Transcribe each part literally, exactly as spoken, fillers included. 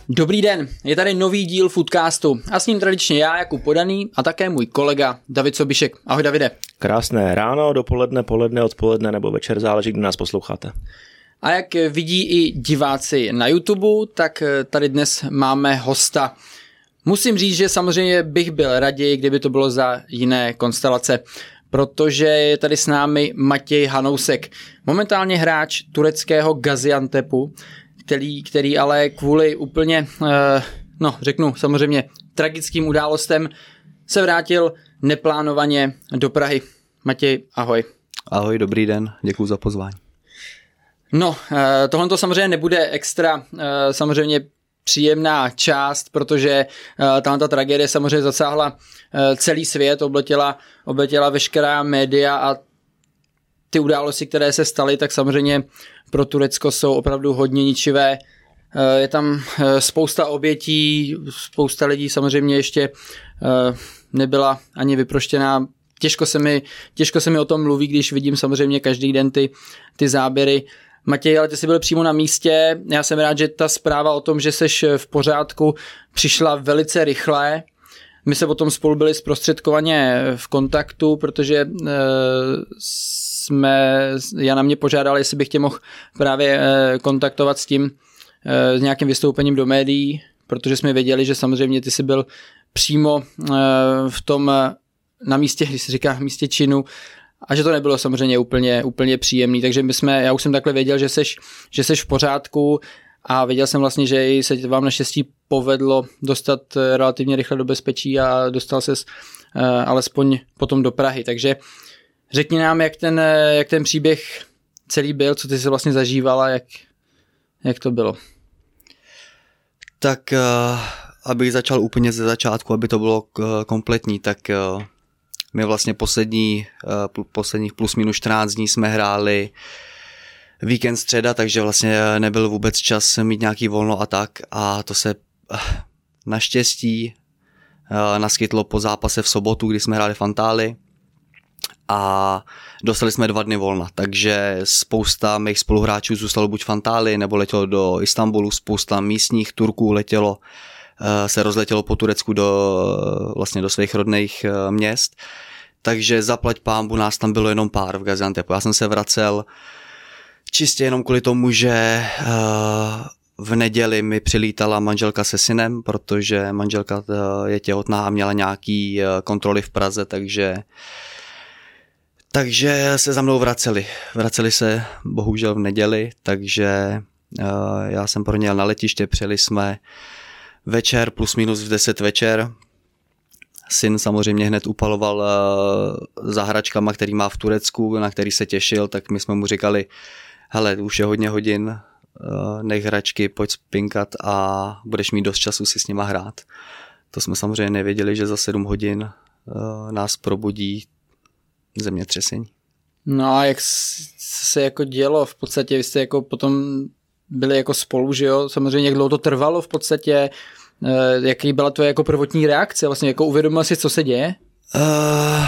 Dobrý den, je tady nový díl Foodcastu a s ním tradičně já, Jakub Podaný a také můj kolega David Sobišek. Ahoj Davide. Krásné ráno, dopoledne, poledne, odpoledne nebo večer, záleží, kdy nás posloucháte. A jak vidí i diváci na YouTube, tak tady dnes máme hosta. Musím říct, že samozřejmě bych byl raději, kdyby to bylo za jiné konstelace, protože je tady s námi Matěj Hanousek, momentálně hráč tureckého Gaziantepu, který, který ale kvůli úplně, no řeknu samozřejmě tragickým událostem se vrátil neplánovaně do Prahy. Matěj, ahoj. Ahoj, dobrý den, děkuji za pozvání. No, tohle to samozřejmě nebude extra samozřejmě příjemná část, protože tahle ta tragédie samozřejmě zasáhla celý svět, obletěla, obletěla veškerá média a ty události, které se staly, tak samozřejmě pro Turecko jsou opravdu hodně ničivé. Je tam spousta obětí, spousta lidí samozřejmě ještě nebyla ani vyproštěná. Těžko se mi, těžko se mi o tom mluví, když vidím samozřejmě každý den ty, ty záběry. Matěj, ale ty jsi byl přímo na místě. Já jsem rád, že ta zpráva o tom, že seš v pořádku, přišla velice rychle. My se potom spolu byli zprostředkovaně v kontaktu, protože jsme, Jana mě požádala, jestli bych tě mohl právě kontaktovat s tím, s nějakým vystoupením do médií, protože jsme věděli, že samozřejmě ty jsi byl přímo v tom na místě, když se říká místě činu, a že to nebylo samozřejmě úplně, úplně příjemný, takže my jsme, já už jsem takhle věděl, že seš, že seš v pořádku a věděl jsem vlastně, že se vám naštěstí povedlo dostat relativně rychle do bezpečí a dostal ses uh, alespoň potom do Prahy, takže řekni nám, jak ten, jak ten příběh celý byl, co ty jsi vlastně zažívala, jak, jak to bylo. Tak uh, abych začal úplně ze začátku, aby to bylo kompletní, tak uh, my vlastně poslední, uh, posledních plus minus čtrnáct dní jsme hráli víkend středa, takže vlastně nebyl vůbec čas mít nějaký volno a tak a to se uh, naštěstí uh, naskytlo po zápase v sobotu, kdy jsme hráli Fantály a dostali jsme dva dny volna, takže spousta mých spoluhráčů zůstalo buď Fantály nebo letělo do Istanbulu, spousta místních Turků letělo, se rozletělo po Turecku do, vlastně do svých rodných měst, takže zaplať pánbu nás tam bylo jenom pár v Gaziantepu. Já jsem se vracel čistě jenom kvůli tomu, že v neděli mi přilítala manželka se synem, protože manželka je těhotná a měla nějaký kontroly v Praze, takže Takže se za mnou vraceli. Vraceli se bohužel v neděli, takže uh, já jsem pro ně jel na letiště, přijeli jsme večer, plus minus v deset večer. Syn samozřejmě hned upaloval uh, za hračkama, který má v Turecku, na který se těšil, tak my jsme mu říkali, hele, už je hodně hodin, uh, nech hračky, pojď spinkat a budeš mít dost času si s nima hrát. To jsme samozřejmě nevěděli, že za sedm hodin uh, nás probudí zemětřesení. No a jak se jako dělo v podstatě, vy jste jako potom byli jako spolu, že jo, samozřejmě jak dlouho to trvalo v podstatě, jaký byla tvoje jako prvotní reakce, vlastně jako uvědomil si, co se děje? Uh,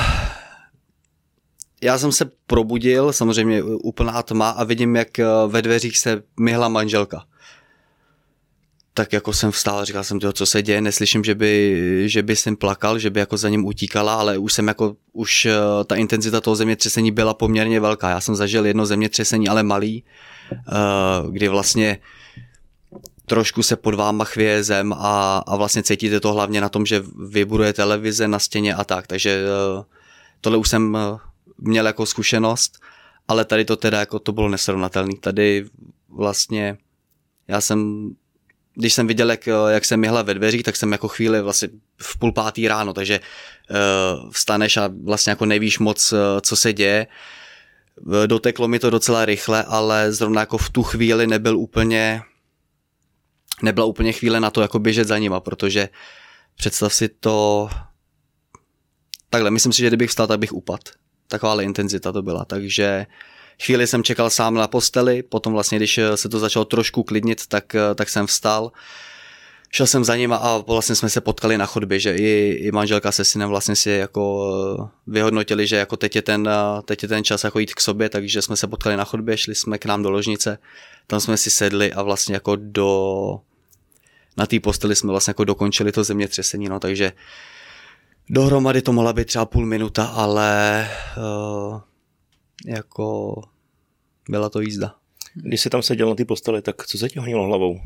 já jsem se probudil, samozřejmě úplná tma a vidím, jak ve dveřích se myhla manželka. Tak jako jsem vstál a říkal jsem, tyho, co se děje, neslyším, že by, že by jsem plakal, že by jako za ním utíkala, ale už jsem jako, už ta intenzita toho zemětřesení byla poměrně velká. Já jsem zažil jedno zemětřesení, ale malý, kdy vlastně trošku se pod váma chvěje zem a, a vlastně cítíte to hlavně na tom, že vibruje televize na stěně a tak, takže tohle už jsem měl jako zkušenost, ale tady to teda jako to bylo nesrovnatelné. Tady vlastně já jsem Když jsem viděl, jak, jak jsem myhla ve dveřích, tak jsem jako chvíli vlastně v půl pátý ráno, takže uh, vstaneš a vlastně jako nevíš moc, uh, co se děje. Doteklo mi to docela rychle, ale zrovna jako v tu chvíli nebyl úplně, nebyla úplně chvíle na to jako běžet za nima, protože představ si to, takhle, myslím si, že kdybych vstal, tak bych upadl. Takováhle intenzita to byla, takže chvíli jsem čekal sám na posteli, potom vlastně, když se to začalo trošku klidnit, tak, tak jsem vstal. Šel jsem za ním a vlastně jsme se potkali na chodbě, že i, i manželka se synem vlastně si jako vyhodnotili, že jako teď je ten, teď je ten čas jako jít k sobě, takže jsme se potkali na chodbě, šli jsme k nám do ložnice, tam jsme si sedli a vlastně jako do, na té posteli jsme vlastně jako dokončili to zemětřesení, no, takže dohromady to mohla být třeba půl minuta, ale uh, jako byla to jízda. Když jsi tam seděl na té posteli, tak co se ti honilo hlavou?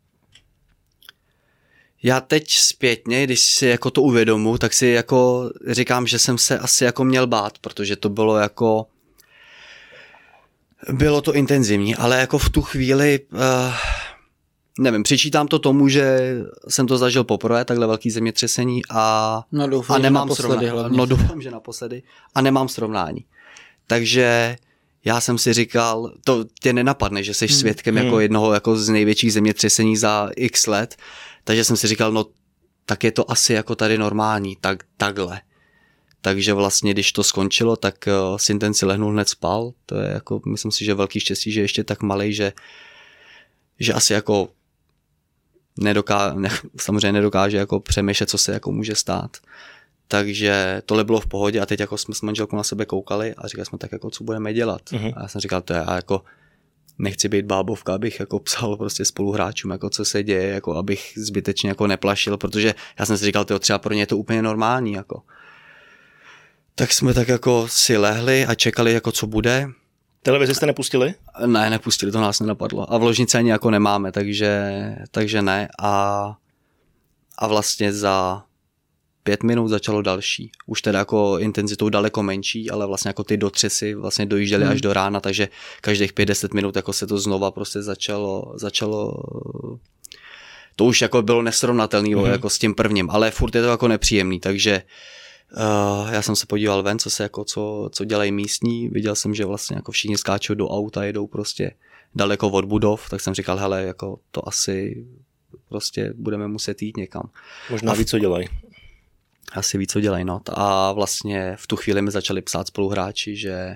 Já teď zpětně, když si jako to uvědomu, tak si jako říkám, že jsem se asi jako měl bát, protože to bylo jako bylo to intenzivní, ale jako v tu chvíli uh, nevím, přičítám to tomu, že jsem to zažil poprvé, takhle velký zemětřesení a, no, doufám, a nemám srovnání. No doufám, že naposledy a nemám srovnání. Takže já jsem si říkal, to tě nenapadne, že jsi svědkem hmm. jako jednoho jako z největších zemětřesení za x let, takže jsem si říkal, no tak je to asi jako tady normální, tak takhle. Takže vlastně, když to skončilo, tak uh, Synten si lehnul, hned spal. To je jako, myslím si, že velký štěstí, že ještě tak malej, že, že asi jako nedoká, ne, samozřejmě nedokáže jako přemýšlet, co se jako může stát. Takže tohle bylo v pohodě a teď jako jsme s manželkou na sebe koukali a říkali jsme tak jako, co budeme dělat. Uh-huh. A já jsem říkal, to je, a jako nechci být bábovka, abych jako psal prostě spoluhráčům, jako co se děje, jako abych zbytečně jako neplašil, protože já jsem si říkal, tyjo, třeba pro ně je to úplně normální, jako. Tak jsme tak jako si lehli a čekali, jako co bude. Televizi jste nepustili? Ne, nepustili, to nás nenapadlo. A v ložnici ani jako nemáme, takže, takže ne. A, a vlastně za pět minut začalo další. Už teda jako intenzitou daleko menší, ale vlastně jako ty dotřesy vlastně dojížděly hmm. až do rána, takže každých pět deset minut jako se to znova prostě začalo, začalo to už jako bylo nesrovnatelný hmm. jako s tím prvním, ale furt je to jako nepříjemný, takže Uh, já jsem se podíval ven, co se jako, co, co dělají místní, viděl jsem, že vlastně jako všichni skáčou do auta, jedou prostě daleko od budov, tak jsem říkal, hele, jako to asi prostě budeme muset jít někam. Možná ví, co dělají. Asi ví, co dělají, no. A vlastně v tu chvíli mi začali psát spoluhráči, že,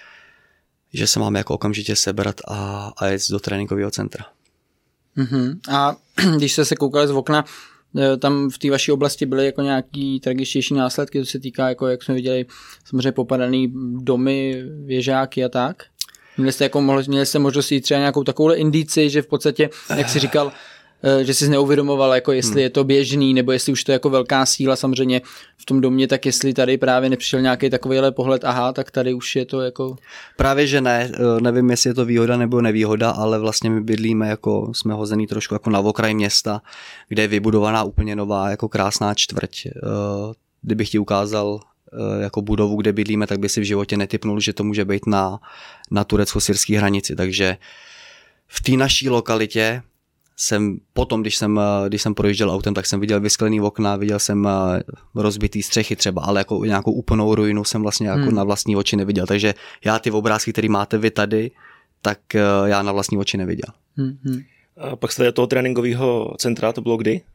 že se máme jako okamžitě sebrat a, a jít do tréninkového centra. Mm-hmm. A když jste se koukali z okna, tam v té vaší oblasti byly jako nějaký tragičtější následky, co se týká, jako jak jsme viděli, samozřejmě popadaný domy, věžáky a tak? Měli jste, jako, měli jste možnost jít třeba nějakou takovou indici, že v podstatě, jak jsi říkal, že jsi neuvědomoval, jako jestli hmm. je to běžný, nebo jestli už to je jako velká síla samozřejmě v tom domě, tak jestli tady právě nepřišel nějaký takovýhle pohled, aha, tak tady už je to jako... Právě, že ne, nevím, jestli je to výhoda nebo nevýhoda, ale vlastně my bydlíme jako, jsme hozený trošku jako na okraj města, kde je vybudovaná úplně nová, jako krásná čtvrť. Kdybych ti ukázal jako budovu, kde bydlíme, tak by si v životě netipnul, že to může být na, na turecko-syrské hranici, takže v té naší lokalitě jsem potom, když jsem, když jsem projížděl autem, tak jsem viděl vysklený okna, viděl jsem rozbitý střechy třeba, ale jako nějakou úplnou ruinu jsem vlastně jako hmm. na vlastní oči neviděl. Takže já ty obrázky, které máte vy tady, tak já na vlastní oči neviděl. Hmm. A pak jste toho tréninkového centra, to bylo kdy?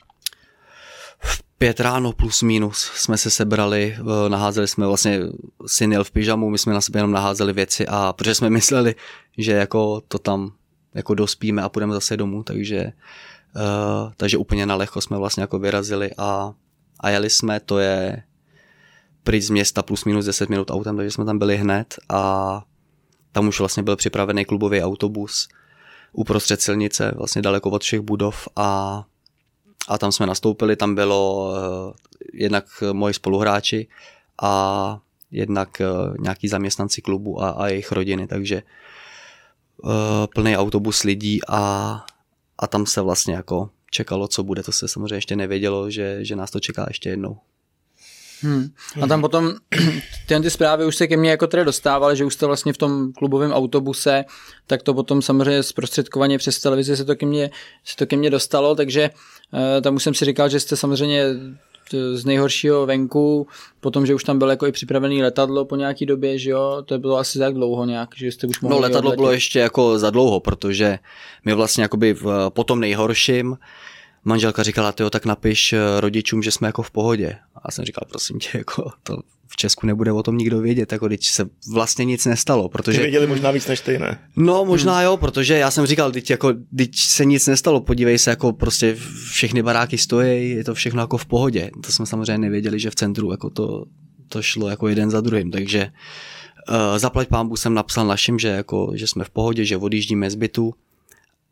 V pět ráno plus minus jsme se sebrali, naházeli jsme vlastně, syn jel v pyžamu, my jsme na sebe jenom naházeli věci a protože jsme mysleli, že jako to tam jako dospíme a půjdeme zase domů, takže, uh, takže úplně na lehko jsme vlastně jako vyrazili a, a jeli jsme, to je pryč z města plus minus deset minut autem, takže jsme tam byli hned a tam už vlastně byl připravený klubový autobus uprostřed silnice, vlastně daleko od všech budov a, a tam jsme nastoupili, tam bylo uh, jednak moji spoluhráči a jednak uh, nějaký zaměstnanci klubu a, a jejich rodiny, takže Uh, plný autobus lidí a, a tam se vlastně jako čekalo, co bude. To se samozřejmě ještě nevědělo, že, že nás to čeká ještě jednou. Hmm. A tam potom ty zprávy už se ke mně jako teda dostávaly, že už jste vlastně v tom klubovém autobuse, tak to potom samozřejmě zprostředkovaně přes televizi se to ke mně, se to ke mně dostalo, takže uh, tam už jsem si říkal, že jste samozřejmě z nejhoršího venku, potom, že už tam bylo jako i připravený letadlo po nějaký době, že jo, to bylo asi tak dlouho nějak, že jste už mohli No letadlo odletět. bylo ještě jako za dlouho, protože my vlastně jakoby v, po tom nejhorším manželka říkala, tyjo, tak napiš rodičům, že jsme jako v pohodě. A já jsem říkal, prosím tě, jako to v Česku nebude o tom nikdo vědět, jako když se vlastně nic nestalo, protože... Ty věděli možná víc než ty, ne? No možná hmm. jo, protože já jsem říkal, teď jako, teď se nic nestalo, podívej se, jako prostě všechny baráky stojí, je to všechno jako v pohodě. To jsme samozřejmě nevěděli, že v centru jako to, to šlo jako jeden za druhým, takže uh, zaplať pánbůh jsem napsal našim, že, jako, že jsme v pohodě, že odjíždíme z bytu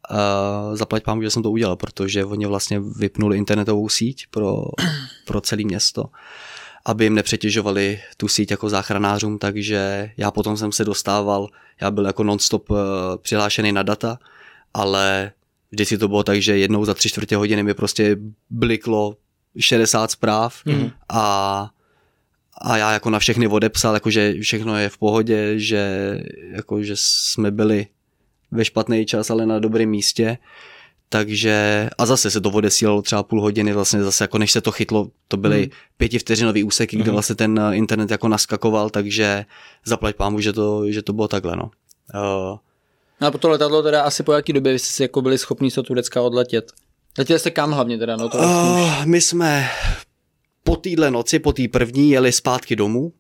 uh, zaplať pámu, že jsem to udělal, protože oni vlastně vypnuli internetovou síť pro, pro celé město, aby jim nepřetěžovali tu síť jako záchranářům, takže já potom jsem se dostával, já byl jako non-stop uh, přihlášený na data, ale vždycky to bylo tak, že jednou za tři čtvrtě hodiny mi prostě bliklo šedesát zpráv mm. a, a já jako na všechny odepsal, jakože všechno je v pohodě, že, jako, že jsme byli ve špatný čas, ale na dobrém místě. Takže a zase se to odesílalo třeba půl hodiny, vlastně zase jako než se to chytlo, to byly mm. pětivteřinový úseky, mm. kde vlastně ten internet jako naskakoval, takže zaplať pámu, že to, že to bylo takhle, no. Uh, No a po to letadlo teda asi po jaký době jste si jako byli schopni z toho Turecka odletět? Letěli jste kam hlavně teda? No to vlastně uh, my jsme po téhle noci, po té první jeli zpátky domů,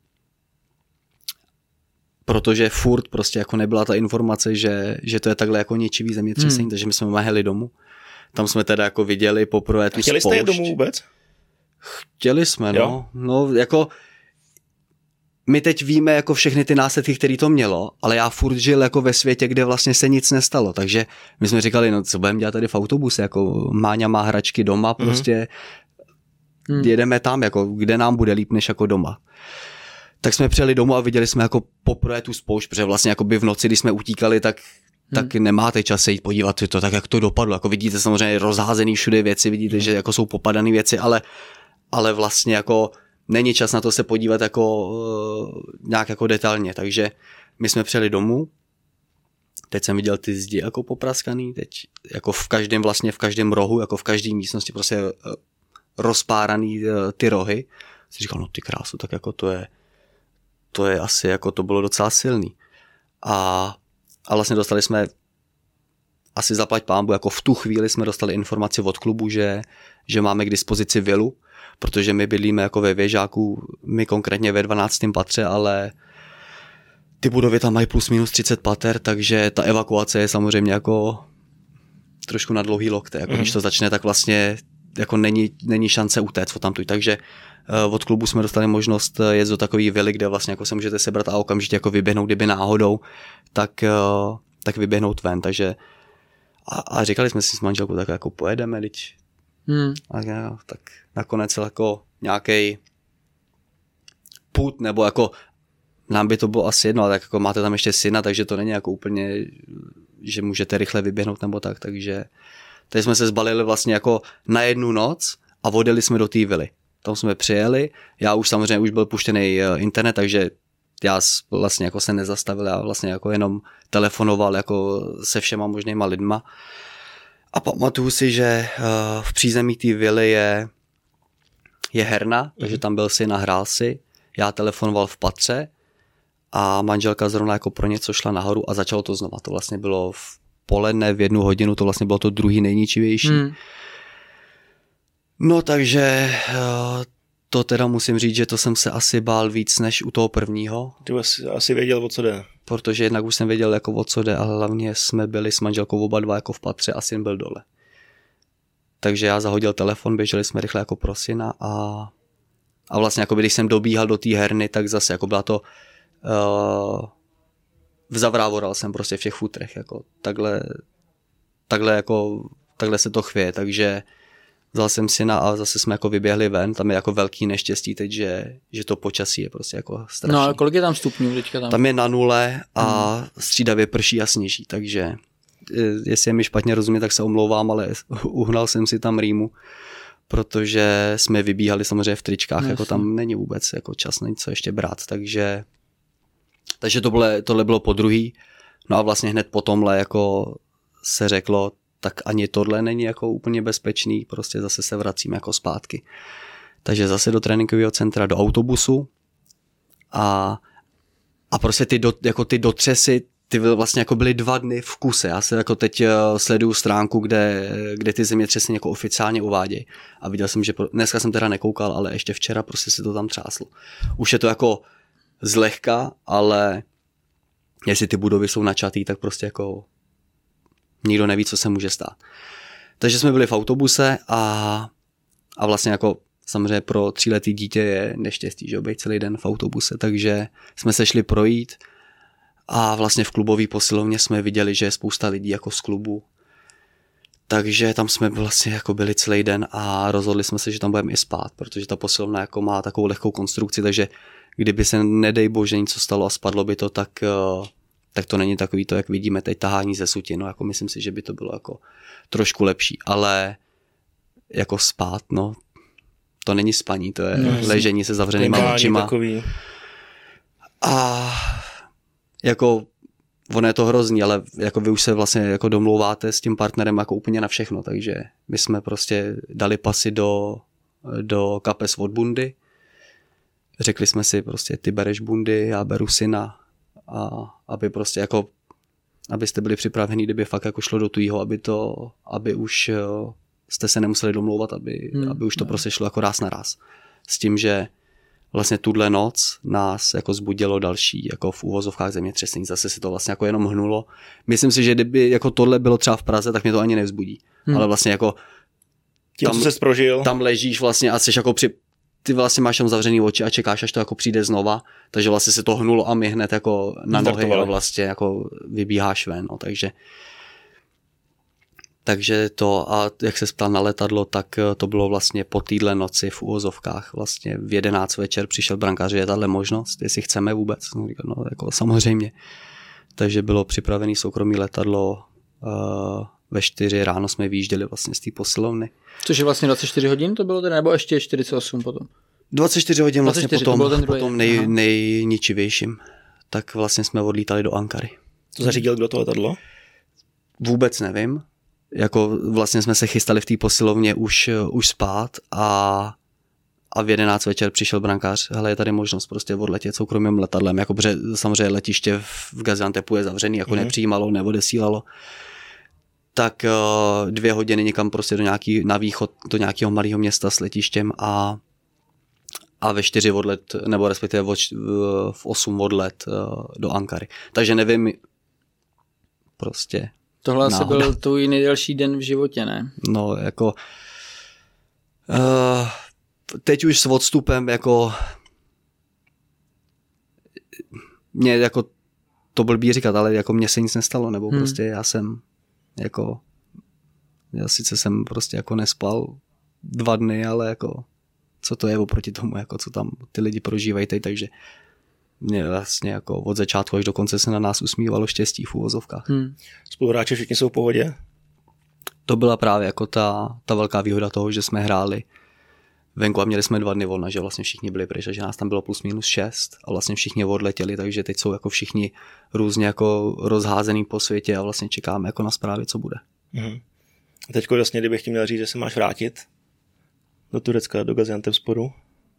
protože furt prostě jako nebyla ta informace, že, že to je takhle jako ničivý zemětřesení, hmm. takže my jsme maheli domů. Tam jsme teda jako viděli poprvé tu Chtěli spoušť. jste je domů vůbec? Chtěli jsme, no. Jo. No jako my teď víme jako všechny ty následky, které to mělo, ale já furt žil jako ve světě, kde vlastně se nic nestalo, takže my jsme říkali, no co budeme dělat tady v autobuse, jako Máňa má hračky doma, mm-hmm. prostě mm. jedeme tam, jako kde nám bude líp než jako doma. Tak jsme přijeli domů a viděli jsme jako poprvé tu spoušť, protože vlastně jako by v noci, když jsme utíkali, tak hmm. tak nemáte čas se jít podívat to, tak jak to dopadlo. Jako vidíte samozřejmě rozházený všude věci, vidíte, hmm. že jako jsou popadané věci, ale, ale vlastně jako není čas na to se podívat jako uh, nějak jako detailně. Takže my jsme přijeli domů, teď jsem viděl ty zdi jako popraskaný, teď jako v každém vlastně v každém rohu, jako v každé místnosti prostě uh, rozpáraný uh, ty rohy. Jsem říkal, no ty krásu, tak jako to je to je asi jako to bylo docela silný. A, a vlastně dostali jsme asi zaplať pánbu, jako v tu chvíli jsme dostali informaci od klubu, že, že máme k dispozici vilu, protože my bydlíme jako ve Věžáku, my konkrétně ve dvanáctém patře, ale ty budovy tam mají plus minus třicet pater, takže ta evakuace je samozřejmě jako trošku na dlouhý lokte. Jako mm. Když to začne, tak vlastně jako není, není šance utéct odtamtud. Takže uh, od klubu jsme dostali možnost jet do takové vily, kde vlastně jako se můžete sebrat a okamžitě jako vyběhnout, kdyby náhodou, tak, uh, tak vyběhnout ven. Takže a, a říkali jsme si s manželkou, tak jako pojedeme, teď. Hmm. A, ja, tak nakonec jako nějaký put, nebo jako nám by to bylo asi jedno, ale tak jako máte tam ještě syna, takže to není jako úplně, že můžete rychle vyběhnout nebo tak, takže teď jsme se zbalili vlastně jako na jednu noc a odjeli jsme do té vily. Tam jsme přijeli, já už samozřejmě už byl puštěný internet, takže já vlastně jako se nezastavil, já vlastně jako jenom telefonoval jako se všema možnýma lidma. A pamatuju si, že v přízemí té vily je, je herna, mm. takže tam byl syn a hrál si. Já telefonoval v patře a manželka zrovna jako pro něco šla nahoru a začalo to znova. To vlastně bylo v poledne v jednu hodinu, to vlastně bylo to druhý nejničivější. Mm. No takže to teda musím říct, že to jsem se asi bál víc než u toho prvního. Ty asi, asi věděl, o co jde. Protože jednak už jsem věděl, jako o co jde, ale hlavně jsme byli s manželkou oba dva jako v patře a syn byl dole. Takže já zahodil telefon, běželi jsme rychle jako pro syna a, a vlastně jako když jsem dobíhal do té herny, tak zase jako byla to uh, vzavrávoral jsem prostě v těch futrech, jako takhle, takhle jako takhle se to chvěje, takže vzal jsem syna a zase jsme jako vyběhli ven, tam je jako velký neštěstí teď, že, že to počasí je prostě jako strašný. No a kolik je tam stupňů teďka tam? Tam je na nule a hmm. střídavě prší a sněží, takže jestli je mi špatně rozumět, tak se omlouvám, ale uhnal jsem si tam rýmu, protože jsme vybíhali samozřejmě v tričkách, no, jako tam není vůbec jako čas na něco ještě brát, takže takže to bylo, tohle bylo po druhý, no a vlastně hned po tomhle jako se řeklo, tak ani tohle není jako úplně bezpečný, prostě zase se vracíme jako zpátky. Takže zase do tréninkového centra, do autobusu a, a prostě ty, do, jako ty dotřesy, ty vlastně jako byly dva dny v kuse. Já se jako teď sleduju stránku, kde, kde ty zemětřesy jako oficiálně uvádějí a viděl jsem, že dneska jsem teda nekoukal, ale ještě včera prostě se to tam třáslo. Už je to jako zlehka, ale jestli ty budovy jsou načatý, tak prostě jako nikdo neví, co se může stát. Takže jsme byli v autobuse a, a vlastně jako samozřejmě pro tříletý dítě je neštěstí, že být celý den v autobuse, takže jsme se šli projít a vlastně v klubové posilovně jsme viděli, že je spousta lidí jako z klubu, Takže tam jsme vlastně jako byli celý den a rozhodli jsme se, že tam budeme i spát, protože ta posilovna jako má takovou lehkou konstrukci, takže kdyby se nedej bože něco stalo a spadlo by to, tak, tak to není takový to, jak vidíme teď tahání ze sutin. No, jako myslím si, že by to bylo jako trošku lepší, ale jako spát, no, to není spaní, to je no, ležení se zavřenýma očima. Takový. A jako ono je to hrozný, ale jako vy už se vlastně jako domlouváte s tím partnerem jako úplně na všechno, takže my jsme prostě dali pasy do, do kapes od bundy, řekli jsme si prostě ty bereš bundy, já beru syna a aby prostě jako abyste byli připraveni, kdyby fakt jako šlo do tujího, aby to, aby už jste se nemuseli domlouvat, aby, hmm. aby už to prostě šlo jako ráz na ráz. S tím, že vlastně tuhle noc nás jako zbudilo další jako v úvozovkách zemětřesení. Zase si to vlastně jako jenom hnulo. Myslím si, že kdyby jako tohle bylo třeba v Praze, tak mě to ani nevzbudí. Hmm. Ale vlastně jako tím, tam, co prožil. Tam ležíš vlastně a jsi jako při, ty vlastně máš tam zavřený oči a čekáš, až to jako přijde znova. Takže vlastně se to hnulo a my hned jako na nohy a vlastně jako vybíháš ven. No, takže Takže to, a jak se ptal na letadlo, tak to bylo vlastně po týdle noci v úvozovkách. Vlastně v jedenáct večer přišel brankář, že je tahle možnost, jestli chceme vůbec. No, jako samozřejmě. Takže bylo připravené soukromé letadlo, uh, ve čtyři ráno jsme vyjížděli vlastně z té posilovny. Což je vlastně dvacet čtyři hodin to bylo, nebo ještě čtyřicet osm potom? dvacet čtyři hodin vlastně dvacet čtyři, potom, potom nej, nejničivějším. Tak vlastně jsme odlítali do Ankary. To zařídil kdo to letadlo? Vůbec nevím. Jako vlastně jsme se chystali v té posilovně už, už spát a, a v jedenáct večer přišel brankář, hele, je tady možnost prostě odletět soukromým letadlem, jako protože samozřejmě letiště v Gaziantepu je zavřený, jako mm. nepřijímalo, neodesílalo. Tak dvě hodiny někam prostě do nějaký, na východ do nějakého malého města s letištěm a, a ve čtyři odlet, nebo respektive v osm odlet do Ankary. Takže nevím, prostě... Tohle asi byl tvůj nejdelší den v životě, ne? No, jako... Uh, teď už s odstupem, jako... Mě jako... To blbý říkat, ale jako mně se nic nestalo, nebo hmm. prostě já jsem jako... Já sice jsem prostě jako nespal dva dny, ale jako... Co to je oproti tomu, jako co tam ty lidi prožívají teď, takže... Mě vlastně jako od začátku až do konce se na nás usmívalo štěstí v úvozovkách. Hmm. Spoluhráči všichni jsou v pohodě? To byla právě jako ta, ta velká výhoda toho, že jsme hráli venku a měli jsme dva dny volna, že vlastně všichni byli pryč, že nás tam bylo plus minus šest a vlastně všichni odletěli, takže teď jsou jako všichni různě jako rozházený po světě a vlastně čekáme jako na zprávy, co bude. Hmm. A teďko vlastně, kdybych ti měl říct, že se máš vrátit do Turecka, do Gaziantepsporu?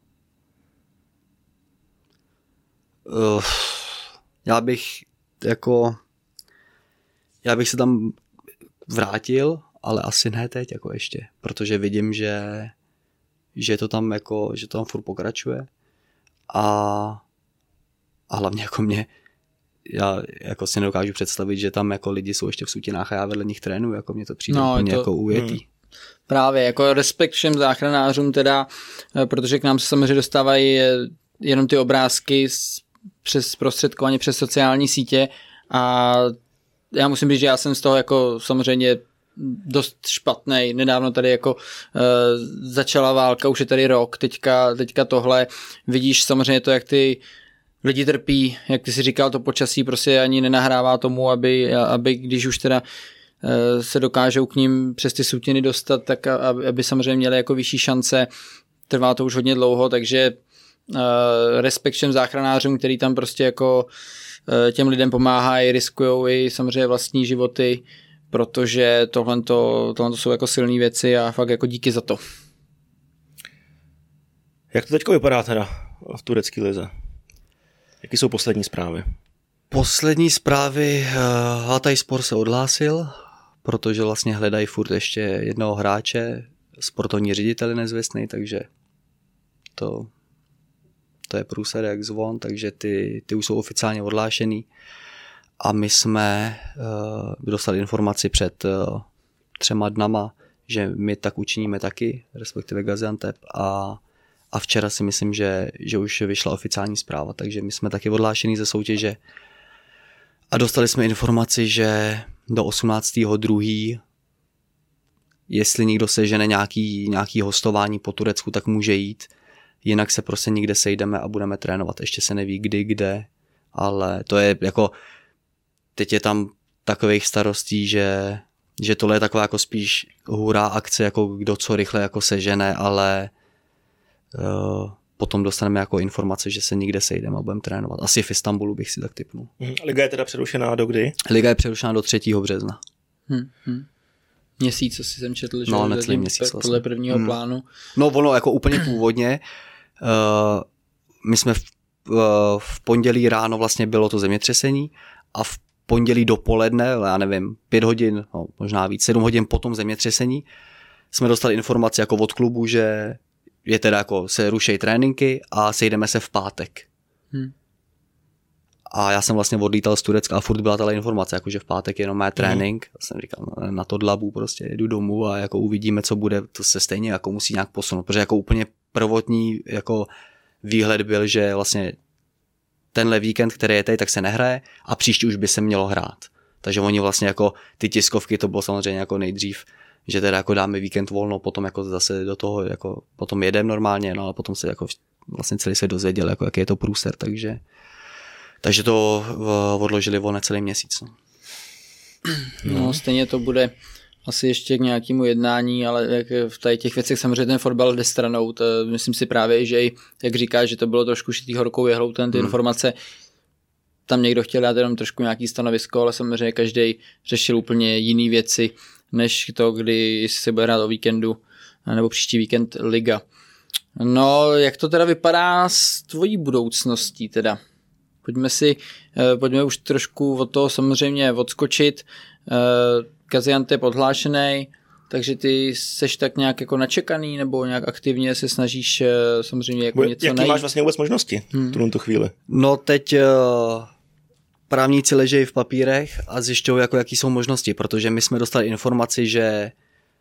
Uh, já bych jako já bych se tam vrátil, ale asi ne teď jako ještě, protože vidím, že že to tam jako, že to tam furt pokračuje a a hlavně jako mě já jako si nedokážu představit, že tam jako lidi jsou ještě v sutinách a já vedle nich trénuju, jako mě to přijde no, úplně to, jako ujetý. Hmm. Právě, jako respekt všem záchranářům teda, protože k nám se samozřejmě dostávají jenom ty obrázky z přes prostředkování přes sociální sítě a já musím říct, že já jsem z toho jako samozřejmě dost špatnej. Nedávno tady jako e, začala válka, už je tady rok, teďka, teďka tohle. Vidíš samozřejmě to, jak ty lidi trpí, jak ty si říkal, to počasí prostě ani nenahrává tomu, aby, aby když už teda e, se dokážou k ním přes ty sutiny dostat, tak aby, aby samozřejmě měli jako vyšší šance. Trvá to už hodně dlouho, takže Uh, respekt všem záchranářům, který tam prostě jako uh, těm lidem pomáhají, riskujou i samozřejmě vlastní životy, protože tohle to jsou jako silné věci a fakt jako díky za to. Jak to teďko vypadá teda v turecké lize? Jaké jsou poslední zprávy? Poslední zprávy uh, Hatayspor se odhlásil, protože vlastně hledají furt ještě jednoho hráče, sportovní ředitel nezvěstný, takže to to je průser jak zvon, takže ty, ty už jsou oficiálně odhlášený a my jsme uh, dostali informaci před uh, třema dnama, že my tak učiníme taky, respektive Gaziantep a, a včera si myslím, že, že už vyšla oficiální zpráva, takže my jsme taky odhlášený ze soutěže a dostali jsme informaci, že do osmnáctého druhého jestli někdo sežene nějaký, nějaký hostování po Turecku, tak může jít. Jinak se prostě nikde sejdeme a budeme trénovat. Ještě se neví kdy, kde, ale to je jako, teď je tam takových starostí, že, že tohle je taková jako spíš hurá akce, jako kdo co rychle jako sežene, ale uh, potom dostaneme jako informace, že se nikde sejdeme a budeme trénovat. Asi v Istanbulu bych si tak tipnul. Liga je teda přerušená do kdy? Liga je přerušená do třetího března. Hmm, hmm. Měsíc, co si jsem četl, že no, necelý měsíc podle vlastně. prvního hmm. plánu. No ono jako úplně původně, uh, my jsme v, uh, v pondělí ráno vlastně bylo to zemětřesení a v pondělí dopoledne, já nevím, pět hodin, no, možná víc, sedm hodin po tom zemětřesení jsme dostali informaci jako od klubu, že je teda jako se rušejí tréninky a sejdeme se v pátek. Hmm. A já jsem vlastně odlítal z Turecka a furt byla ta informace, jako že v pátek je jenom mé trénink. Hmm. Jsem říkal, no, na to dlabu prostě jdu domů a jako uvidíme, co bude, to se stejně jako musí nějak posunout, protože jako úplně prvotní jako výhled byl, že vlastně tenhle víkend, který je tady, tak se nehraje a příští už by se mělo hrát. Takže oni vlastně jako ty tiskovky, to bylo samozřejmě jako nejdřív, že teda jako dáme víkend volno, potom jako zase do toho jako potom jedem normálně, no a potom se jako vlastně celý se dozvěděl, jako jaký je to průser, takže takže to odložili o necelý měsíc. No. no stejně to bude asi ještě k nějakému jednání, ale jak v tady těch věcech samozřejmě ten fotbal jde stranou, to myslím si právě, že jak říkáš, že to bylo trošku šitý horkou jehlou, ten ty hmm. informace, tam někdo chtěl dát jenom trošku nějaký stanovisko, ale samozřejmě každý řešil úplně jiný věci, než to, kdy se bude hrát o víkendu, nebo příští víkend liga. No, jak to teda vypadá s tvojí budoucností teda? Pojďme si, pojďme už trošku od toho samozřejmě odskočit. Gaziantep odhlášený, takže ty seš tak nějak jako načekaný, nebo nějak aktivně se snažíš samozřejmě jako něco jaký najít? Jaký máš vlastně vůbec možnosti hmm. v tu chvíli? No teď uh, právníci ležejí v papírech a zjišťují, jako jaký jsou možnosti, protože my jsme dostali informaci, že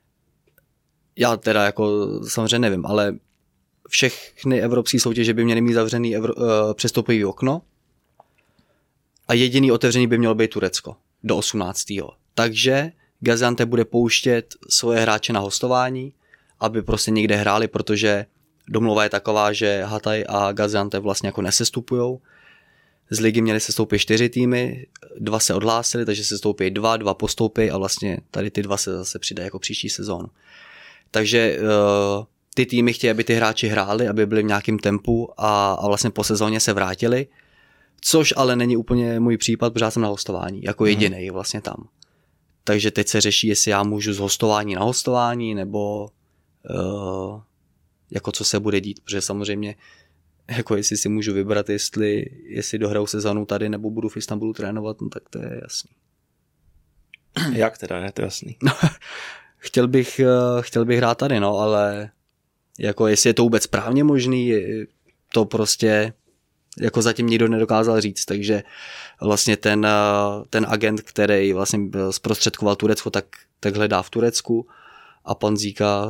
já teda jako samozřejmě nevím, ale všechny evropské soutěže by měly mít zavřený evro, uh, přestupový okno a jediný otevřený by mělo být Turecko do osmnáctého Takže Gaziantep bude pouštět svoje hráče na hostování, aby prostě někde hráli, protože domluva je taková, že Hatay a Gaziantep vlastně jako nesestupujou. Z ligy měly sestoupit čtyři týmy, dva se odhlásili, takže se stoupí dva, dva postoupí a vlastně tady ty dva se zase přidají jako příští sezónu. Takže uh, ty týmy chtějí, aby ty hráči hráli, aby byli v nějakém tempu a, a vlastně po sezóně se vrátili, což ale není úplně můj případ, protože já jsem na hostování, jako jedinej vlastně tam. Takže teď se řeší, jestli já můžu z hostování na hostování, nebo uh, jako co se bude dít, protože samozřejmě jako jestli si můžu vybrat, jestli, jestli dohraju sezonu tady, nebo budu v Istanbulu trénovat, no tak to je jasný. Jak teda, je to jasný? No, chtěl bych, uh, chtěl bych hrát tady, no, ale jako jestli je to vůbec právně možný, to prostě jako zatím nikdo nedokázal říct, takže vlastně ten, ten agent, který vlastně zprostředkoval Turecko, tak, tak hledá v Turecku a pan Zíka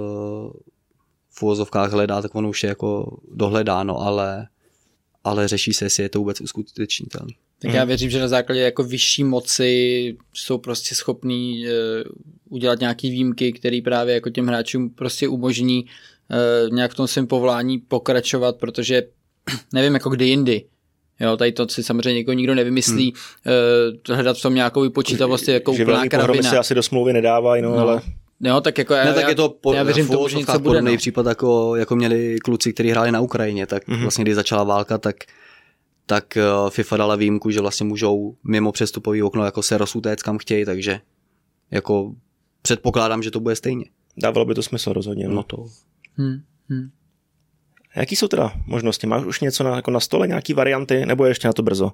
v uvozovkách hledá, tak on už je jako dohledáno, ale, ale řeší se, jestli je to vůbec uskutečnitelné. Tak já věřím, že na základě jako vyšší moci jsou prostě schopní udělat nějaký výjimky, který právě jako těm hráčům prostě umožní nějak v tom svém povolání pokračovat, protože nevím, jako kdy jindy. Jo, tady to si samozřejmě nikdo, nikdo nevymyslí, hmm. hledat v tom nějakou vypočítavost jako úplná karabina. Se asi do smlouvy nedávají, no, no. ale... Jo, tak jako já, ne, tak je to po, já věřím tomu, že něco bude. Podobný no. případ, jako, jako měli kluci, kteří hráli na Ukrajině, tak mm-hmm. vlastně když začala válka, tak, tak FIFA dala výjimku, že vlastně můžou mimo přestupový okno jako se rozsutéct kam chtějí, takže jako předpokládám, že to bude stejně. Dávalo by to smysl rozhodně. No, no to. Hmm. Hmm. Jaký jsou teda možnosti? Máš už něco na, jako na stole, nějaký varianty, nebo je ještě na to brzo?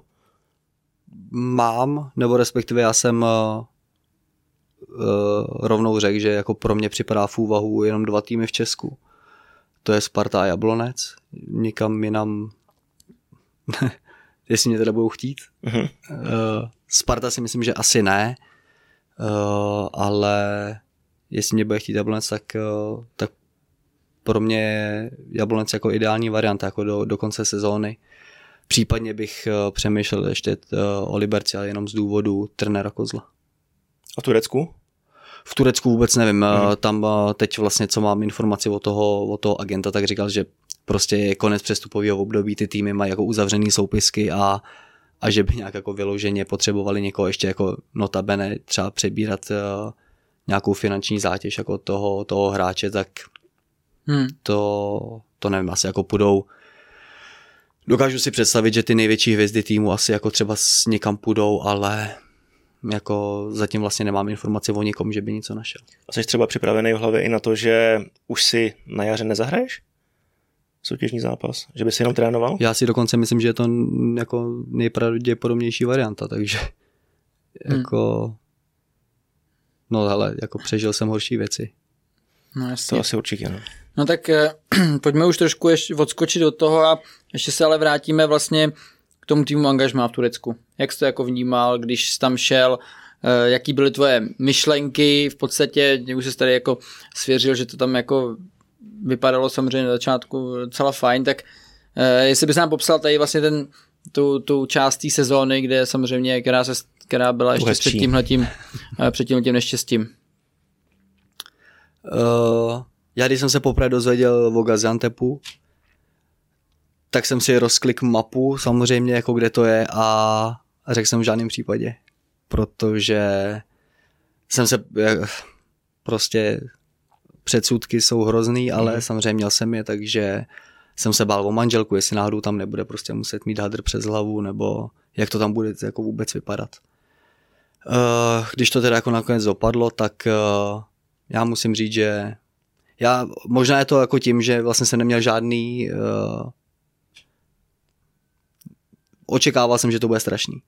Mám, nebo respektive já jsem uh, uh, rovnou řekl, že jako pro mě připadá v úvahu jenom dva týmy v Česku. To je Sparta a Jablonec. Nikam jinam, jestli mě teda budou chtít. Uh-huh. Uh, Sparta si myslím, že asi ne, uh, ale jestli mě bude chtít Jablonec, tak, uh, tak pro mě je Jablonec jako ideální varianta jako do, do konce sezóny. Případně bych uh, přemýšlel ještě uh, o Liberci, ale jenom z důvodu trenéra Kozla. A Turecku? v Turecku vůbec nevím. Hmm. Tam teď vlastně, co mám informaci od toho, od toho agenta, tak říkal, že prostě je konec přestupového období, ty týmy mají jako uzavřený soupisky a, a že by nějak jako vyloženě potřebovali někoho ještě jako notabene třeba přebírat uh, nějakou finanční zátěž jako toho, toho hráče, tak hmm. to, to nevím, asi jako půjdou. Dokážu si představit, že ty největší hvězdy týmu asi jako třeba někam půjdou, ale jako zatím vlastně nemám informace o nikom, že by něco našel. A jsi třeba připravený v hlavě i na to, že už si na jaře nezahraješ soutěžní zápas? Že by si jenom trénoval? Já si dokonce myslím, že je to jako nejpravděpodobnější varianta, takže hmm. jako no hele, jako přežil jsem horší věci. No jasně. To asi určitě, no. No tak eh, pojďme už trošku ještě odskočit do toho a ještě se ale vrátíme vlastně k tomu týmu angažmá v Turecku. Jak jsi to jako vnímal, když jsi tam šel, eh, jaký byly tvoje myšlenky, v podstatě už jsi tady jako svěřil, že to tam jako vypadalo samozřejmě na začátku docela fajn, tak eh, jestli bys nám popsal tady vlastně ten, tu, tu část té sezóny, kde samozřejmě, která, se, která byla ještě před tímhletím, eh, před tímhletím neštěstím. Uh, já když jsem se poprvé dozvěděl o Gaziantepu, tak jsem si rozklik mapu samozřejmě, jako kde to je a řekl jsem v žádném případě, protože jsem se prostě předsudky jsou hrozný, ale mm. samozřejmě měl jsem je, takže jsem se bál o manželku, jestli náhodou tam nebude prostě muset mít hadr přes hlavu, nebo jak to tam bude jako vůbec vypadat. Uh, když to teda jako nakonec dopadlo, tak uh, já musím říct, že já, možná je to jako tím, že vlastně jsem neměl žádný uh, očekával jsem, že to bude strašný.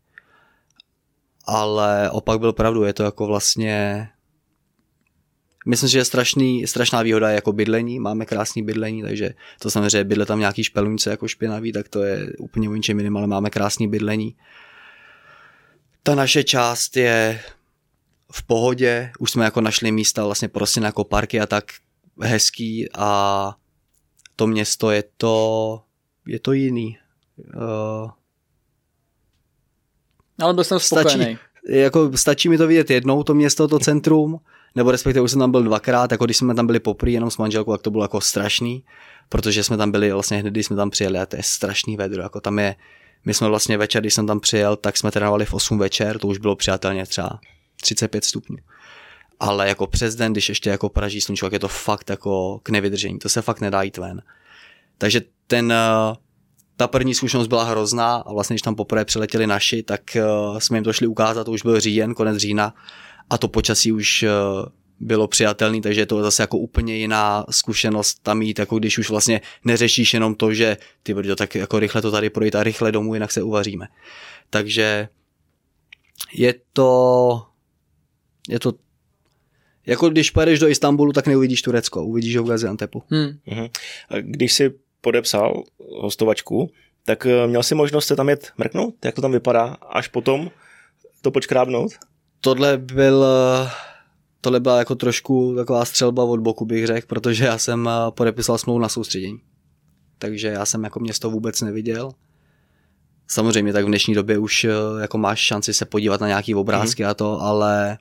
Ale opak byl pravdu, je to jako vlastně myslím si, že strašný, strašná výhoda je jako bydlení, máme krásný bydlení, takže to samozřejmě bydle tam nějaký špelunce jako špinavý, tak to je úplně o ničem jiným, ale máme krásný bydlení. Ta naše část je v pohodě, už jsme jako našli místa vlastně prostě jako parky a tak hezký a to město je to, je to jiný. Uh, ale byl jsem spokojený. Stačí, jako stačí mi to vidět jednou, to město, to centrum, nebo respektive už jsem tam byl dvakrát, jako když jsme tam byli poprvé jenom s manželkou, tak to bylo jako strašný, protože jsme tam byli vlastně hned, když jsme tam přijeli a to je strašný vedro, jako tam je, my jsme vlastně večer, když jsem tam přijel, tak jsme trénovali v osm večer, to už bylo přijatelně třeba třicet pět stupňů. Ale jako přes den, když ještě jako praží sluníčko, je to fakt jako k nevydržení, to se fakt nedá jít ven. Takže ten, ta první zkušenost byla hrozná a vlastně, když tam poprvé přiletěli naši, tak jsme jim to šli ukázat, to už byl říjen, konec října a to počasí už bylo přijatelný, takže je to zase jako úplně jiná zkušenost tam jít, jako když už vlastně neřešíš jenom to, že ty brďo, tak jako rychle to tady projít a rychle domů, jinak se uvaříme. Takže je to je to jako když pojedeš do Istanbulu, tak neuvidíš Turecko, uvidíš ho v Gaziantepu. Hmm. Když jsi podepsal hostovačku, tak měl jsi možnost se tam jet mrknout? Jak to tam vypadá? Až potom to počkrábnout? Tohle byl tohle byla jako trošku taková střelba od boku, bych řekl, protože já jsem podepisal smlouvu na soustředění. Takže já jsem jako město vůbec neviděl. Samozřejmě tak v dnešní době už jako máš šanci se podívat na nějaký obrázky mm-hmm. a to, ale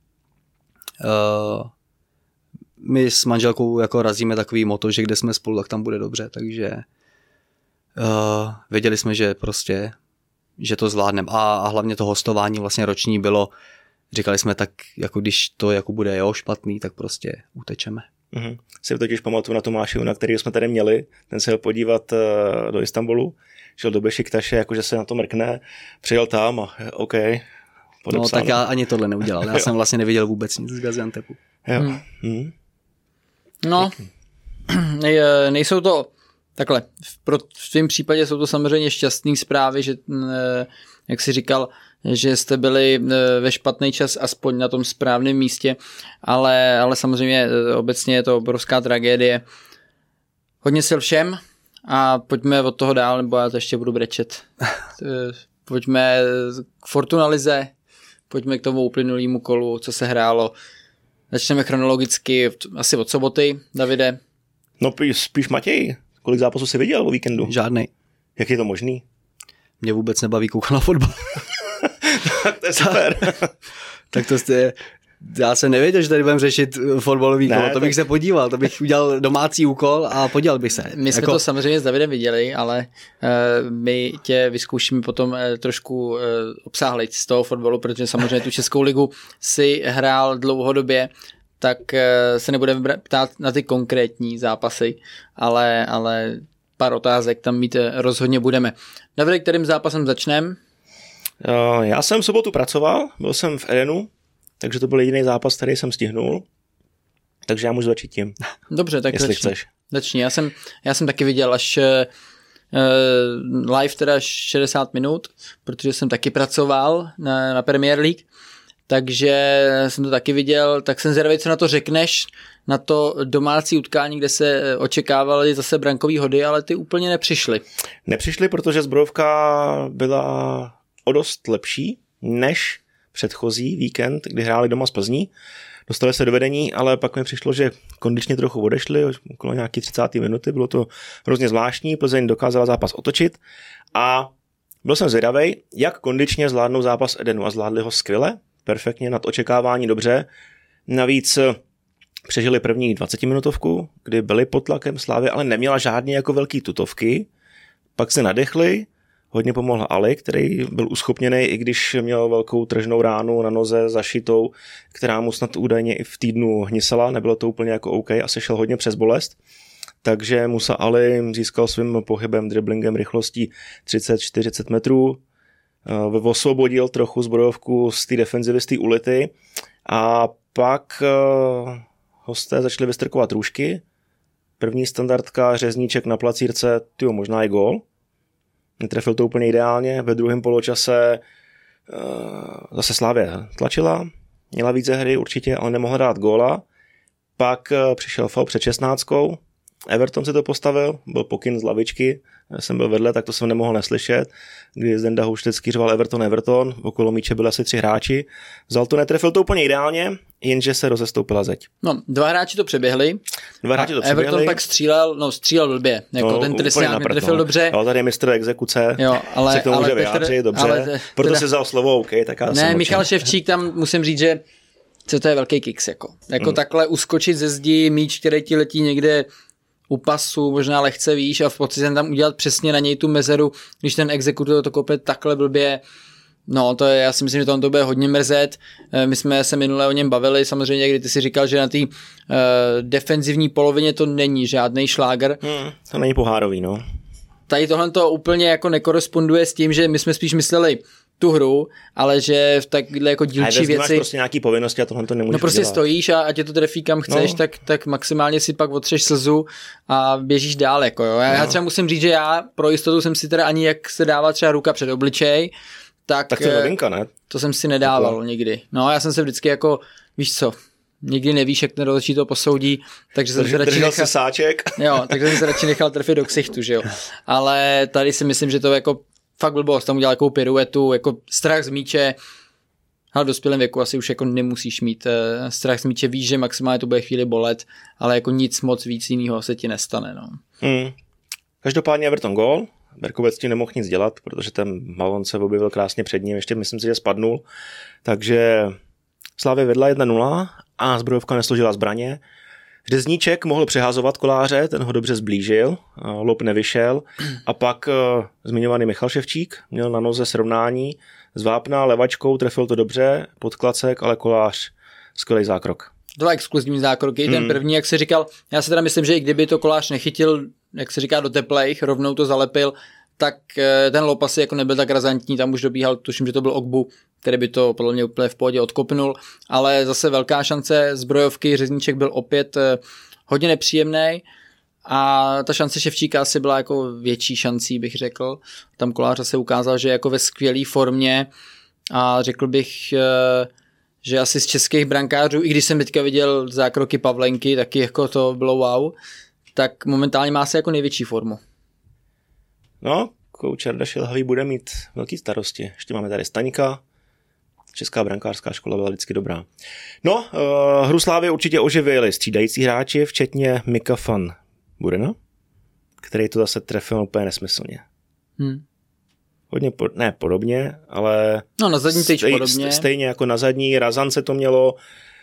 uh, my s manželkou jako razíme takový moto, že kde jsme spolu, tak tam bude dobře, takže uh, věděli jsme, že prostě že to zvládneme a, a hlavně to hostování vlastně roční bylo, říkali jsme tak, jako když to jako bude jo, špatný, tak prostě utečeme. Mm-hmm. Si totiž pamatuju na Tomáši, na který jsme tady měli, ten se jel podívat uh, do Istanbulu, šel do Bešiktaše, jakože se na to mrkne, přijel tam a OK, podepsal. No tak já ani tohle neudělal, já jsem vlastně neviděl vůbec nic z Gaziantepu. Jo. Hmm. Hmm. No, nej, nejsou to takhle, v, v tvém případě jsou to samozřejmě šťastné zprávy, že jak jsi říkal, že jste byli ve špatný čas aspoň na tom správném místě, ale, ale samozřejmě obecně je to obrovská tragédie. Hodně sil všem a pojďme od toho dál, nebo já to ještě budu brečet. Pojďme k Fortuna lize, pojďme k tomu uplynulému kolu, co se hrálo. Začneme chronologicky asi od soboty, Davide. No spíš Matěj, kolik zápasů jsi viděl o víkendu? Žádnej. Jak je to možný? Mě vůbec nebaví koukat na fotbal. Tak to je super. Tak to je, Já jsem nevěděl, že tady budeme řešit fotbalový kolo, to bych tak... se podíval, to bych udělal domácí úkol a podíval bych se. My jsme jako... to samozřejmě s Davidem viděli, ale uh, my tě vyzkoušíme potom uh, trošku uh, obsáhlejc z toho fotbalu, protože samozřejmě tu Českou ligu si hrál dlouhodobě, tak uh, se nebudeme ptát na ty konkrétní zápasy, ale, ale pár otázek tam mít rozhodně budeme. Davide, kterým zápasem začneme? Já jsem v sobotu pracoval, byl jsem v Edenu, takže to byl jediný zápas, který jsem stihnul, takže já můžu začít tím. Dobře, tak jestli začni. chceš. Začni. Já jsem, já jsem taky viděl až uh, live teda šedesát minut, protože jsem taky pracoval na, na Premier League, takže jsem to taky viděl, tak jsem zvědavý, co na to řekneš, na to domácí utkání, kde se očekávaly zase brankový hody, ale ty úplně nepřišly. Nepřišly, protože zbrojovka byla o dost lepší než předchozí víkend, kdy hráli doma z Plzní. Dostali se do vedení, ale pak mi přišlo, že kondičně trochu odešli, okolo nějaký třicáté minuty, bylo to hrozně zvláštní, Plzeň dokázala zápas otočit a byl jsem zvědavej, jak kondičně zvládnou zápas Edenu a zvládli ho skvěle, perfektně, nad očekávání dobře. Navíc přežili první dvacetiminutovku, kdy byli pod tlakem Slávy, ale neměla žádný jako velký tutovky, pak se nadechli. Hodně pomohl Ali, který byl uschopněný, i když měl velkou tržnou ránu na noze zašitou, která mu snad údajně i v týdnu hnisela, nebylo to úplně jako OK a se šel hodně přes bolest. Takže Musa Ali získal svým pohybem, driblingem, rychlostí třicet čtyřicet metrů, osvobodil trochu zbrojovku z té defenzivy, z té ulity a pak hosté začali vystrkovat růžky. První standardka, řezníček na placírce, tyjo, možná i gól. Netrefil to úplně ideálně, ve druhém poločase uh, zase Slavia tlačila, měla více hry určitě, ale nemohla dát góla. Pak uh, přišel faul před šestnáctkou, Everton si to postavil, byl pokyn z lavičky, já jsem byl vedle, tak to jsem nemohl neslyšet, kdy Zdenda Houštecký řval Everton, Everton, okolo míče byli asi tři hráči, vzal to, netrefil to úplně ideálně, jenže se rozestoupila zeď. No, dva hráči to přeběhli, dva hráči to přeběhli. Everton pak střílel, no střílel blbě, jako no, ten trestňák netrefil no. dobře. Jo, tady je mistr exekuce, jo, ale, se k tomu ale může Petr, vyjádřit, dobře, ale te, proto teda, si vzal slovo, OK, tak já Ne, Michal Ševčík tam musím říct, že co to je velký kicks, jako, jako mm. takhle uskočit ze zdi, míč, který ti letí někde u pasu, možná lehce výš a v podstatě tam udělat přesně na něj tu mezeru, když ten exekutor to kope takhle blbě. No, to je, já si myslím, že to on to bude hodně mrzet. My jsme se minule o něm bavili, samozřejmě, kdy ty si říkal, že na té uh, defenzivní polovině to není žádný šláger. Hmm, to není pohárový, no. Tady tohle to úplně jako nekoresponduje s tím, že my jsme spíš mysleli tu hru, ale že v takhle jako dílčí věci... máš prostě nějaký povinnosti a tohle to nemůžeš No prostě dělat. stojíš a, a tě to trefí kam chceš, no. tak, tak maximálně si pak otřeš slzu a běžíš dál, jako jo. Já, no. já třeba musím říct, že já pro jistotu jsem si teda ani jak se dává třeba ruka před obličej, tak... Tak to je novinka, ne? To jsem si nedával to. nikdy. No já jsem se vždycky jako, víš co, nikdy nevíš, jak ten rozhodčí to posoudí, takže jsem Drž, se radši držel nechal... se sáček. Jo, takže jsem se radši nechal trefit do ksichtu, že jo. Ale tady si myslím, že to jako fakt blbost, tam udělal takovou piruetu, jako strach z míče, ale v dospělém věku asi už jako nemusíš mít uh, strach z míče, víš, že maximálně to bude chvíli bolet, ale jako nic moc víc jiného se ti nestane, no. Hmm. Každopádně Everton gól, Berkovec ti nemohl nic dělat, protože ten Malon se objevil krásně před ním, ještě myslím si, že spadnul, takže Slavia vedla jedna nula a zbrojovka nesložila zbraně. Řezníček mohl přeházovat Koláře, ten ho dobře zblížil, lob nevyšel a pak uh, zmiňovaný Michal Ševčík měl na noze srovnání z vápna levačkou, trefil to dobře, podklacek, ale Kolář skvělý zákrok. Dva exkluzivní zákroky, hmm. ten první, jak se říkal, já si teda myslím, že i kdyby to Kolář nechytil, jak se říká, do teplejch, rovnou to zalepil, tak ten lob asi jako nebyl tak razantní, tam už dobíhal, tuším, že to byl Ogbu, který by to podle mě úplně v pohodě odkopnul, ale zase velká šance zbrojovky, Řezníček byl opět hodně nepříjemný a ta šance Ševčíka asi byla jako větší šancí, bych řekl. Tam Kolář se ukázal, že je jako ve skvělé formě a řekl bych, že asi z českých brankářů, i když jsem teďka viděl zákroky Pavlenky, taky jako to bylo wow, tak momentálně má se jako největší formu. No, kouč Jarda Šilhavý bude mít velký starosti. Ještě máme tady Staňka. Česká brankářská škola byla vždycky dobrá. No, uh, hru Slávy určitě oživili střídající hráči, včetně Mika van Burena, který to zase trefil úplně nesmyslně. Hmm. Hodně, po, ne podobně, ale no, na zadní tyč stej, podobně. Stejně jako na zadní, razance to mělo,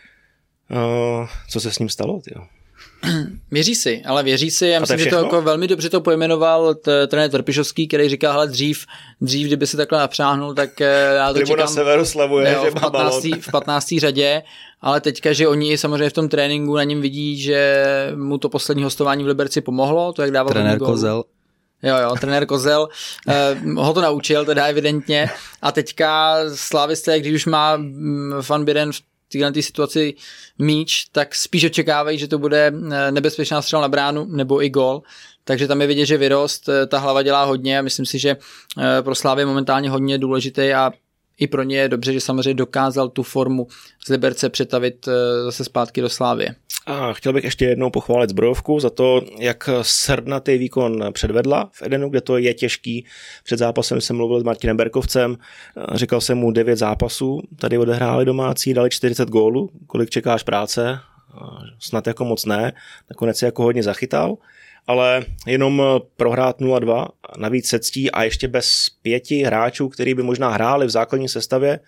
Uh, co se s ním stalo, tyjo? Věří si, ale věří si. Já myslím, že to jako velmi dobře to pojmenoval t- trenér Trpišovský, který říká, hele, dřív, dřív, kdyby se takhle napřáhnul, tak já to čekám. Na severu slavuje, jo, že v patnácté v patnácté řadě, ale teďka, že oni samozřejmě v tom tréninku na něm vidí, že mu to poslední hostování v Liberci pomohlo, to jak dával trenér Kozel. Jo, jo, trenér Kozel eh, ho to naučil, teda evidentně, a teďka slávisté, když už má Van Buren v této situaci míč, tak spíš očekávají, že to bude nebezpečná střela na bránu nebo i gól. Takže tam je vidět, že vyrost, ta hlava dělá hodně a myslím si, že pro Slávy je momentálně hodně důležitý a i pro ně je dobře, že samozřejmě dokázal tu formu z Liberce přetavit zase zpátky do Slávie. A chtěl bych ještě jednou pochválit Zbrojovku za to, jak srdnatý výkon předvedla v Edenu, kde to je těžký. Před zápasem jsem mluvil s Martinem Berkovcem, říkal jsem mu devět zápasů, tady odehráli domácí, dali čtyřicet gólů, kolik čekáš práce, snad jako moc ne, nakonec se jako hodně zachytal, ale jenom prohrát nula dva, navíc se ctí a ještě bez pěti hráčů, který by možná hráli v základní sestavě.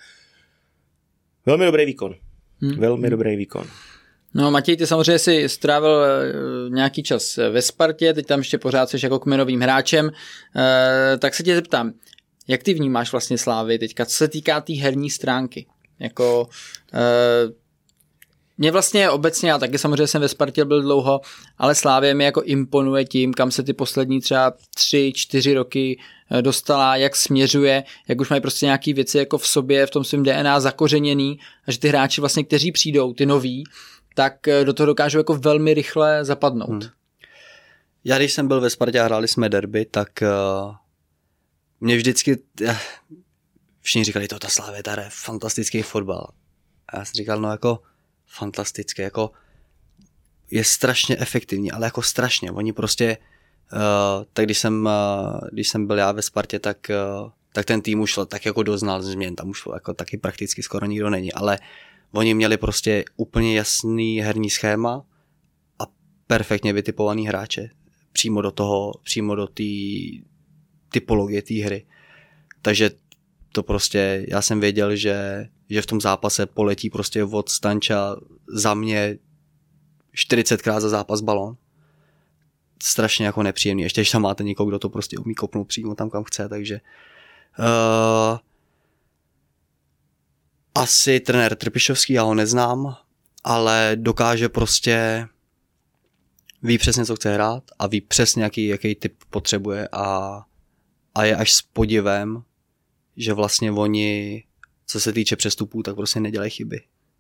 Velmi dobrý výkon, hmm. velmi dobrý výkon. No Matěj, ty samozřejmě si strávil nějaký čas ve Spartě, teď tam ještě pořád jsi jako kmenovým hráčem, e, tak se tě zeptám, jak ty vnímáš vlastně Slávy teďka, co se týká té tý herní stránky? Jako, e, mě vlastně obecně, já taky samozřejmě jsem ve Spartě byl dlouho, ale Slávě mi jako imponuje tím, kam se ty poslední třeba tři, čtyři roky dostala, jak směřuje, jak už mají prostě nějaký věci jako v sobě, v tom svém D N A zakořeněný a že ty hráči vlastně, kteří přijdou, ty noví, tak do toho dokážu jako velmi rychle zapadnout. Hmm. Já když jsem byl ve Spartě a hráli jsme derby, tak uh, mě vždycky uh, všichni říkali, to ta Slavia, ta je fantastický fotbal. A já jsem říkal, no jako fantastické, jako je strašně efektivní, ale jako strašně. Oni prostě, uh, tak když jsem, uh, když jsem byl já ve Spartě, tak, uh, tak ten tým už tak jako doznal změn, tam už jako taky prakticky skoro nikdo není, ale oni měli prostě úplně jasný herní schéma a perfektně vytipovaný hráče přímo do toho, přímo do té typologie té hry. Takže to prostě, já jsem věděl, že, že v tom zápase poletí prostě od Stanča za mě čtyřicetkrát za zápas balón. Strašně jako nepříjemný. Ještě když tam máte někoho, kdo to prostě umí kopnout přímo tam, kam chce, takže uh, asi trenér Trpišovský, já ho neznám, ale dokáže prostě, ví přesně, co chce hrát a ví přesně, jaký, jaký typ potřebuje a, a je až s podivem, že vlastně oni, co se týče přestupů, tak prostě nedělají chyby.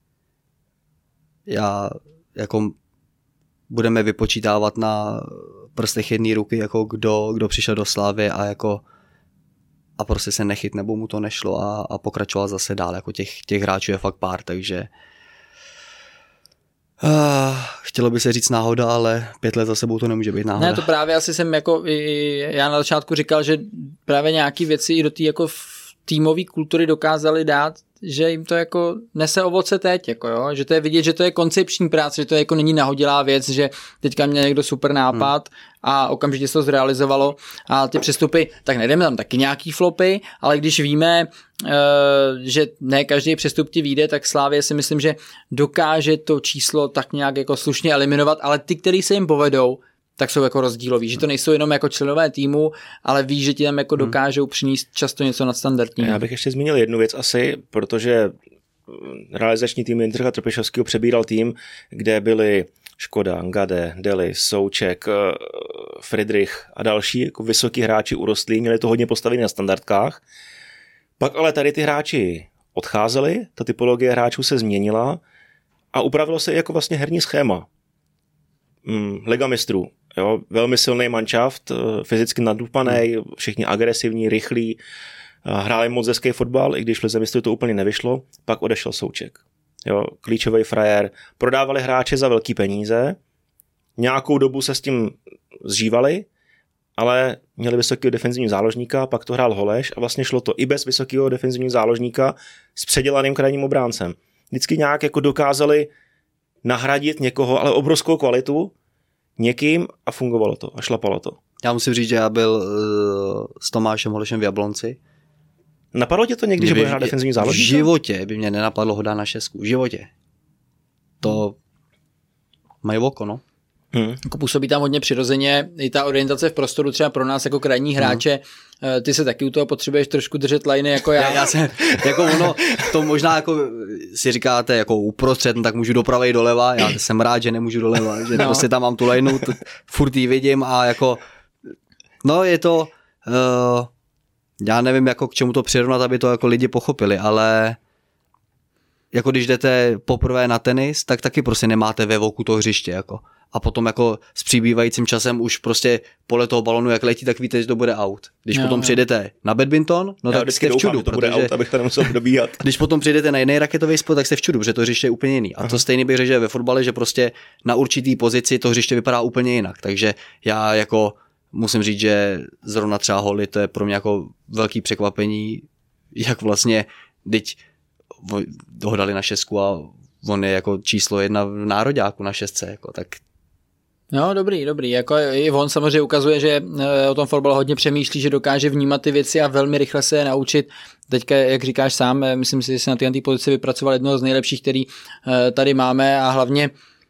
Já, jako budeme vypočítávat na prstech jedné ruky, jako kdo, kdo přišel do Slávy a jako a prostě se nechyt, nebo mu to nešlo a, a pokračoval zase dál, jako těch, těch hráčů je fakt pár, takže uh, chtělo by se říct náhoda, ale pět let za sebou to nemůže být náhoda. Ne, to právě asi jsem jako, já na začátku říkal, že právě nějaký věci i do té jako týmové kultury dokázali dát, že jim to jako nese ovoce teď, jako jo? Že to je vidět, že to je koncepční práce, že to je jako není nahodilá věc, že teďka měl někdo super nápad hmm. a okamžitě se to zrealizovalo a ty přestupy, tak nejdeme tam taky nějaký flopy, ale když víme, že ne každý přestup ti vyjde, tak Slavia si myslím, že dokáže to číslo tak nějak jako slušně eliminovat, ale ty, který se jim povedou, tak jsou jako rozdíloví, že to nejsou jenom jako členové týmu, ale víš, že ti tam jako dokážou přinést často něco nadstandardního. Já bych ještě zmínil jednu věc asi, protože realizační tým Jindřicha Trpišovského přebíral tým, kde byli Škoda, Ngade, Deli, Souček, Friedrich a další jako vysoký hráči urostlí, měli to hodně postavené na standardkách. Pak ale tady ty hráči odcházeli, ta typologie hráčů se změnila a upravilo se jako vlastně herní schéma. Hmm, Liga mistrů. Jo, velmi silný manšaft, fyzicky nadupaný, všichni agresivní, rychlí, hráli moc hezký fotbal, i když v Lize mistrů to úplně nevyšlo, pak odešel Souček. Jo, klíčový frajer. Prodávali hráče za velký peníze, nějakou dobu se s tím zžívali, ale měli vysokého defenzivního záložníka, pak to hrál Holeš a vlastně šlo to i bez vysokého defenzivního záložníka s předělaným krajním obráncem. Vždycky nějak jako dokázali nahradit někoho, ale obrovskou kvalitu někým a fungovalo to a šlapalo to. Já musím říct, že já byl uh, s Tomášem Holešem v Jablonci. Napadlo tě to někdy, mě že bude hrát defenzivní záložníka? V životě by mě nenapadlo ho dát na šestku. V životě. to mají oko, no. Hmm. Jako působí tam hodně přirozeně, i ta orientace v prostoru třeba pro nás jako krajní hráče, hmm. ty se taky u toho potřebuješ trošku držet liny jako já. Já, já jsem, jako ono, to možná jako si říkáte jako uprostřed, no tak můžu doprava i doleva, já jsem rád, že nemůžu doleva, že no. prostě tam mám tu linu, t- furt ji vidím a jako, no je to, uh, já nevím jako k čemu to přirovnat, aby to jako lidi pochopili, ale jako když jdete poprvé na tenis, tak taky prostě nemáte ve voku to hřiště, jako. A potom jako s přibývajícím časem už prostě pole toho balonu, jak letí, tak víte, že to bude out. Když no, potom no. přijdete na badminton, no já tak jste v čudu. Doufám, to bude out, abych to nemusel dobíhat. Když potom přijdete na jiný raketový sport, tak jste v čudu, protože to hřiště je úplně jiný. A Aha. to stejný bych řekl, že ve fotbale, že prostě na určitý pozici to hřiště vypadá úplně jinak. Takže já jako musím říct, že zrovna třeba holy, to je pro mě jako velký překvapení, jak vlastně, teď ho dali na šestku a on je jako číslo jedna v nároďáku na šestce, jako, tak. No, dobrý, dobrý. Jako i on samozřejmě ukazuje, že o tom fotbal hodně přemýšlí, že dokáže vnímat ty věci a velmi rychle se je naučit. Teďka, jak říkáš sám, myslím si, že se na této pozici vypracoval jednoho z nejlepších, který tady máme a hlavně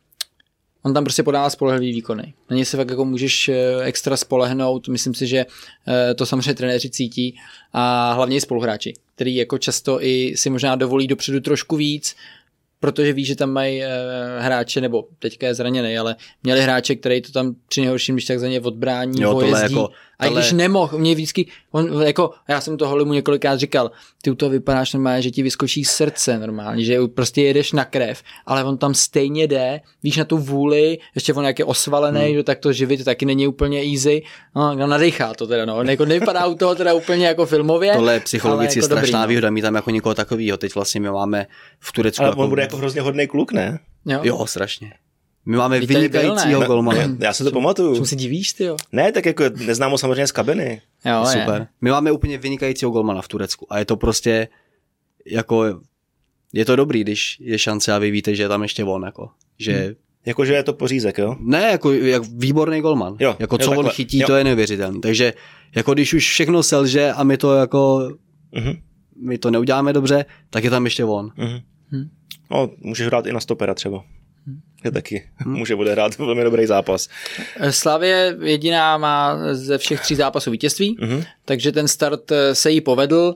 on tam prostě podává spolehlivý výkony. Na něj se fakt jako můžeš extra spolehnout, myslím si, že to samozřejmě trenéři cítí a hlavně i spoluhráči, který jako často i si možná dovolí dopředu trošku víc, protože ví, že tam mají e, hráče, nebo teďka je zraněný, ale měli hráče, který to tam při nejhorším, když tak za ně odbrání, jo, vojezdí. Jako, a i když nemohl, mě vždycky, on, jako, já jsem toho mu několikrát říkal, ty u toho vypadáš normálně, že ti vyskočí srdce normálně, že prostě jedeš na krev, ale on tam stejně jde, víš, na tu vůli, ještě on jak je osvalený, hmm. že tak to živit taky není úplně easy, no, nadechá to teda, no, jako nevypadá u toho teda úplně jako filmově. Tohle je psychologicky jako strašná dobrý, výhoda, mít tam jako někoho takovýho, teď vlastně my máme v Turecku. Ale jako... on bude jako hrozně hodný kluk, ne? Jo, jo strašně. My máme vynikajícího golmana. Ne, já se to pamatuju. Čím se divíš, ty jo? Ne, tak jako neznám ho samozřejmě z kabiny. Jo, super. Je. My máme úplně vynikajícího golmana v Turecku a je to prostě jako je to dobrý, když je šance a vy víte, že je tam ještě on, jako, že hmm. Jakože je to pořízek, jo? Ne, jako jak výborný golman. Jo, jako co jo, on chytí, jo. To je neuvěřitelný. Takže jako když už všechno selže a my to jako uh-huh. my to neuděláme dobře, tak je tam ještě on. Uh-huh. Hmm. No, můžeš hrát i na stopera třeba. Je taky. Hmm. Může bude hrát velmi dobrý zápas. Slavie jediná má ze všech tří zápasů vítězství, mm-hmm. takže ten start se jí povedl.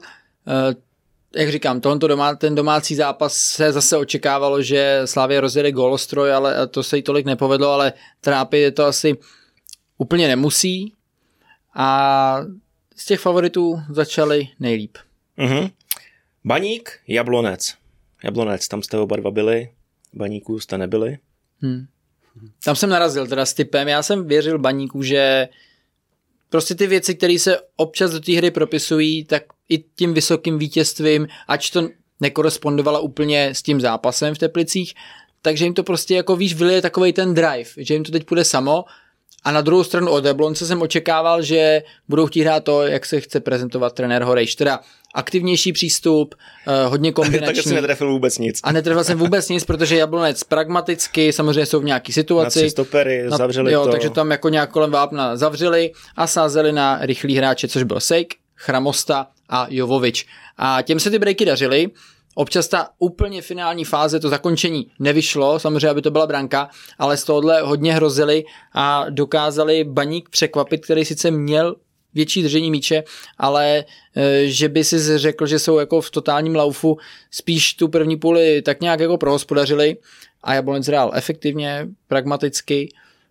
Jak říkám, tohoto domá, ten domácí zápas se zase očekávalo, že Slavie rozjede gólostroj, ale to se jí tolik nepovedlo, ale trápit je to asi úplně nemusí. A z těch favoritů začali nejlíp. Mm-hmm. Baník, Jablonec. Jablonec, tam jste oba dva byli. Baníků jste nebyli. Hmm. Tam jsem narazil teda s tipem. Já jsem věřil Baníku, že prostě ty věci, které se občas do té hry propisují, tak i tím vysokým vítězstvím, ač to nekorespondovalo úplně s tím zápasem v Teplicích, takže jim to prostě jako víš, vylije takovej ten drive, že jim to teď půjde samo. A na druhou stranu od Jablonce jsem očekával, že budou chtít hrát to, jak se chce prezentovat trenér Horejš. Teda aktivnější přístup, uh, hodně kombinační. Tak jsi netrefil vůbec nic. A netrefil jsem vůbec nic, protože Jablonec pragmaticky, samozřejmě jsou v nějaký situaci. Na tři stopery, na, zavřeli jo, to. Takže tam jako nějak kolem vápna zavřeli a sázeli na rychlý hráče, což byl Sejk, Chramosta a Jovovič. A těm se ty breaky dařily. Občas ta úplně finální fáze, to zakončení nevyšlo, samozřejmě, aby to byla branka, ale z tohohle hodně hrozili a dokázali Baník překvapit, který sice měl větší držení míče, ale že by si řekl, že jsou jako v totálním laufu, spíš tu první půli tak nějak jako prohospodařili a Jablonec hrál efektivně, pragmaticky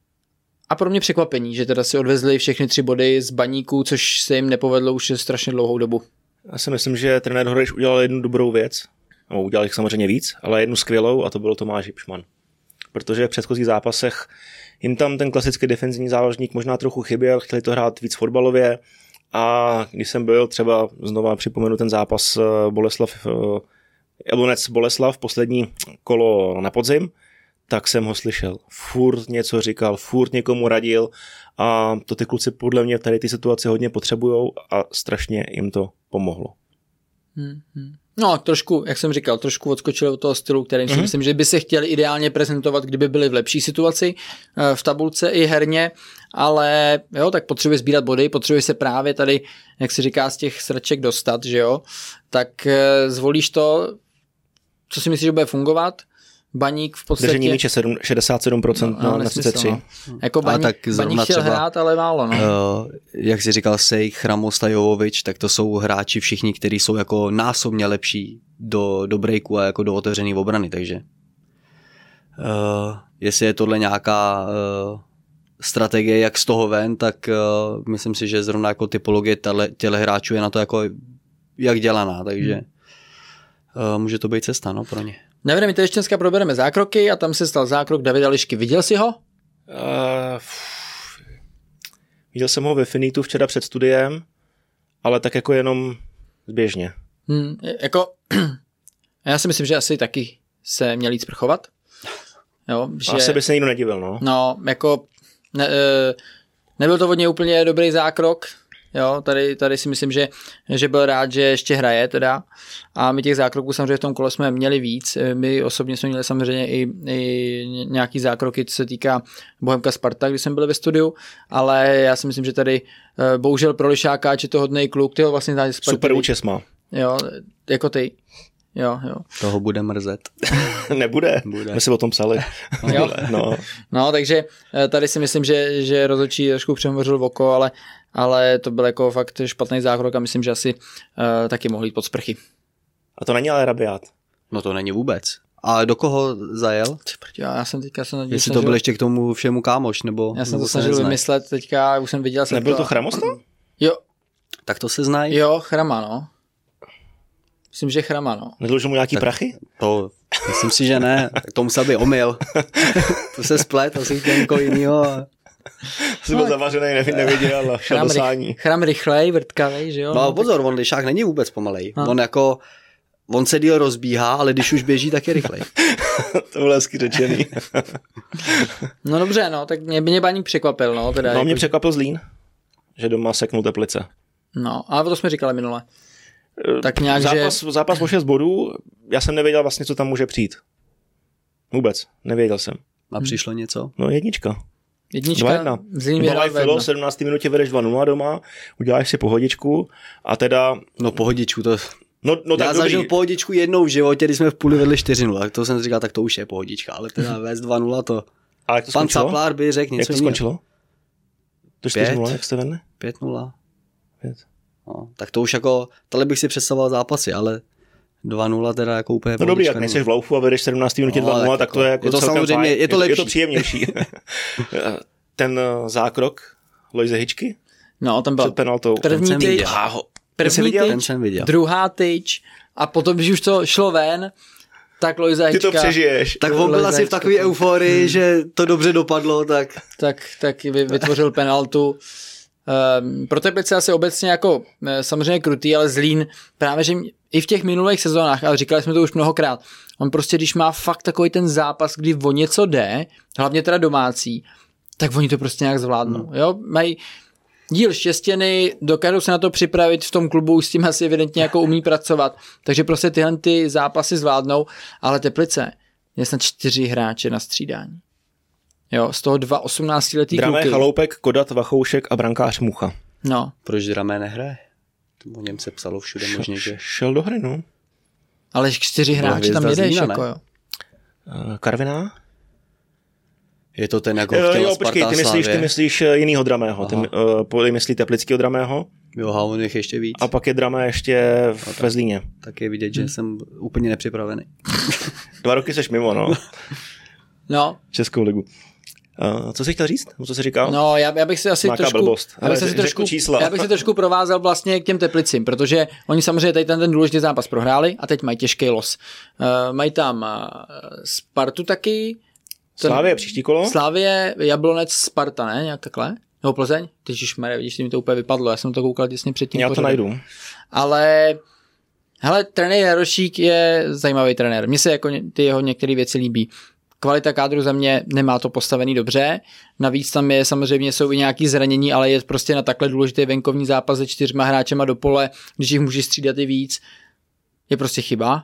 a pro mě překvapení, že teda si odvezli všechny tři body z Baníku, což se jim nepovedlo už strašně dlouhou dobu. Já si myslím, že trenér Horejš udělal jednu dobrou věc, no, udělal jich samozřejmě víc, ale jednu skvělou a to byl Tomáš Hipšman. Protože v předchozích zápasech jim tam ten klasický defenzivní záložník možná trochu chyběl, chtěli to hrát víc fotbalově a když jsem byl třeba, znova připomenu ten zápas Boleslav, Jablonec Boleslav, poslední kolo na podzim, tak jsem ho slyšel. Furt něco říkal, furt někomu radil a to ty kluci podle mě v tady ty situaci hodně potřebujou a strašně jim to pomohlo. Hmm, hmm. No, trošku, jak jsem říkal, trošku odskočili od toho stylu, který mm-hmm. si myslím, že by se chtěli ideálně prezentovat, kdyby byli v lepší situaci v tabulce i herně, ale jo, tak potřebuje sbírat body, potřebuje se právě tady, jak se říká, z těch sraček dostat, že jo, tak zvolíš to, co si myslíš, že bude fungovat, Baník v podstatě... Držení míče šedesát sedm procent no, no, na třicet tři. No. Jako Baník, tak Baník chtěl třeba, hrát, ale málo. No. Uh, jak jsi říkal Sejch, Ramos a Jovovič, tak to jsou hráči všichni, kteří jsou jako násobně lepší do, do breaku a jako do otevřené obrany, takže uh, jestli je tohle nějaká uh, strategie, jak z toho ven, tak uh, myslím si, že zrovna jako typologie těle hráčů je na to jako jak dělaná, takže hmm. uh, může to být cesta no, pro ně. Nevím, my to ještě dneska probereme zákroky a tam se stal zákrok Davida Lišky. Viděl jsi ho? Uh, viděl jsem ho ve Finitu včera před studiem, ale tak jako jenom zběžně. Hmm, jako, já si myslím, že asi taky se měl jít sprchovat. Jo, že, asi by se nikdo nedivil, no. No, jako ne, nebyl to od něj úplně dobrý zákrok. Jo, tady, tady si myslím, že, že byl rád, že ještě hraje teda a my těch zákroků samozřejmě v tom kole jsme měli víc, my osobně jsme měli samozřejmě i, i nějaký zákroky, co se týká Bohemka Sparta, když jsem byl ve studiu, ale já si myslím, že tady bohužel pro Lišáka, je to hodnej kluk, ty ho vlastně znáš Sparta. Super účes má. Jo, jako ty. Jo, jo. Toho bude mrzet. Nebude, bude. My si o tom psali. Jo? No. No, takže tady si myslím, že, že rozhodčí trošku přemořil oko, ale, ale to byl jako fakt špatný zákrok a myslím, že asi uh, taky mohl jít pod sprchy. A to není ale Rabiát. No to není vůbec. A do koho zajel? Já jsem teďka se Jestli to byl ještě k tomu všemu kámoš, nebo... Já jsem nebo to snažil vymyslet teďka, už jsem viděl... Nebyl to, to Chramosta? Jo. Tak to se znají? Jo, Chrama, no. Myslím, že Chrama, no. Nedlužil mu nějaký tak prachy? To, myslím si, že ne. Tak to musel být omyl. To se splet, asi chtěl někoho jinýho. Jsi byl no, zavařený, neviděl a šel do sání. Chram rychlej, vrtkavej, že jo? No, no pozor, on Lišák není vůbec pomalej. No. On jako, on se díl rozbíhá, ale když už běží, tak je rychlej. To bylo hezky řečený. No dobře, no, tak mě, mě Baník překvapil, no. Teda no, jako... mě překvapil Zlín, že doma seknul Teplice. No, ale to jsme říkali minule. Tak nějak, zápas, že... zápas o šest bodů, já jsem nevěděl vlastně, co tam může přijít. Vůbec, nevěděl jsem. A přišlo něco? No jednička. Jednička, Zlín vyhrál v sedmnácté minutě vedeš dva nula doma, uděláš si pohodičku a teda... No pohodičku, to... No, no tak já dobrý. zažil pohodičku jednou v životě, když jsme v půli vedli čtyři nula, to jsem si říkal, tak to už je pohodička, ale teda vést dva nula to... A jak to Pan skončilo? Caplár by řekl něco. Jak to skončilo? To čtyři nula, jak jste vedli? pět nula. pět. No, tak to už jako, tady bych si představoval zápasy, ale dva nula teda jako úplně... No dobrý, jak nejseš v laufu a vedeš sedmnácté minutě no, dva nula, tak, tak to je jako je to samozřejmě, fajn. je to lepší. Je to příjemnější. Ten zákrok Lojze Hičky no, ten byl před penaltou. První tyč, první tyč, druhá tyč a potom, když už to šlo ven, tak Lojza Hička... Ty to přežiješ. Tak on byl asi v takové euforii, hmm. že to dobře dopadlo, tak... Tak, tak vytvořil penaltu. Um, pro Teplice asi obecně jako samozřejmě krutý, ale Zlín právě, že i v těch minulých sezónách, ale říkali jsme to už mnohokrát, on prostě, když má fakt takový ten zápas, kdy o něco jde, hlavně teda domácí, tak oni to prostě nějak zvládnou. Hmm. Jo? Mají díl štěstěny, dokážou se na to připravit v tom klubu, s tím asi evidentně jako umí pracovat, takže prostě tyhle ty zápasy zvládnou, ale Teplice je snad čtyři hráče na střídání. Jo, z toho dva osmnáctiletý kluky. Dramé, Chaloupek, Kodat, Vachoušek a brankář Mucha. No. Proč Dramé nehraje? O něm se psalo všude Š- možně, že... Šel do hry, no. Ale čtyři hráči tam jedeš, Zlína, jako jo. Uh, Karviná? Je to ten, jako chtěla jo, počkej, ty myslíš, ty myslíš jinýho Dramého. Ty uh, myslí Teplickýho Dramého. Jo, a on jich ještě víc. A pak je Dramé ještě v, ve Zlíně. Tak je vidět, že hmm. jsem úplně nepřipravený. Dva roky seš mimo, no. No. Českou ligu. Uh, co jsi chtěl říct? Co jsi říkal? No, já, já bych si asi Máka trošku, blbost. já bych, si trošku já bych si trošku provázal vlastně k těm Teplicím, protože oni samozřejmě tady ten, ten důležitý zápas prohráli a teď mají těžký los. Uh, mají tam uh, Spartu taky. Ten, Slávě příští kolo? Slávě, Jablonec, Sparta, ne? Nějak takhle? Nebo Plzeň? Ježišmarja, vidíš, mi to úplně vypadlo, já jsem to koukal těsně předtím. Já to pořadem. najdu. Ale hele, trenér Jarošík je zajímavý trenér. Mně se jako ty jeho některé věci líbí. Kvalita kádru za mě nemá to postavený dobře. Navíc tam je samozřejmě jsou i nějaký zranění, ale je prostě na takhle důležitý venkovní zápas se čtyřma hráčema do pole, když jich může střídat i víc. Je prostě chyba.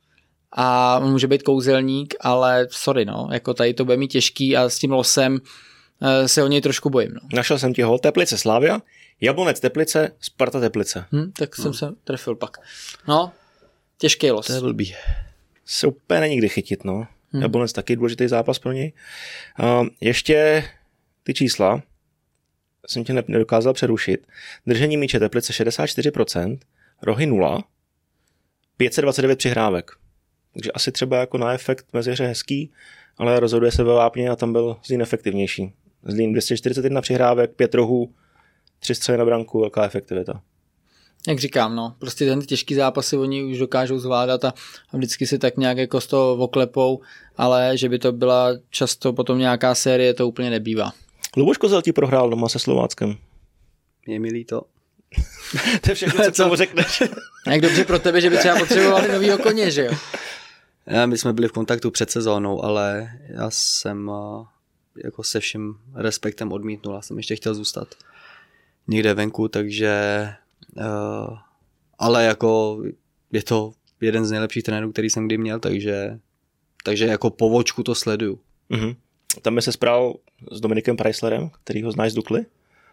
A on může být kouzelník, ale sorry, no, jako tady to bude mít těžký a s tím losem uh, se o něj trošku bojím. No. Našel jsem ti ho, Teplice Slavia, Jablonec Teplice, Sparta Teplice. Hm, tak jsem no. se trefil pak. No, těžký los. To je blbý. Se úplně není kdy chytit, no. Hmm. Jablonec taky důležitý zápas pro něj. Uh, ještě ty čísla jsem tě nedokázal přerušit. Držení míče Teplice šedesát čtyři procent, rohy nula, pět set dvacet devět přihrávek. Takže asi třeba jako na efekt meziře hezký, ale rozhoduje se ve Vápně a tam byl Zlín efektivnější. Zlín dvě stě čtyřicet jedna přihrávek, pět rohů, tři střely na branku, velká efektivita. Jak říkám, no, prostě ten těžký zápasy oni už dokážou zvládat a, a vždycky si tak nějak jako z toho oklepou, ale že by to byla často potom nějaká série, to úplně nebývá. Luboš Kozel ti prohrál doma se Slováckem. Je mi líto. To je všechno, co k tomu řekneš. Jak dobře pro tebe, že by třeba potřebovali novýho koně, že jo? Já, my jsme byli v kontaktu před sezónou, ale já jsem jako se vším respektem odmítnul. Já jsem ještě chtěl zůstat někde venku, takže uh, ale jako je to jeden z nejlepších trenérů, který jsem kdy měl, takže, takže jako po vočku to sleduju. Mm-hmm. Tam by se správal s Dominikem Preislerem, který ho znáš z Dukly?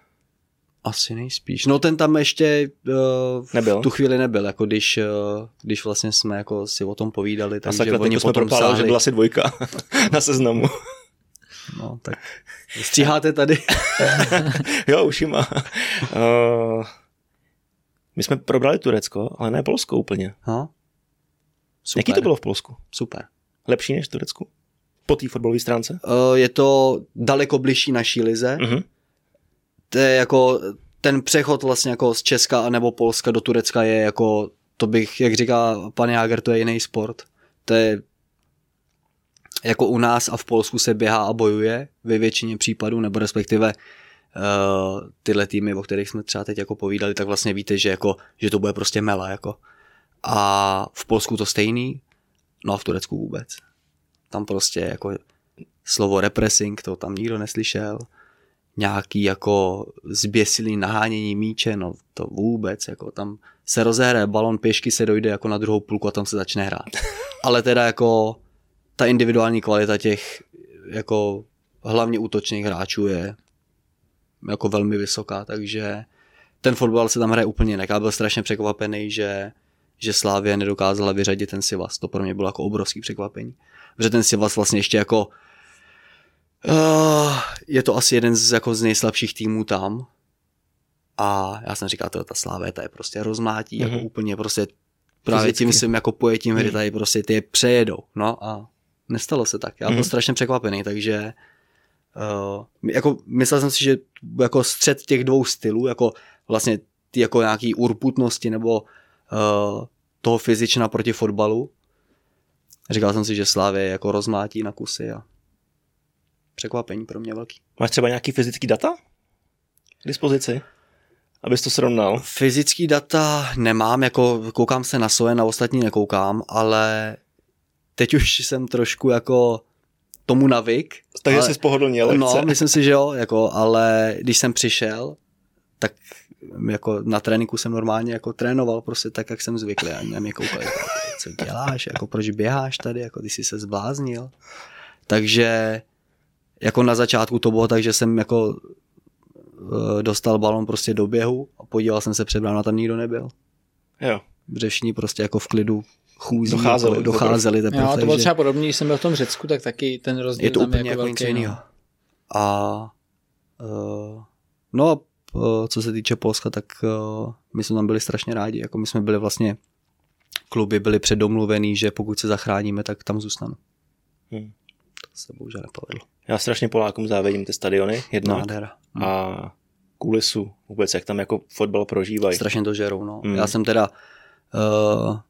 Asi nejspíš. No ten tam ještě uh, nebyl. V tu chvíli nebyl, jako když, uh, když vlastně jsme jako si o tom povídali, takže takhle, oni potom propálil, že byla asi dvojka na seznamu. No tak stříháte tady. Jo, ušima. Uh, my jsme probrali Turecko, ale ne Polsko úplně. No. Super. Jaký to bylo v Polsku? Super. Lepší než v Turecku? Po té fotbalové stránce? Uh, je to daleko bližší naší lize. Uh-huh. To je jako ten přechod vlastně jako z Česka nebo Polska do Turecka je jako, to bych, jak říká pan Jáger, to je jiný sport. To je jako u nás a v Polsku se běhá a bojuje ve většině případů, nebo respektive uh, tyhle týmy, o kterých jsme třeba teď jako povídali, tak vlastně víte, že, jako, že to bude prostě mela. Jako. A v Polsku to stejný, no a v Turecku vůbec. Tam prostě jako slovo repressing, to tam nikdo neslyšel. Nějaký jako zběsilý nahánění míče, no to vůbec, jako tam se rozehraje balon, pěšky se dojde jako na druhou půlku a tam se začne hrát. Ale teda jako ta individuální kvalita těch jako hlavně útočných hráčů je jako velmi vysoká, takže ten fotbal se tam hraje úplně jinak. Já byl strašně překvapený, že, že Slavia nedokázala vyřadit ten Sivas. To pro mě bylo jako obrovský překvapení. Protože ten Sivas vlastně ještě jako Uh, je to asi jeden z, jako z nejslabších týmů tam a já jsem říkal, ta Slavia, ta je prostě rozmátí, mm-hmm. jako úplně prostě právě fyzicky. Tím svým jako pojetím hry, tady prostě ty je přejedou, no a nestalo se tak, já mm-hmm. byl strašně překvapený, takže uh, jako myslel jsem si, že jako střed těch dvou stylů, jako vlastně ty jako nějaký urputnosti nebo uh, toho fyzična proti fotbalu, říkal jsem si, že Slavia je jako rozmátí na kusy a překvapení pro mě velký. Máš třeba nějaký fyzický data k dispozici, abys to srovnal? Fyzický data nemám, jako koukám se na svoje, na ostatní nekoukám, ale teď už jsem trošku jako tomu navyk. Takže jsi spohodlně lehce. No, myslím si, že jo, jako, ale když jsem přišel, tak jako na tréninku jsem normálně jako trénoval prostě tak, jak jsem zvyklý a mě mě koukali, co děláš, jako proč běháš tady, jako ty jsi se zbláznil. Takže jako na začátku to bylo tak, že jsem jako dostal balon prostě do běhu a podíval jsem se před bránou a tam nikdo nebyl. Jo. Břešní prostě jako v klidu chůzí, docházeli. Jako, docházeli teprve. Jo, to bylo třeba podobně, když jsem byl v tom Řecku, tak taky ten rozdíl je to tam úplně jako jako velký. No. A uh, no a uh, co se týče Polska, tak uh, my jsme tam byli strašně rádi. Jako my jsme byli vlastně, kluby byli předomluvený, že pokud se zachráníme, tak tam zůstanu. Hmm. To se bohužel nepovedlo. Já strašně Polákům závidím ty stadiony, jednak. Nádhera. A kulisu, vůbec jak tam jako fotbal prožívají. Strašně to žerou, no. Hmm. Já jsem teda, uh,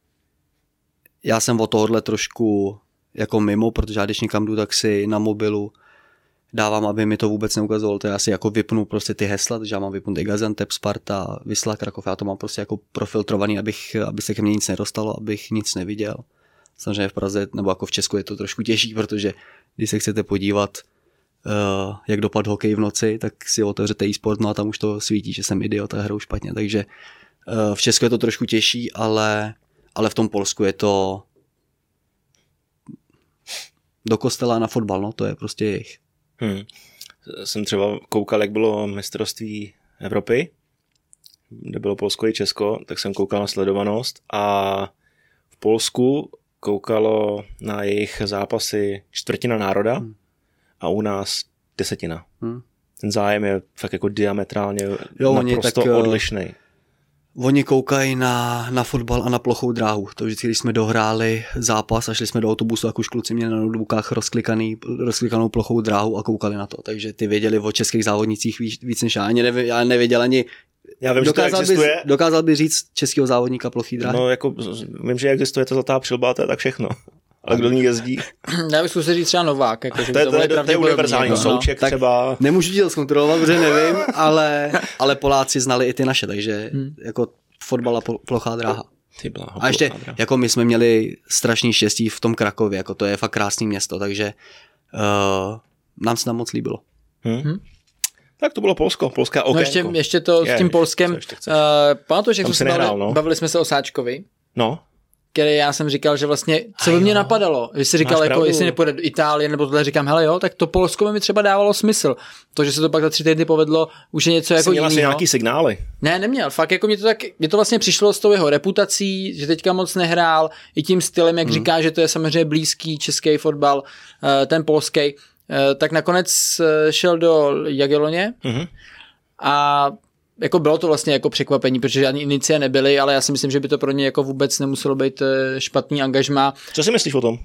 já jsem od tohohle trošku jako mimo, protože já když někam jdu, tak si na mobilu dávám, aby mi to vůbec neukazovalo, to já si jako vypnu prostě ty hesla, takže já mám vypnutý Gaziantep, Sparta, Wisla Krakov, já to mám prostě jako profiltrovaný, abych, aby se ke mně nic nedostalo, abych nic neviděl. Samozřejmě v Praze, nebo jako v Česku je to trošku těžší, protože když se chcete podívat, uh, jak dopadl hokej v noci, tak si otevřete e-sport, no a tam už to svítí, že jsem idiot a hraju špatně, takže uh, v Česku je to trošku těžší, ale, ale v tom Polsku je to do kostela na fotbal, no to je prostě jejich. Hmm. Jsem třeba koukal, jak bylo mistrovství Evropy, kde bylo Polsko i Česko, tak jsem koukal na sledovanost a v Polsku koukalo na jejich zápasy čtvrtina národa hmm. a u nás desetina. Hmm. Ten zájem je fakt jako diametrálně jo, naprosto tak, odlišný. Oni koukají na, na fotbal a na plochou dráhu. To vždycky, když jsme dohráli zápas a šli jsme do autobusu, jak už kluci měli na notebookách rozklikanou plochou dráhu a koukali na to. Takže ty věděli o českých závodnicích víc, víc než já. Ani nevě, já nevěděl ani... Já vím, dokázal, že to existuje. Bys, dokázal by říct českého závodníka plochý dráhy? No, jako vím, že existuje ta zlatá přilba, to je tak všechno. Ale kdo ní jezdí? Já bych zkusil říct třeba Novák. Jako, že to, je, to, to, to je univerzální, no, Souček no. třeba. Nemůžu ti to zkontrolovat, protože nevím, ale, ale Poláci znali i ty naše, takže hmm. jako fotbal a plochá dráha. Ty bláho, a ještě, jako my jsme měli strašný štěstí v tom Krakově, jako to je fakt krásný město, takže uh, nám se tam moc líbilo. Hmm. Hmm. Tak to bylo Polsko, polská okénko. No ještě, ještě to je, s tím Polskem. Uh, Pamatuješ, jak jsme se bavili, no? bavili jsme se o Sáčkovi? No. Který já jsem říkal, že vlastně, co by mě napadalo, když jsi říkal, jako, jestli nepůjde do Itálie, nebo tohle říkám, hele jo, tak to Polsko by mi třeba dávalo smysl. To, že se to pak za tři týdny povedlo, už je něco jako jiného. Jsi měl asi nějaký signály? Ne, neměl, fakt jako mě to tak, mě to vlastně přišlo s tou jeho reputací, že teďka moc nehrál, i tím stylem, jak hmm. říká, že to je samozřejmě blízký český fotbal, ten polský, tak nakonec šel do Jagiellonie hmm. a jako bylo to vlastně jako překvapení, protože žádný inicie nebyly, ale já si myslím, že by to pro ně jako vůbec nemuselo být špatný angažmá. Co si myslíš o tom?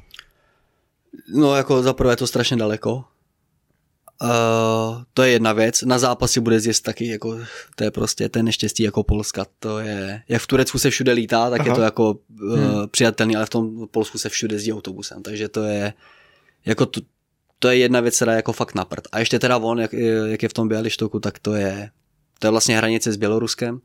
No jako zaprvé je to strašně daleko. Uh, to je jedna věc. Na zápasy bude jezdit taky, jako, to je prostě ten neštěstí jako Polska. To je, jak v Turecku se všude lítá, tak Aha. je to jako uh, hmm. přijatelný, ale v tom Polsku se všude jezdí autobusem, takže to je jako to, to je jedna věc, která je jako fakt na prd. A ještě teda on, jak, jak je v tom Bialystoku, tak to je To je vlastně hranice s Běloruskem.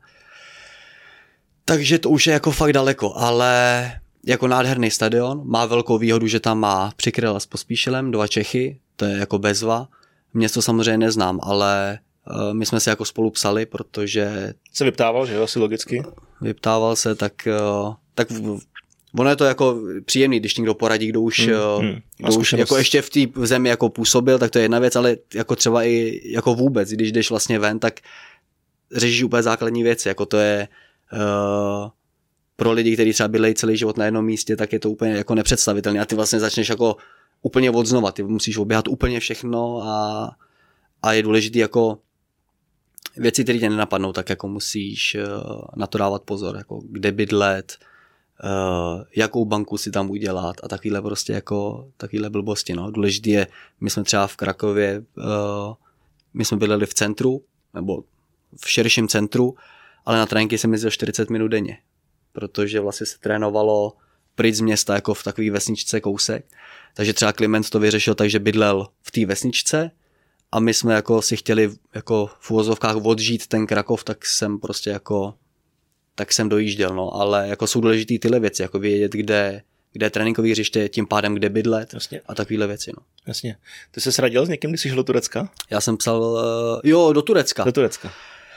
Takže to už je jako fakt daleko, ale jako nádherný stadion. Má velkou výhodu, že tam má Přikryla s Pospíšilem, dva Čechy, to je jako bezva. Město samozřejmě neznám, ale uh, my jsme se jako spolu psali, protože... Se vyptával, že jo, asi logicky? Vyptával se, tak, uh, tak ono je to jako příjemný, když někdo poradí, kdo už, hmm, hmm. Kdo už jako ještě v té zemi jako působil, tak to je jedna věc, ale jako třeba i jako vůbec, když jdeš vlastně ven, tak řešíš úplně základní věci, jako to je uh, pro lidi, kteří třeba bydlejí celý život na jednom místě, tak je to úplně jako nepředstavitelné a ty vlastně začneš jako úplně od znova, ty musíš oběhat úplně všechno a, a je důležité jako věci, které tě nenapadnou, tak jako musíš uh, na to dávat pozor, jako kde bydlet, uh, jakou banku si tam udělat a takovýhle prostě jako takovýhle blbosti, no. Důležité je, my jsme třeba v Krakově, uh, my jsme bydleli v centru, nebo v širším centru, ale na tréninky jsem jezdil čtyřicet minut denně, protože vlastně se trénovalo pryč z města jako v takové vesničce kousek. Takže třeba Kliment to vyřešil tak, že bydlel v té vesničce a my jsme jako si chtěli jako v uvozovkách odžít ten Krakov, tak jsem prostě jako tak jsem dojížděl, no, ale jako jsou důležitý tyhle věci, jako vědět, kde, kde je tréninkový hřiště, tím pádem kde bydlet. Jasně. A takovéhle věci, no. Jasně. Ty jsi se radil s někým, když jsi šel do Turecka? Já jsem psal, uh, jo, do Turecka. Do Turecka.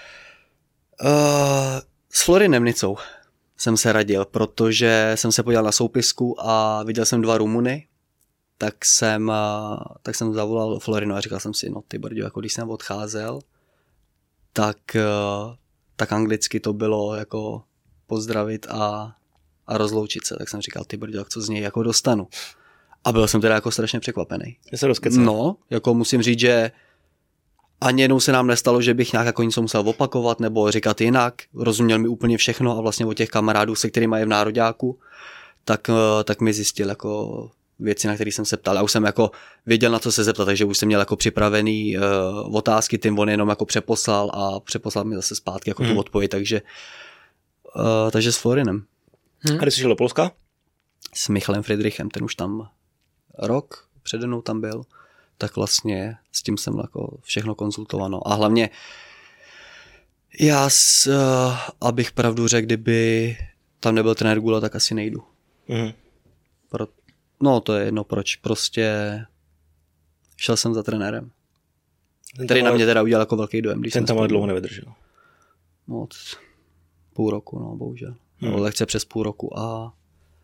Uh, s Florinem Nicou jsem se radil, protože jsem se podíval na soupisku a viděl jsem dva Rumuny, tak jsem, uh, tak jsem zavolal Florinu a říkal jsem si, no ty brďo, jako když jsem odcházel, tak, uh, tak anglicky to bylo jako pozdravit a, a rozloučit se, tak jsem říkal, ty brďo, co z něj jako dostanu. A byl jsem teda jako strašně překvapený. Já se rozkecal. No, jako musím říct, že ani jednou se nám nestalo, že bych nějak jako něco musel opakovat nebo říkat jinak. Rozuměl mi úplně všechno a vlastně od těch kamarádů, se kterými je v nároďáku, tak, tak mi zjistil jako věci, na které jsem se ptal. Já už jsem jako věděl, na co se zeptat, takže už jsem měl jako připravený uh, otázky, tím on jenom jako přeposlal a přeposlal mi zase zpátky jako hmm. tu odpověď, takže, uh, takže s Florinem. Hmm. A když jsi šel do Polska? S Michalem Friedrichem, ten už tam rok přede mnou tam byl. Tak vlastně s tím jsem jako všechno konzultováno. A hlavně já, s, uh, abych pravdu řekl, kdyby tam nebyl trenér Gula, tak asi nejdu. Mm. Pro, no to je jedno proč. Prostě šel jsem za trenérem. Ten který na mě teda udělal jako velký dojem. Když ten tam ale dlouho nevydržel. No půl roku, no bohužel. Mm. No, lehce přes půl roku a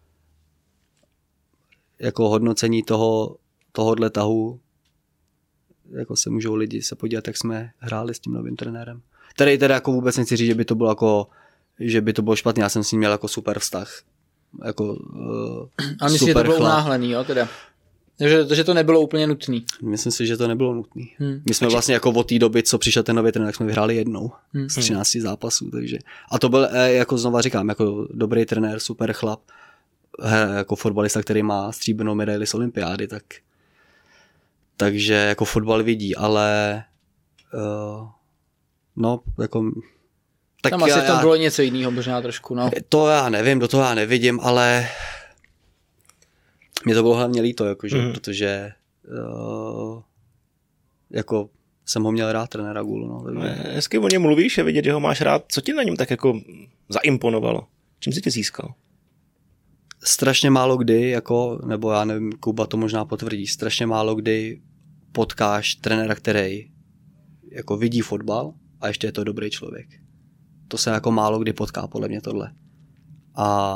jako hodnocení toho tohodle tahu jako se můžou lidi se podívat, jak jsme hráli s tím novým trenérem. Tady teda jako vůbec nechci říct, že by to bylo jako, že by to bylo špatný, já jsem s ním měl jako super vztah. jako uh, a myslím, že to bylo unáhlený, jo, teda. Že, že to nebylo úplně nutný. Myslím si, že to nebylo nutný. Hmm. My jsme takže... vlastně jako od té doby, co přišel ten nový trenér, tak jsme vyhráli jednou hmm. z třinácti zápasů, takže. A to byl, jako znova říkám, jako dobrý trenér, super chlap, he, jako fotbalista, který má stříbrnou medaili z olympiády, tak takže jako fotbal vidí, ale uh, no, jako tak tam asi já, tam bylo něco jiného, možná trošku, no. To já nevím, do toho já nevidím, ale mě to bylo hlavně líto, jakože, mm. protože uh, jako jsem ho měl rád, trenéra Gulu. No, takže... Hezky o něm mluvíš a vidět, že ho máš rád. Co ti na něm tak jako zaimponovalo? Čím jsi tě získal? Strašně málo kdy, jako, nebo já nevím, Kuba to možná potvrdí, strašně málo kdy potkáš trenéra, který jako vidí fotbal a ještě je to dobrý člověk. To se jako málo kdy potká, podle mě tohle. A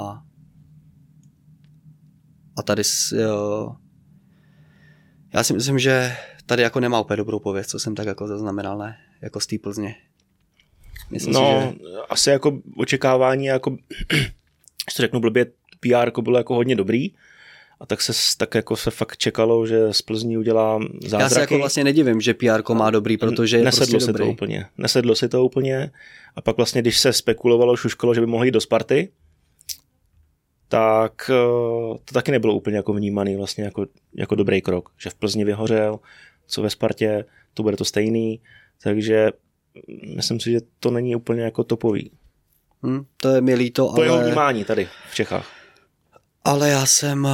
A tady, jo, já si myslím, že tady jako nemá úplně dobrou pověst, co jsem tak jako zaznamenal, ne? Jako z té Plzně. Myslím no, si, že... asi jako očekávání, jako, že to řeknu blbě, P R bylo jako hodně dobrý, a tak se, tak jako se fakt čekalo, že z Plzní udělá zázraky. Já se jako vlastně nedivím, že P R má dobrý, protože je Nesedlo prostě si dobrý. To úplně. Nesedlo si to úplně. A pak vlastně, když se spekulovalo, šuškalo, že by mohli jít do Sparty, tak to taky nebylo úplně jako vnímaný vlastně jako, jako dobrý krok. Že v Plzni vyhořel, co ve Spartě, to bude to stejný. Takže myslím si, že to není úplně jako topový. Hmm, to je mi líto, po ale... jeho vnímání tady v Čechách. Ale já jsem...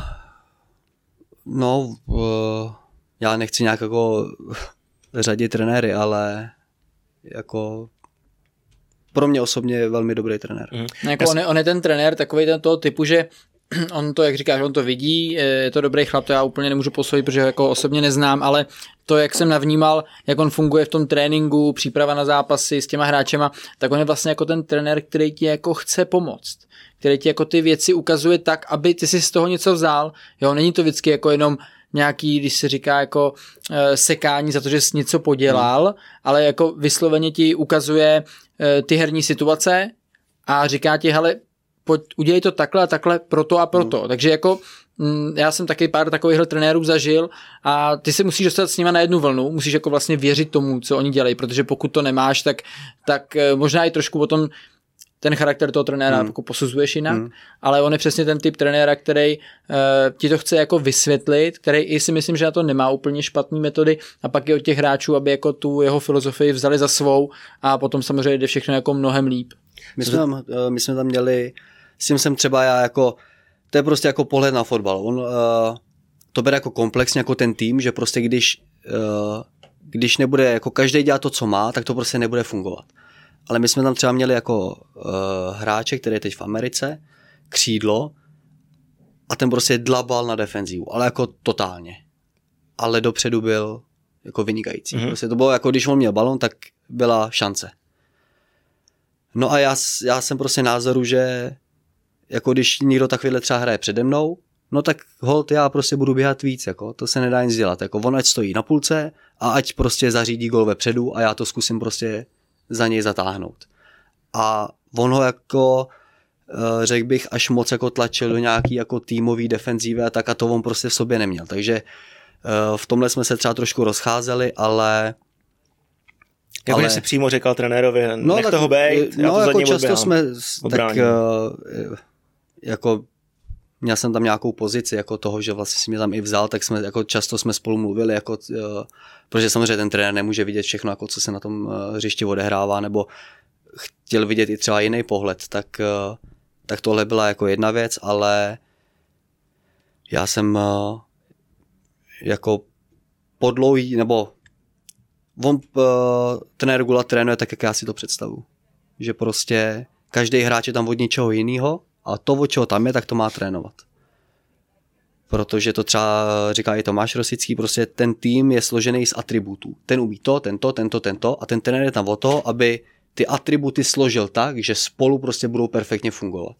No, já nechci nějak jako řadit trenéry, ale jako... Pro mě osobně je velmi dobrý trenér. Mm. Jako on, je, on je ten trenér takový ten toho typu, že on to, jak říkáš, on to vidí, je to dobrý chlap, to já úplně nemůžu posoudit, protože ho jako osobně neznám, ale to, jak jsem navnímal, jak on funguje v tom tréninku, příprava na zápasy s těma hráčema, tak on je vlastně jako ten trenér, který ti jako chce pomoct, který ti jako ty věci ukazuje tak, aby ty si z toho něco vzal. Jo, není to vždycky jako jenom nějaký, když se říká jako uh, sekání za to, že jsi něco podělal, hmm. ale jako vysloveně ti ukazuje uh, ty herní situace a říká ti, hele, pojď, udělej to takhle a takhle proto a proto. Hmm. Takže jako mm, já jsem taky pár takových trenérů zažil a ty se musíš dostat s nima na jednu vlnu, musíš jako vlastně věřit tomu, co oni dělají, protože pokud to nemáš, tak, tak uh, možná i trošku potom ten charakter toho trenéra hmm. jako posuzuješ jinak, hmm. ale on je přesně ten typ trenéra, který uh, ti to chce jako vysvětlit, který i si myslím, že na to nemá úplně špatný metody a pak je od těch hráčů, aby jako tu jeho filozofii vzali za svou a potom samozřejmě jde všechno jako mnohem líp. My jsme tam, my jsme tam měli, s tím jsem třeba já jako, to je prostě jako pohled na fotbal. On uh, to bere jako komplexně jako ten tým, že prostě když, uh, když nebude jako každý dělat to, co má, tak to prostě nebude fungovat. Ale my jsme tam třeba měli jako uh, hráče, který je teď v Americe, křídlo a ten prostě dlabal na defenzivu, ale jako totálně. Ale dopředu byl jako vynikající. Mm-hmm. Prostě to bylo jako, když on měl balon, tak byla šance. No a já, já jsem prostě názoru, že jako když někdo takovýhle třeba hraje přede mnou, no tak holt, já prostě budu běhat víc, jako, to se nedá nic dělat. Jako on ať stojí na půlce a ať prostě zařídí gol vepředu a já to zkusím prostě za něj zatáhnout. A on ho jako, řekl bych, až moc jako tlačil do nějaký jako týmový defenzívy a tak a to on prostě v sobě neměl. Takže v tomhle jsme se třeba trošku rozcházeli, ale... Jako ale... jsi přímo říkal trenérovi, no, nech tak, toho bejt, já no, to jako za něj často jsme, odbrání. tak jako měl jsem tam nějakou pozici jako toho, že vlastně si mě tam i vzal, tak jsme jako často jsme spolu mluvili, jako, protože samozřejmě ten trenér nemůže vidět všechno, jako co se na tom hřišti odehrává, nebo chtěl vidět i třeba jiný pohled, tak, tak tohle byla jako jedna věc, ale já jsem jako po dlouhý, nebo on, trenér Gula trénuje tak, jak já si to představu. Že prostě každý hráč je tam od něčeho jiného a to, od čeho tam je, tak to má trénovat. Protože to třeba říká i Tomáš Rosický, prostě ten tým je složený z atributů. Ten umí to, tento, tento, tento a ten trenér je tam o to, aby ty atributy složil tak, že spolu prostě budou perfektně fungovat.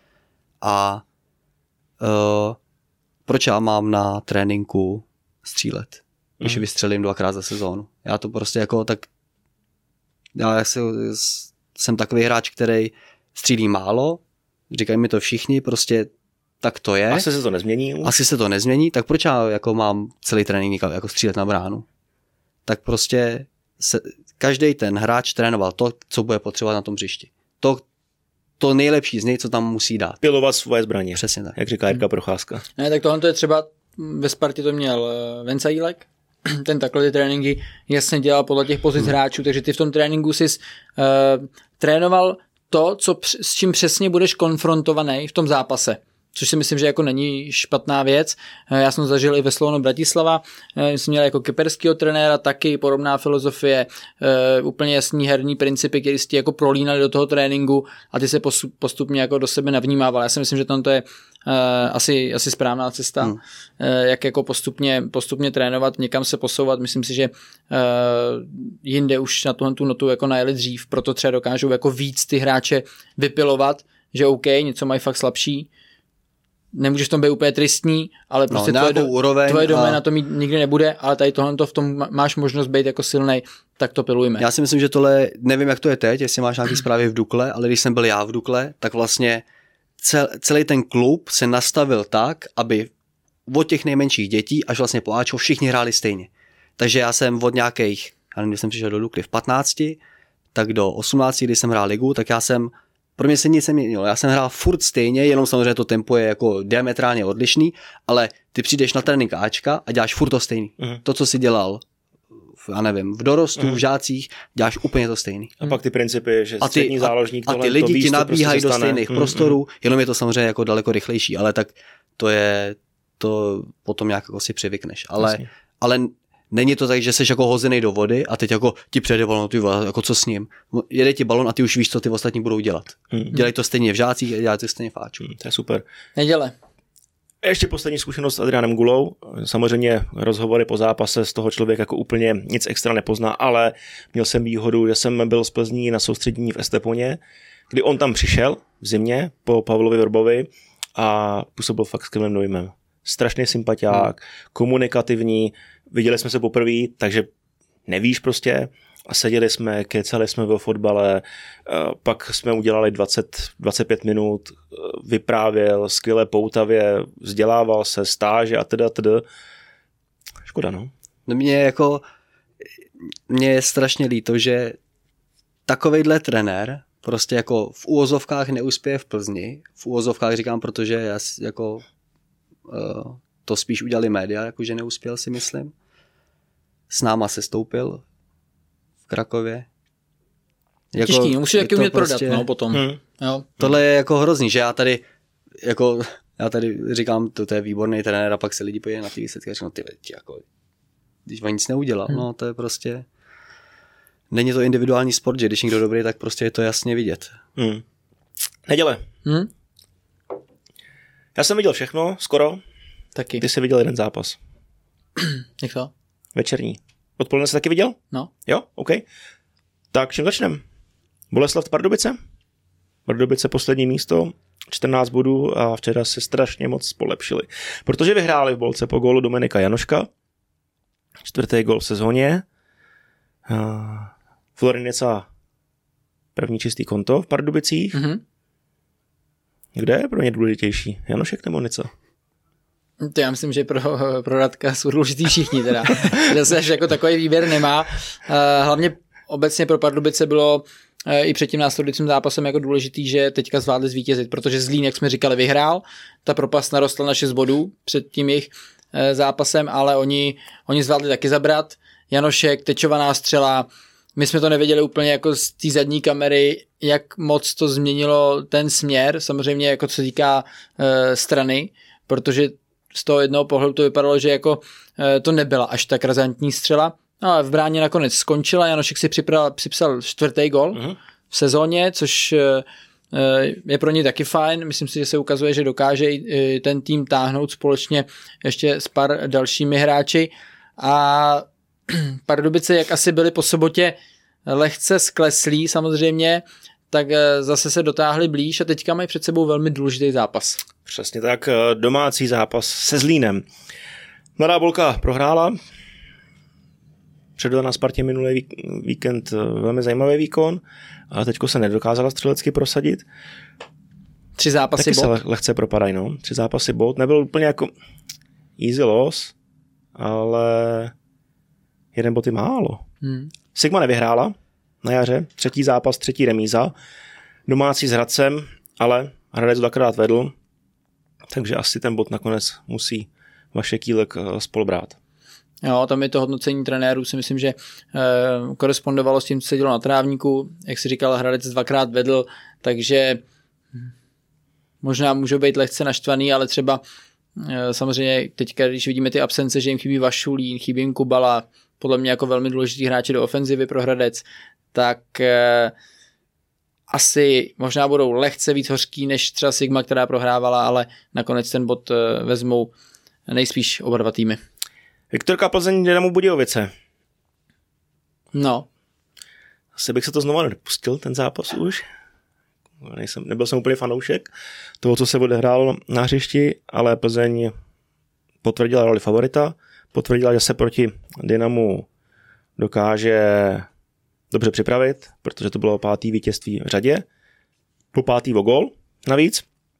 A uh, proč já mám na tréninku střílet, když mm. vystřelím dvakrát za sezónu? Já to prostě jako tak... Já jsem takový hráč, který střílí málo, říkají mi to všichni, prostě tak to je. Asi se to nezmění. Asi se to nezmění, tak proč já jako mám celý trénink jako střílet na bránu? Tak prostě se, každý ten hráč trénoval to, co bude potřebovat na tom hřišti. To, to nejlepší z něj, co tam musí dát. Pilovat svoje zbraně. Přesně tak. Jak říká Jirka Procházka. Ne, tak tohle je třeba ve Spartě to měl Venca Jílek, ten takhle ty tréninky jasně dělal podle těch pozic hmm. hráčů, takže ty v tom tréninku jsi uh, trénoval to, co, s čím přesně budeš konfrontovaný v tom zápase. Což si myslím, že jako není špatná věc. Já jsem zažil i ve Slovanu Bratislava, jsem měl jako kyperského trenéra taky podobná filozofie, úplně jasný herní principy, které si jako prolínali do toho tréninku a ty se postupně jako do sebe navnímával. Já si myslím, že tam to je asi, asi správná cesta, hmm. jak jako postupně, postupně trénovat, někam se posouvat. Myslím si, že jinde už na tuhle tu notu jako najeli dřív, proto třeba dokážou jako víc ty hráče vypilovat, že OK, něco mají fakt slabší, nemůžeš v tom být úplně tristní, ale prostě no, tvoje, do, tvoje doména a... na to mít nikdy nebude, ale tady tohle v tom máš možnost být jako silnej, tak to pilujeme. Já si myslím, že tohle, nevím jak to je teď, jestli máš nějaký zprávy v Dukle, ale když jsem byl já v Dukle, tak vlastně cel, celý ten klub se nastavil tak, aby od těch nejmenších dětí až vlastně po Ačko všichni hráli stejně. Takže já jsem od nějakých, já nevím, když jsem přišel do Dukly v patnácti, tak do osmnácti, když jsem hrál ligu, tak já jsem pro mě se nic neměnilo. Já jsem hrál furt stejně, jenom samozřejmě to tempo je jako diametrálně odlišný, ale ty přijdeš na trénink Ačka a děláš furt to stejný. Uh-huh. To, co jsi dělal, v, já nevím, v dorostu, uh-huh. v žácích, děláš úplně to stejný. A pak ty principy, že a ty, střední záložník a, tohle, a ty lidi to víš, ti nabíhají prostě do stejných uh-huh. prostorů, jenom je to samozřejmě jako daleko rychlejší, ale tak to je, to potom nějak jako si přivykneš. Ale, ale není to tak, že jsi jako hozený do vody a teď jako ti přejde balon, ty vole, jako co s ním. Jede ti balon a ty už víš, co ty ostatní budou dělat. Hmm. Dělají to stejně v žácích a dělají to stejně v Áčku. Hmm, to je super. Neděle. Ještě poslední zkušenost s Adrianem Gulou. Samozřejmě rozhovory po zápase z toho člověk jako úplně nic extra nepozná, ale měl jsem výhodu, že jsem byl z Plzní na soustředění v Esteponě, kdy on tam přišel v zimě po Pavlovi Vrbovi a působil fakt skvělým dojmem. Strašný sympatiák, hmm. komunikativní, viděli jsme se poprvé, takže nevíš prostě a seděli jsme, kecali jsme o fotbale, pak jsme udělali dvacet, dvacet pět minut, vyprávěl skvěle poutavě, vzdělával se, stáže a teda teda. Škoda, no. No mě jako, mě je strašně líto, že takovejhle trenér prostě jako v úvozovkách neuspěje v Plzni, v úvozovkách říkám, protože já jako uh, to spíš udělali média, jakože neuspěl si myslím. S náma se stoupil v Krakově. Jako, těžký, no musí taky umět prostě prodat, no potom. Hmm. Jo. Tohle je jako hrozný, že já tady jako, já tady říkám, to, to je výborný trenér a pak se lidi pojedou na ty výsledky a říkám, ty věci, jako, když on nic neudělal, hmm. no to je prostě, není to individuální sport, že když někdo dobrý, tak prostě je to jasně vidět. Hmm. Neděle. Hmm? Já jsem viděl všechno, skoro. Taky. Ty jsi viděl jeden zápas. Jak to? Večerní. Odpoledne jsi taky viděl? No. Jo, OK. Tak čím začneme? Boleslav Pardubice? Pardubice poslední místo, čtrnáct bodů a včera se strašně moc polepšili. Protože vyhráli v Bolce po gólu Dominika Janoška. Čtvrtý gól v sezóně. Florinica první čistý konto v Pardubicích. Mm-hmm. Kde je pro ně důležitější? Janošek nebo Nica? To já myslím, že pro, pro Radka jsou důležitý všichni teda. Zase až jako takový výběr nemá. Hlavně obecně pro Pardubice bylo i před tím následujícím zápasem jako důležitý, že teďka zvládli zvítězit, protože Zlín, jak jsme říkali, vyhrál. Ta propast narostla na šest bodů před tím jejich zápasem, ale oni, oni zvládli taky zabrat. Janošek, tečovaná střela. My jsme to nevěděli úplně jako z té zadní kamery, jak moc to změnilo ten směr, samozřejmě jako co se týká e, strany, protože z toho jednoho pohledu to vypadalo, že jako e, to nebyla až tak razantní střela. No, ale v bráně nakonec skončila, Janošek si připral, připsal čtvrtý gol uh-huh. v sezóně, což e, je pro ně taky fajn. Myslím si, že se ukazuje, že dokáže e, ten tým táhnout společně ještě s pár dalšími hráči. A Pardubice, jak asi byli po sobotě lehce skleslí samozřejmě, tak zase se dotáhli blíž a teďka mají před sebou velmi důležitý zápas. Přesně tak, domácí zápas se Zlínem. Mladá Bolka prohrála, předvedla na Spartě minulý víkend velmi zajímavý výkon, ale teďko se nedokázala střelecky prosadit. Tři zápasy Taky bod. se lehce propadají, no. Tři zápasy bod. Nebyl úplně jako easy loss, ale jeden bod je málo. Hmm. Sigma nevyhrála na jaře. Třetí zápas, třetí remíza. Domácí s Hradcem, ale Hradec dvakrát vedl, takže asi ten bod nakonec musí Vašek Jílek spolubrát. Jo, tam je to hodnocení trenérů, si myslím, že eh, korespondovalo s tím, co se dělo na trávníku. Jak si říkal, Hradec dvakrát vedl, takže možná můžou být lehce naštvaný, ale třeba eh, samozřejmě teďka, když vidíme ty absence, že jim chybí Vašulín, chybí jim Kubala, podle mě jako velmi důležitý hráči do ofenzivy pro Hradec, tak eh, asi možná budou lehce víc hořký než třeba Sigma, která prohrávala, ale nakonec ten bod eh, vezmou nejspíš oba dva týmy. Viktorka Plzeň, Dynamo Budějovice. No. Asi bych se to znovu nedopustil, ten zápas už. Nejsem, nebyl jsem úplně fanoušek toho, co se odehrálo na hřišti, ale Plzeň potvrdila roli favorita, potvrdila, že se proti Dynamu dokáže dobře připravit, protože to bylo pátý vítězství v řadě. Po pátý o gól navíc.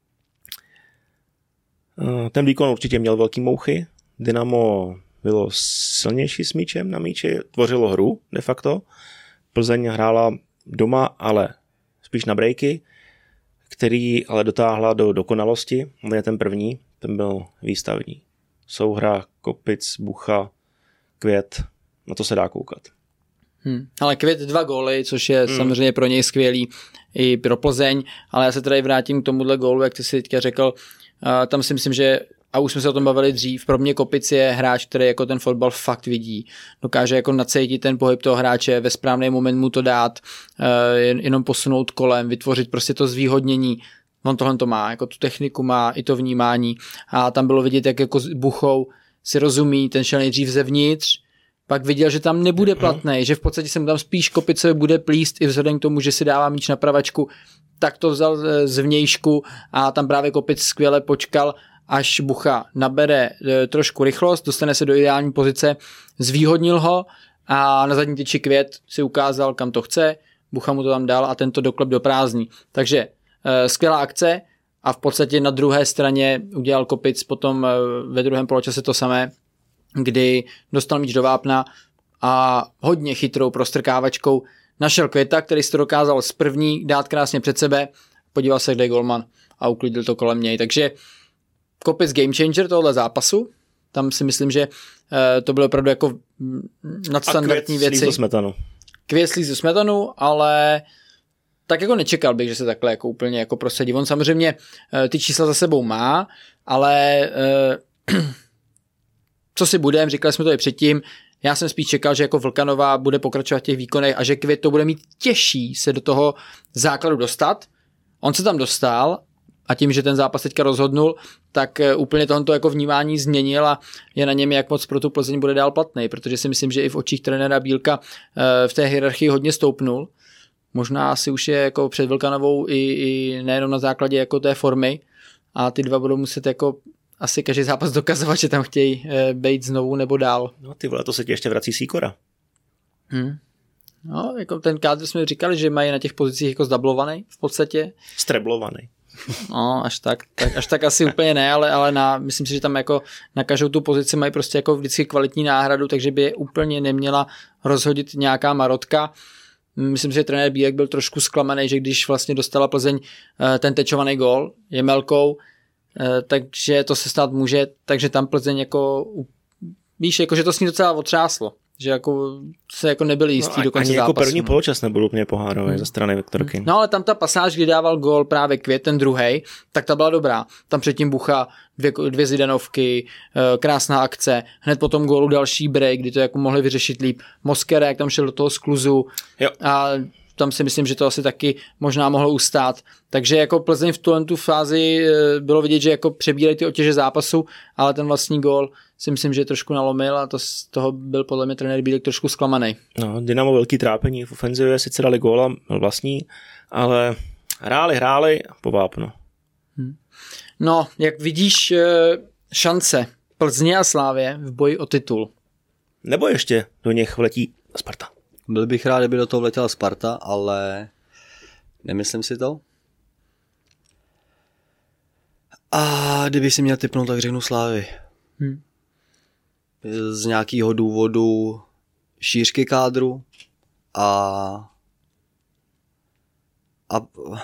Ten výkon určitě měl velký mouchy. Dynamo bylo silnější s míčem na míči, tvořilo hru de facto. Plzeň hrála doma, ale spíš na breaky, který ale dotáhla do dokonalosti. On je ten první, ten byl výstavní. Souhra, Kopic, Bucha, Květ, na to se dá koukat. Hmm. Ale Květ dva góly, což je hmm. samozřejmě pro něj skvělý i pro Plzeň, ale já se tady vrátím k tomuhle gólu, jak ty si teďka řekl, uh, tam si myslím, že a už jsme se o tom bavili dřív, pro mě Kopic je hráč, který jako ten fotbal fakt vidí. Dokáže jako nacítit ten pohyb toho hráče, ve správný moment mu to dát, uh, jenom posunout kolem, vytvořit prostě to zvýhodnění. On tohle to má, jako tu techniku má, i to vnímání. A tam bylo vidět, jak jako s Buchou si rozumí, ten šel nejdřív zevnitř, pak viděl, že tam nebude platnej, že v podstatě se mu tam spíš Kopicovi bude plíst i vzhledem k tomu, že si dává míč na pravačku, tak to vzal z vnějšku a tam právě Kopic skvěle počkal, až Bucha nabere e, trošku rychlost, dostane se do ideální pozice, zvýhodnil ho a na zadní tyči Květ si ukázal, kam to chce, Bucha mu to tam dal a tento doklep do prázdní. Takže e, skvělá akce a v podstatě na druhé straně udělal Kopic potom e, ve druhém poločase to samé, kdy dostal míč do vápna a hodně chytrou prostrkávačkou našel Květa, který si to dokázal z první dát krásně před sebe, podíval se, kde je golman a uklidil to kolem něj. Takže Kopic game changer tohohle zápasu, tam si myslím, že uh, to bylo opravdu jako nadstandardní věci. A Květ slízl smetanu. Květ slízl smetanu, ale tak jako nečekal bych, že se takhle jako úplně jako prosadí. On samozřejmě uh, ty čísla za sebou má, ale uh, co si budem, říkali jsme to i předtím, já jsem spíš čekal, že jako Vlkanová bude pokračovat v těch výkonech a že Květ to bude mít těžší se do toho základu dostat. On se tam dostal a tím, že ten zápas teďka rozhodnul, tak úplně tohoto jako vnímání změnil a je na něm, jak moc pro tu Plzeň bude dál platný, protože si myslím, že i v očích trenéra Bílka v té hierarchii hodně stoupnul. Možná asi už je jako před Vlkanovou i, i nejenom na základě jako té formy a ty dva budou muset jako asi každý zápas dokazovat, že tam chtějí e, být znovu nebo dál. No ty vole, to se ti ještě vrací Sýkora. Hmm. No, jako ten kádr jsme říkali, že mají na těch pozicích jako zdablovaný v podstatě. Streblovaný. No, až tak, tak, až tak asi úplně ne, ale, ale na, myslím si, že tam jako na každou tu pozici mají prostě jako vždycky kvalitní náhradu, takže by je úplně neměla rozhodit nějaká marotka. Myslím si, že trenér Bílek byl trošku zklamaný, že když vlastně dostala Plzeň ten tečovaný gól Jemelkou, takže to se stát může, takže tam Plzeň jako, víš, jako že to s ní docela otřáslo, že jako se jako nebyli jistí no, do konce ani zápasu. Ani jako první poločas nebyl úplně pohárový hmm. ze strany Viktorky. No ale tam ta pasáž, kdy dával gól právě Květ, ten druhej, tak ta byla dobrá. Tam předtím Bucha, dvě, dvě Zidanovky, krásná akce, hned po tom gólu další break, kdy to jako mohli vyřešit líp. Moskerek tam šel do toho skluzu jo. A tam si myslím, že to asi taky možná mohlo ustát. Takže jako Plzeň v tuhle tu fázi bylo vidět, že jako přebírají ty otěže zápasu, ale ten vlastní gól si myslím, že trošku nalomil a to z toho byl podle mě trenér Bílek trošku zklamaný. No, Dynamo velký trápení v ofenzivě, sice dali góla vlastní, ale hráli, hráli po vápnu. Hmm. No, jak vidíš šance Plzně a Slávě v boji o titul? Nebo ještě do nich vletí Sparta? Byl bych rád, kdyby do toho vletěla Sparta, ale nemyslím si to. A kdyby si měl tipnout, tak řeknu Slávy. Hmm. Z nějakého důvodu šířky kádru a a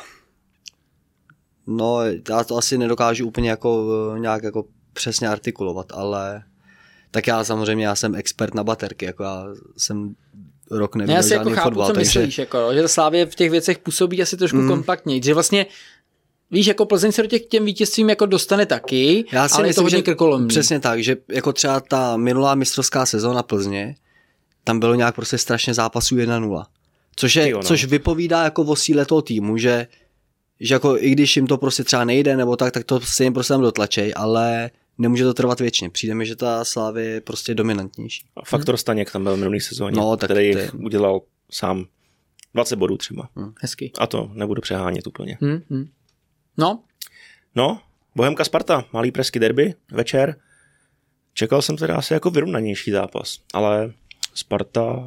no, já to asi nedokážu úplně jako nějak jako přesně artikulovat, ale tak já samozřejmě, já jsem expert na baterky, jako já jsem rok neviděl já si žádný jako chápu, fotbal, co takže... myslíš, jako, že Slávě v těch věcech působí asi trošku mm. kompaktněji, že vlastně víš, jako Plzeň se do těch těm vítězstvím jako dostane taky, já si ale myslím, je to hodně krkolomný. Přesně tak, že jako třeba ta minulá mistrovská sezóna Plzně, tam bylo nějak prostě strašně zápasů jedna nula. Což, je, no. což vypovídá jako o síle toho týmu, že, že jako i když jim to prostě třeba nejde nebo tak, tak to se jim prostě tam dotlačej, ale nemůže to trvat věčně. Přijde mi, že ta Slávy je prostě dominantnější. A Faktor Staněk tam byl v minulý sezóně, no, který ty... udělal sám dvacet bodů třeba. Hmm. Hezky. A to nebudu přehánět úplně. Hmm, hmm. No? No, Bohemka Sparta, malý pražský derby, večer. Čekal jsem teda asi jako vyrovnanější zápas, ale Sparta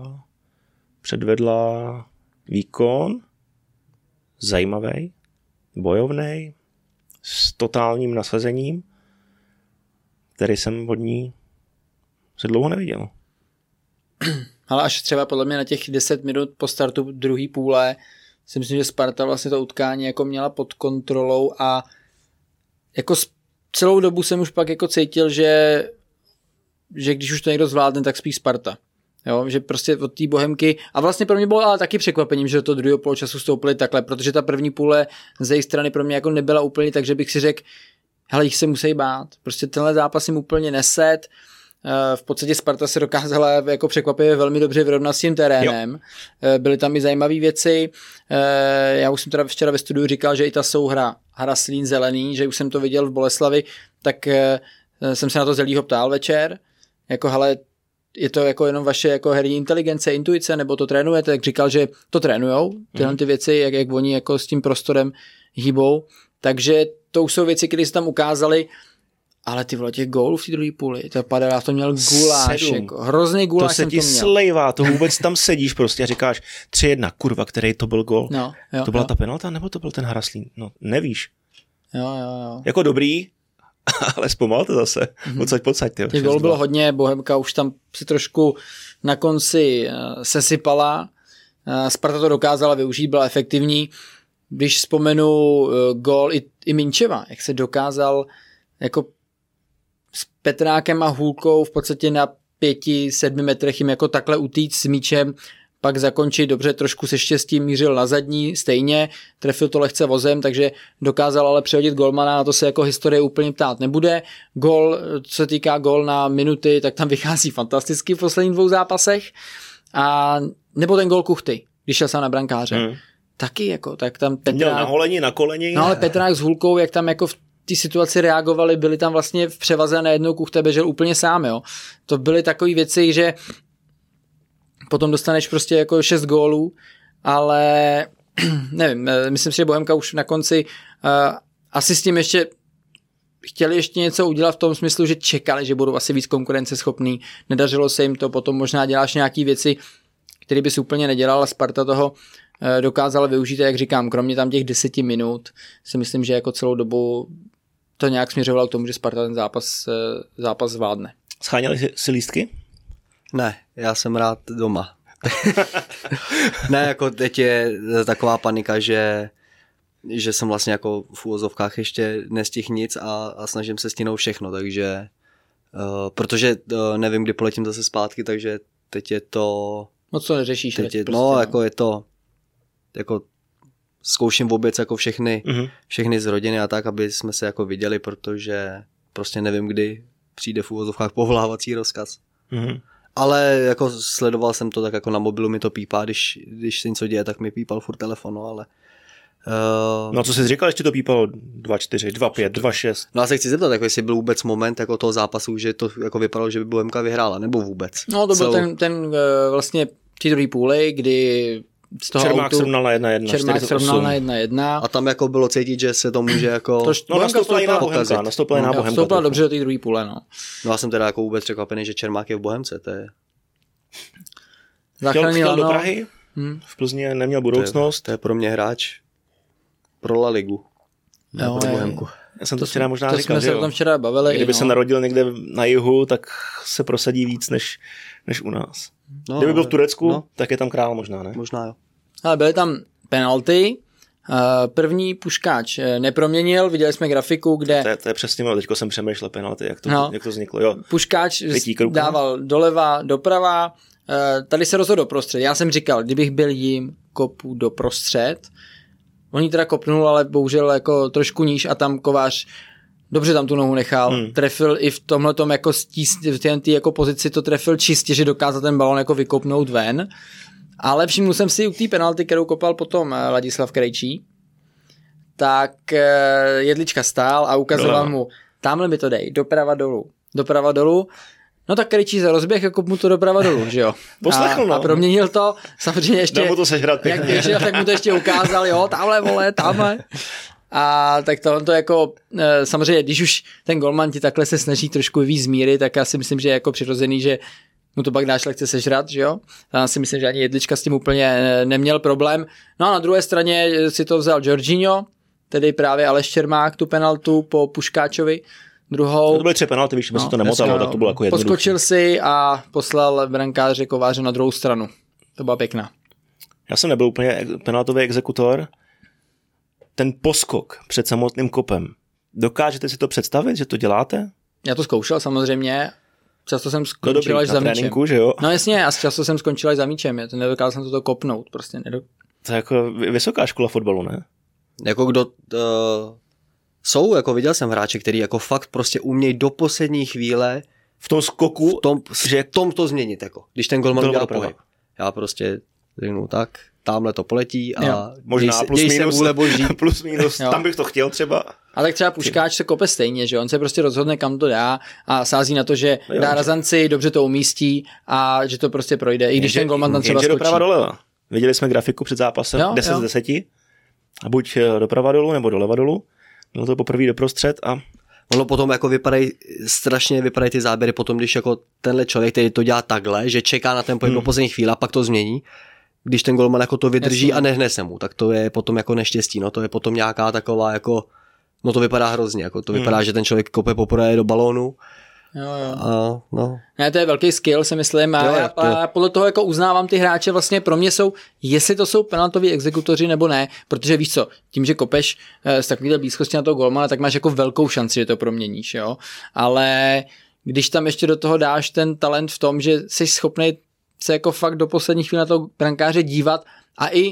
předvedla výkon zajímavý, bojovný, s totálním nasazením, který jsem od ní se dlouho neviděl. Ale až třeba podle mě na těch deset minut po startu druhý půle si myslím, že Sparta vlastně to utkání jako měla pod kontrolou a jako celou dobu jsem už pak jako cítil, že, že když už to někdo zvládne, tak spíš Sparta. Jo, že prostě od té Bohemky, a vlastně pro mě bylo ale taky překvapením, že do toho druhého poločasu stoupili takhle, protože ta první půle z jejich strany pro mě jako nebyla úplně tak, že bych si řekl, hele, jich se musí bát. Prostě tenhle zápas jim úplně neset. V podstatě Sparta se dokázala jako překvapivě velmi dobře vyrovnat s tím terénem. Jo. Byly tam i zajímavé věci. Já už jsem teda včera ve studiu říkal, že i ta souhra Haraslín Zelený, že už jsem to viděl v Boleslavi, tak jsem se na to Zelího ptal večer. Jako hele, je to jako jenom vaše jako herní inteligence, intuice, nebo to trénujete? Tak říkal, že to trénujou, tyhle ty věci, jak, jak oni jako s tím prostorem hýbou. Takže to už jsou věci, které se tam ukázaly. Ale ty vole, těch gólů v té druhé půli, to padá, já to měl guláš, jako, hrozný guláš to se jsem ti to měl. slejvá, to vůbec tam sedíš prostě a říkáš tři jedna, kurva, který to byl gól. No, jo, to byla jo. ta penalta, nebo to byl ten Haraslín? No, nevíš. Jo, jo, jo. Jako dobrý, ale zpomalte zase. Mm-hmm. Odsaď, podsaď, tyjo. Těch gólů bylo hodně, Bohemka už tam si trošku na konci uh, sesypala, uh, Sparta to dokázala využít, byla efektivní. Když vzpomenu uh, gól i, i Minčeva, jak se dokázal jako s Petrákem a Hůlkou v podstatě na pěti, sedmi metrech jim jako takhle utíct s míčem, pak zakončit dobře, trošku se štěstím mířil na zadní, stejně, trefil to lehce vozem, takže dokázal ale přehodit golmana a to se jako historie úplně ptát nebude. Gól, co se týká gól na minuty, tak tam vychází fantasticky v posledních dvou zápasech. A nebo ten gól Kuchty, když šel sám na brankáře. Hmm. Taky jako, tak tam Petrák... Měl na holení, na koleni. No ale Petrák s Hůlkou, jak tam jako v ty situaci reagovali, byli tam vlastně v převaze a najednou Kuchta běžel úplně sám, jo. To byly takové věci, že potom dostaneš prostě jako šest gólů, ale nevím, myslím si, že Bohemka už na konci uh, asi s tím ještě chtěli ještě něco udělat v tom smyslu, že čekali, že budou asi víc konkurenceschopný, nedařilo se jim to, potom možná děláš nějaký věci, které bys úplně nedělal, a Sparta toho uh, dokázala využít, jak říkám, kromě tam těch deseti minut, si myslím, že jako celou dobu to nějak směřovalo k tomu, že Sparta ten zápas, zápas zvládne. Scháněli si lístky? Ne, já jsem rád doma. Ne, jako teď je taková panika, že, že jsem vlastně jako v úvozovkách ještě nestihl nic a, a snažím se stihnout všechno, takže uh, protože uh, nevím, kdy poletím zase zpátky, takže teď je to... Moc to neřešíš. Teď je, prostě, no, no, jako je to... Jako zkouším vůbec jako všechny, mm-hmm. všechny z rodiny a tak, aby jsme se jako viděli, protože prostě nevím, kdy přijde v úvozovkách povolávací rozkaz. Mm-hmm. Ale jako sledoval jsem to, tak jako na mobilu mi to pípá, když, když se něco děje, tak mi pípal furt telefon, no, ale... Uh... No co jsi říkal, ještě to pípalo dva čtyři, dva pět, dva šest. No a se chci zeptat, jako jestli byl vůbec moment jako toho zápasu, že to jako vypadalo, že by Bohemka vyhrála, nebo vůbec? No to byl so... ten, ten vlastně ty druhý půli, kdy z toho Čermák autu, srovnal na jedna jedna. Čermák srovnal na jedna jedna. A tam jako bylo cítit, že se to může jako... To, no nastoupila jiná Bohemka, nastoupila jiná Bohemka. Nastoupila dobře do té druhé půle, no. No já jsem teda jako vůbec překvapený, že Čermák je v Bohemce, to je... Chtěl, chtěl do Prahy, hmm. v Plzni neměl budoucnost. To je, to je pro mě hráč pro La Ligu, ne no, pro Bohemku. Já jsem to, To včera možná to říkal, jsme že se jo. o tom včera bavili. Kdyby no. se narodil někde na jihu, tak se prosadí víc než, než u nás. No, Kdyby byl v Turecku, no. tak je tam král možná, ne? Možná jo. Ale byly tam penalty. První Puškáč neproměnil, viděli jsme grafiku, kde To je, to je přesně, teďko jsem přemýšlel penalty, jak to, No. jak to vzniklo. Jo. Puškáč Vytík ruka. dával doleva, doprava, tady se rozhodl doprostřed. Já jsem říkal, kdybych byl jim, kopu doprostřed. Oni teda kopnul, ale bohužel jako trošku níž a tam Kovář dobře tam tu nohu nechal. Hmm. Trefil i v tomhletom jako stíst, v té jako pozici to trefil čistě, že dokázal ten balon jako vykopnout ven. Ale všiml jsem si u té penalty, kterou kopal potom Ladislav Krejčí, tak Jedlička stál a ukazoval mu, tamhle mi to dej, doprava dolů, doprava dolů. No tak Krejčí za rozběh, jako mu to doprava dolů, že jo. Poslechl, a, no. a proměnil to, samozřejmě ještě, Dá mu to sežrat jak běžel, tak mu to ještě ukázal, jo, tamhle vole, tamhle. A tak to on to jako, samozřejmě, když už ten golman ti takhle se snaží trošku vyvíjet z míry, tak já si myslím, že je jako přirozený, že mu to pak dáš lehce sežrat, že jo. Já si myslím, že ani Jedlička s tím úplně neměl problém. No a na druhé straně si to vzal Jorginho, tedy právě Aleš Čermák, tu penaltu po Puškáčovi. Druhou. To byly tři penalty, víš, by no, se to nemotalo, jasně, tak to bylo jako jednoduché. Poskočil si a poslal brankáře Kováře na druhou stranu. To byla pěkná. Já jsem nebyl úplně penaltový exekutor. Ten poskok před samotným kopem. Dokážete si to představit, že to děláte? Já to zkoušel samozřejmě. Často jsem No skončil dobrý, až na za míčem. tréninku, že jo? No jasně, a často jsem skončil až za míčem. Já to nedokázal jsem to kopnout. Prostě nedok... To je jako vysoká škola fotbalu, ne? Jako kdo... Uh, jsou, jako viděl jsem hráče, který jako fakt prostě umějí do poslední chvíle V tom skoku, v tom, že v tom to změnit, jako. Když ten golman Doleva udělá doprava. pohyb. Já prostě řeknu tak, tamhle to poletí a Jo. možná děj se, plus děj se minus, vůle boží. plus minus, Jo. tam bych to chtěl třeba. A tak třeba Puškáč se kope stejně, že on se prostě rozhodne, kam to dá a sází na to, že Jo, dá že- razanci, dobře to umístí a že to prostě projde, i když ten golman tam třeba Jenže skočí. doprava doleva. Viděli jsme grafiku před zápasem, Jo, deset jo. z deseti. A buď doprava dolů, nebo doleva dolů. Bylo to poprvé doprostřed a Ono potom jako vypadají, strašně vypadají ty záběry potom, když jako tenhle člověk, který to dělá takhle, že čeká na ten pohyb Hmm. do poslední chvíle a pak to změní. Když ten golman jako to vydrží Jasně. a nehne se mu, tak to je potom jako neštěstí, no to je potom nějaká taková jako, no to vypadá hrozně, jako to vypadá, Hmm. že ten člověk kope poprvé do balónu Jo, jo. a no. Ne, to je velký skill, si myslím, a Jo, já, to- a já podle toho jako uznávám ty hráče, vlastně pro mě jsou, jestli to jsou penaltoví exekutoři nebo ne, protože víš co, tím, že kopeš eh, z takovéhle blízkosti na toho golmana, tak máš jako velkou šanci, že to proměníš, jo, ale když tam ještě do toho dáš ten talent v tom, že jsi schopný se jako fakt do poslední chvíle na toho brankáře dívat a i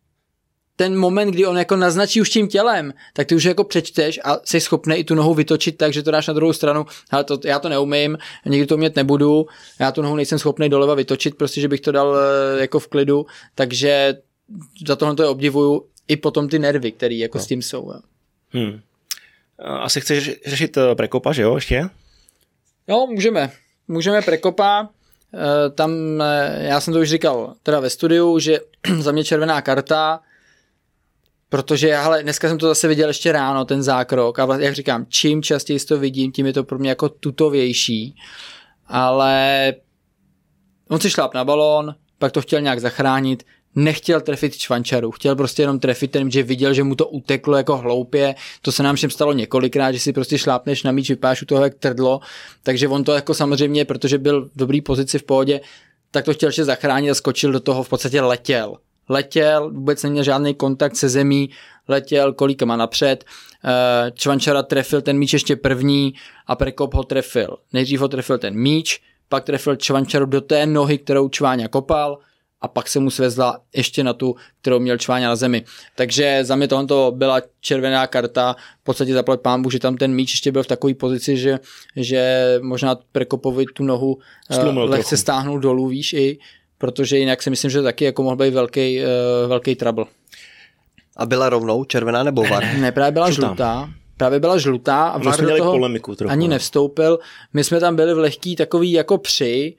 ten moment, kdy on jako naznačí už tím tělem, tak ty už jako přečteš a jsi schopný i tu nohu vytočit tak, že to dáš na druhou stranu. Ale to, já to neumím, nikdy to umět nebudu, já tu nohu nejsem schopný doleva vytočit, prostě, že bych to dal e, jako v klidu, takže za tohle to je obdivuju i potom ty nervy, které jako no. s tím jsou. Jo. Hmm. Asi chceš řešit uh, Prekopa, že jo, ještě? Jo, můžeme. Můžeme Prekopa. E, tam, e, já jsem to už říkal teda ve studiu, že za mě červená karta, protože, hele, dneska jsem to zase viděl ještě ráno, ten zákrok, a jak říkám, čím častěji to vidím, tím je to pro mě jako tutovější, ale on si šláp na balón, pak to chtěl nějak zachránit, nechtěl trefit Čvančaru, chtěl prostě jenom trefit ten, že viděl, že mu to uteklo jako hloupě, to se nám všem stalo několikrát, že si prostě šlápneš na míč, vypáš u toho jak trdlo, takže on to jako samozřejmě, protože byl v dobrý pozici v pohodě, tak to chtěl ještě zachránit a skočil do toho, v podstatě letěl. Letěl, vůbec neměl žádný kontakt se zemí, letěl kolíkama napřed, Čvančara trefil ten míč ještě první a Prekop ho trefil. Nejdřív ho trefil ten míč, pak trefil Čvančaru do té nohy, kterou Čváňa kopal, a pak se mu svezla ještě na tu, kterou měl Čváňa na zemi. Takže za mě tohle byla červená karta, v podstatě zaplať pánbůh, že tam ten míč ještě byl v takové pozici, že, že možná Prekopovi tu nohu uh, lehce trochu stáhnul dolů, víš, i protože jinak si myslím, že taky jako mohl být velký, uh, velký trouble. A byla rovnou červená nebo var? Ne, právě byla žlutá. žlutá. Právě byla žlutá a var do toho polemiku trochu, ani nevstoupil. My jsme tam byli v lehký takový jako při.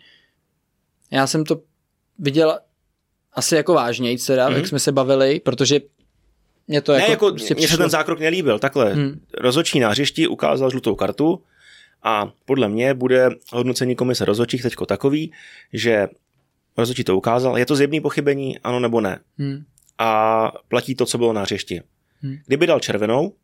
Já jsem to viděl asi jako vážnějc teda, mm-hmm. jak jsme se bavili, protože mě to ne, jako... jako prostě mně se přišlo... ten zákrok nelíbil. Takhle, hmm. rozhodčí na hřišti ukázal žlutou kartu a podle mě bude hodnocení komise rozhodčích teďko takový, že rozhodčí to ukázal, je to zjevný pochybení, ano nebo ne. Hmm. A platí to, co bylo na hřišti. Hmm. Kdyby dal červenou,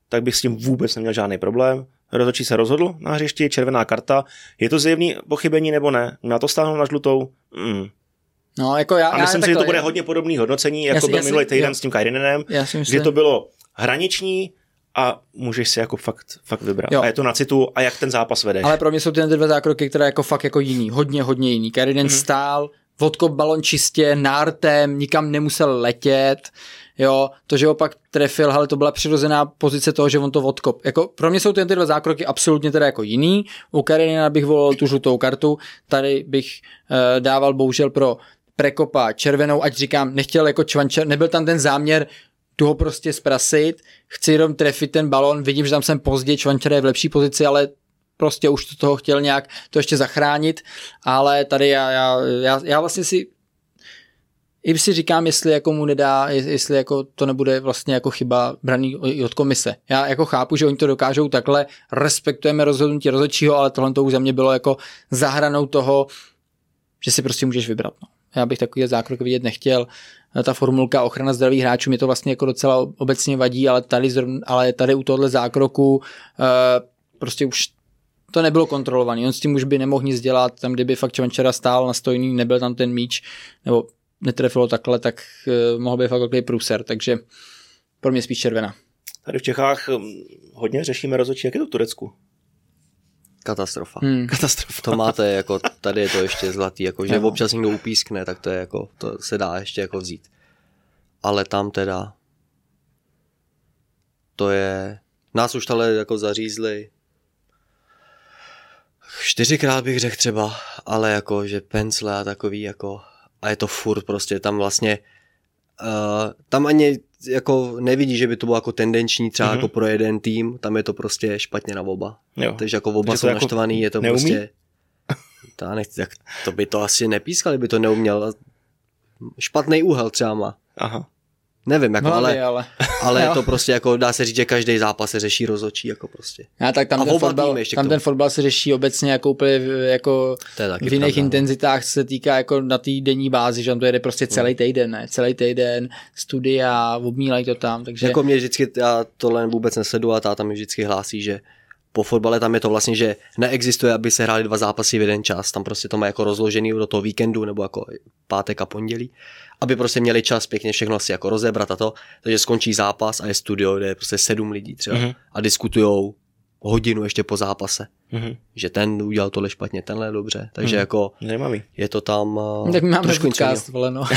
tak bych s tím vůbec neměl žádný problém. Rozhodčí se rozhodl na hřišti, červená karta. Je to zjevný pochybení nebo ne? Na to stáhnout na žlutou? Mm. No, jako já, a myslím já si, že to takhle, bude hodně podobný hodnocení, jako jasný, byl jasný, minulý týden jo. s tím Kairinenem, kde to bylo hraniční a můžeš si jako fakt, fakt vybrat. Jo. A je to na citu a jak ten zápas vedeš. Ale pro mě jsou ty dva zákroky, které jako fakt jako jiný, hodně, hodně jiný. Kairinen mm-hmm. stál, odkop balon čistě, nártem, nikam nemusel letět, jo, to, že opak trefil, ale to byla přirozená pozice toho, že on to odkop. Jako pro mě jsou ty dva zákroky absolutně teda jako jiný. U Karinina bych volil tu žlutou kartu, tady bych uh, dával bohužel pro Prekopa červenou, ať říkám, nechtěl jako Čvančar, nebyl tam ten záměr tu ho prostě zprasit, chci jenom trefit ten balon, vidím, že tam jsem pozdě, Čvančar je v lepší pozici, ale prostě už to toho chtěl nějak to ještě zachránit, ale tady já, já, já, já vlastně si i si říkám, jestli jako mu nedá, jestli jako to nebude vlastně jako chyba braný od komise. Já jako chápu, že oni to dokážou takhle, respektujeme rozhodnutí rozhodčího, ale tohle to už za mě bylo jako za hranou toho, že si prostě můžeš vybrat. No. Já bych takový zákrok vidět nechtěl. Ta formulka ochrana zdraví hráčů mi to vlastně jako docela obecně vadí, ale tady, ale tady u tohle zákroku uh, prostě už to nebylo kontrolovaný. On s tím už by nemohl nic dělat. Tam, kdyby fakt Čvančara stál na stojný, nebyl tam ten míč, nebo netrefilo takhle, tak uh, mohl by fakt takový průser. Takže pro mě spíš červená. Tady v Čechách hodně řešíme rozhodčí, jak je to v Turecku. Katastrofa. Hmm. Katastrofa. To máte jako, tady je to ještě zlatý, jako, že no. občas někdo upískne, tak to je jako, to se dá ještě jako vzít. Ale tam teda, to je, nás už tady jako zařízli, čtyřikrát bych řekl třeba, ale jako, že pencle a takový jako, a je to furt prostě, tam vlastně, uh, tam ani jako nevidí, že by to bylo jako tendenční třeba mm-hmm. jako pro jeden tým, tam je to prostě špatně na oba. Jo. Takže jako oba jsou jako naštvaný, je to neumí? Prostě to, nechci, tak to by to asi nepískali, by to neuměl. Špatný úhel třeba má. Aha. Nevím, jako, Hlavě, ale, ale, ale je to prostě jako, dá se říct, že každý zápas se řeší rozhodčí, jako prostě. Já, tak tam a ten fotbal, tam ten fotbal se řeší obecně jako úplně jako v jiných pravda, intenzitách se týká jako na té denní bázi, že tam to jede prostě celý týden, ne? Celý týden, studia, obmílají to tam, takže... Jako mě vždycky, já tohle vůbec nesledu a táta mi vždycky hlásí, že po fotbale tam je to vlastně, že neexistuje, aby se hráli dva zápasy v jeden čas, tam prostě to má jako rozložený do toho víkendu nebo jako pátek a pondělí, aby prostě měli čas pěkně všechno si jako rozebrat a to, takže skončí zápas a je studio, kde je prostě sedm lidí třeba mm-hmm. a diskutujou hodinu ještě po zápase, mm-hmm. že ten udělal tohle špatně, tenhle dobře, takže mm-hmm. jako zajímavý. Je to tam uh, tak máme podcast, vole, no.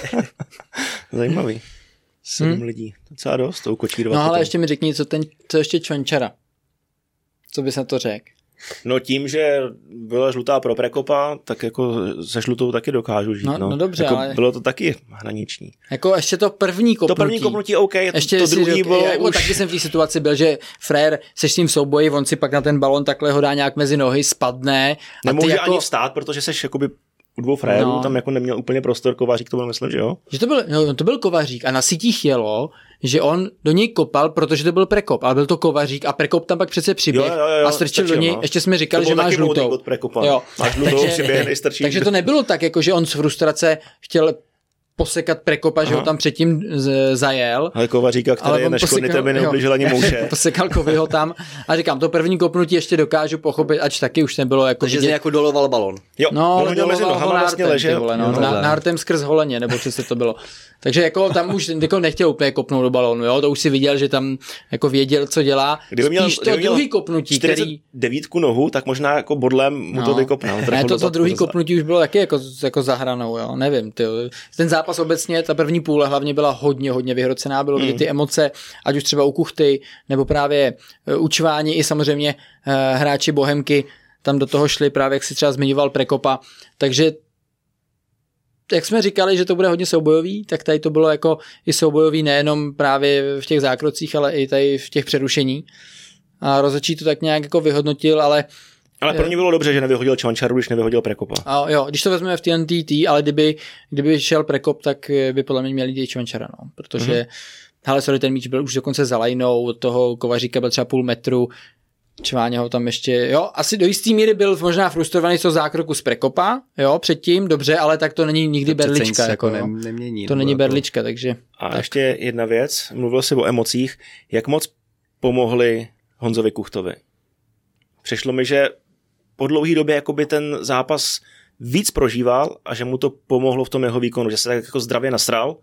Zajímavý. Sedm hmm? lidí, docela dost, to ukočírovat. No ale potom. ještě mi řekni, co, ten, co ještě Čvančara. Co bys na to řekl? No tím, že byla žlutá pro Prekopa, tak jako se žlutou taky dokážu žít. No, no. no dobře, jako ale... Bylo to taky hraniční. Jako ještě to první kopnutí. To první kopnutí OK, ještě to druhý bylo jako už... Taky jsem v té situaci byl, že frér seš s tím v souboji, on si pak na ten balon takhle ho dá nějak mezi nohy, spadne. Nemůže jako... ani vstát, protože seš jakoby u dvou frérů, no. Tam jako neměl úplně prostor, Kovařík to byl, myslím, že jo? Že to byl, no, to byl Kovařík a na sítích jelo, že on do něj kopal, protože to byl Prekop, ale byl to Kovařík a Prekop tam pak přece přiběh jo, jo, jo, a strčil do něj, no. Ještě jsme říkali, že máš žlutou. Jo. Máš žlutou, takže, přiběhne, strčí. Takže to nebylo tak, jako že on z frustrace chtěl posekat Prekopa, že ho tam předtím z, zajel. Ale Kovaříka, který je neškodný, tebe neublížil ani mouše. Posekal Kovyho tam a říkám, to první kopnutí ještě dokážu pochopit, ač taky už nebylo jako... Takže vidět... jako doloval balon. Jo, no, on hodil mezi nohama vlastně ležel. Vole, no, na, nártem skrz holeně, nebo co se to bylo. Takže jako tam už jako nechtěl úplně kopnout do balónu, jo, to už si viděl, že tam jako věděl, co dělá. Kdyby měl, Spíš to druhý kopnutí, který... devítku nohu, tak možná jako bodlem mu no. to vykopnal. Ne, to, to druhý kopnutí už bylo taky jako, jako za hranou, jo, nevím. Tyjo. Ten zápas obecně, ta první půle hlavně byla hodně, hodně vyhrocená, bylo vidět mm. ty emoce, ať už třeba u Kuchty, nebo právě u Čváni i samozřejmě uh, hráči Bohemky tam do toho šli, právě jak si třeba zmiňoval Prekopa, takže jak jsme říkali, že to bude hodně soubojový, tak tady to bylo jako i soubojový nejenom právě v těch zákrocích, ale i tady v těch přerušení. A rozhodčí to tak nějak jako vyhodnotil, ale... Ale pro ně bylo dobře, že nevyhodil Čvančaru, když nevyhodil Prekopa. A jo, když to vezmeme v T N T T, ale kdyby, kdyby šel Prekop, tak by podle mě měli dělat Čvančara, no, protože mm-hmm. hele, sorry, ten míč byl už dokonce za lajnou, od toho Kovaříka byl třeba půl metru, Čváně ho tam ještě, jo, asi do jistý míry byl možná frustrovaný z toho zákroku z Prekopa, jo, předtím, dobře, ale tak to není nikdy to berlička, jako, jako ne, nemění, to není berlička, takže... A tak. ještě jedna věc, mluvil jsi o emocích, jak moc pomohly Honzovi Kuchtovi. Přišlo mi, že po dlouhé době jakoby ten zápas víc prožíval a že mu to pomohlo v tom jeho výkonu, že se tak jako zdravě nasral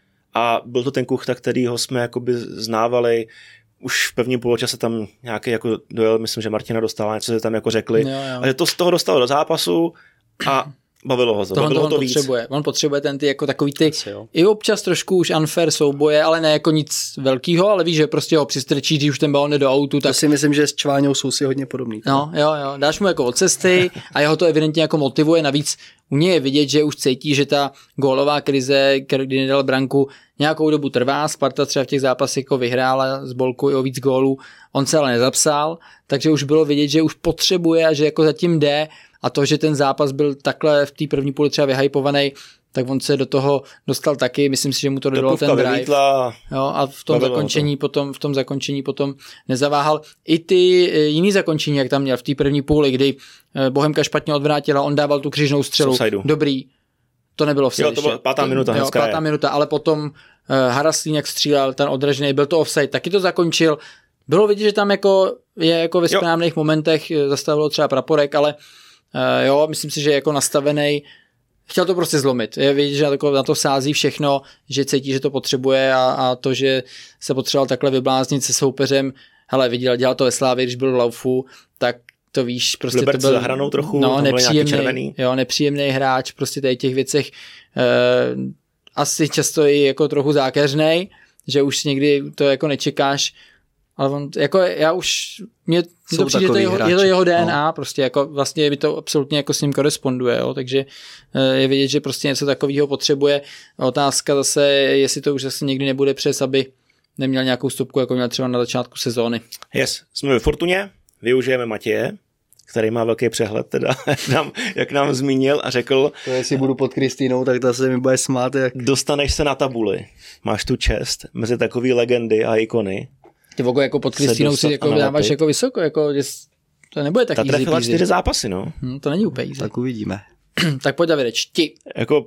a byl to ten Kuchta, kterýho jsme jakoby znávali. Už v prvním poločase tam nějaký jako dojel, myslím, že Martina dostala, něco se tam jako řekli. Jo, jo. A že to z toho dostalo do zápasu a bavilo ho to. Tohle bavilo on to potřebuje. Víc. On potřebuje ten ty jako takový ty i občas trošku už unfair souboje, ale ne jako nic velkýho, ale víš, že prostě ho přistrčí, když už ten balon jde do autu. Tak to si myslím, že s Čváňou jsou si hodně podobný. No, jo, jo. Dáš mu jako od cesty a jeho to evidentně jako motivuje. Navíc u něj je vidět, že už cítí, že ta gólová krize, kdy nedal branku, nějakou dobu trvá. Sparta třeba v těch zápasech jako vyhrála z Bolku i o víc gólů. On se ale nezapsal, takže už bylo vidět, že už potřebuje a že jako zatím jde. A to, že ten zápas byl takhle v té první půli třeba vyhypovaný, tak on se do toho dostal taky. Myslím si, že mu to dodalo ten drive. Jo, a v tom zakončení to. potom v tom zakončení potom nezaváhal. I ty jiný zakončení, jak tam měl v té první půli, kdy Bohemka špatně odvrátila, on dával tu křižnou střelu. Dobrý. To nebylo offside. Jo, to byla pátá minuta. Jo, pátá minuta, ale potom uh, Haraslín jak střílel, ten odražený, byl to offside, taky to zakončil. Bylo vidět, že tam jako je jako ve správných jo. momentech, zastavilo třeba praporek, ale uh, jo, myslím si, že je jako nastavený. Chtěl to prostě zlomit. Je vidět, že na to sází všechno, že cítí, že to potřebuje a, a to, že se potřeboval takhle vybláznit se soupeřem. Hele, viděl, dělal to ve Slávii, když byl v Laufu, tak to víš, prostě Liberec to byl zahranou trochu, no, nepříjemný, jo, nepříjemný hráč, prostě tady těch věcech eh, asi často i jako trochu zákeřnej, že už někdy to jako nečekáš, ale on, jako já už, mně to přijde, to jeho, je to jeho D N A, no. Prostě jako vlastně by to absolutně jako s ním koresponduje, jo, takže eh, je vidět, že prostě něco takového potřebuje. Otázka zase, jestli to už zase někdy nebude přes, aby neměl nějakou stopku, jako měl třeba na začátku sezóny. Yes, jsme ve Fortuně. Využijeme Matěje, který má velký přehled, teda, jak, nám, jak nám zmínil a řekl... To jestli budu pod Kristýnou, tak to se mi bude smát. Jak... Dostaneš se na tabuli, máš tu čest mezi takový legendy a ikony. Ty vogo, jako pod Kristýnou si jako dáváš jako vysoko, jako to nebude tak easy. Ta trefila čtyři zápasy, no. Hmm, to není úplně easy. Tak uvidíme. Tak pojď Davide, čti. Jako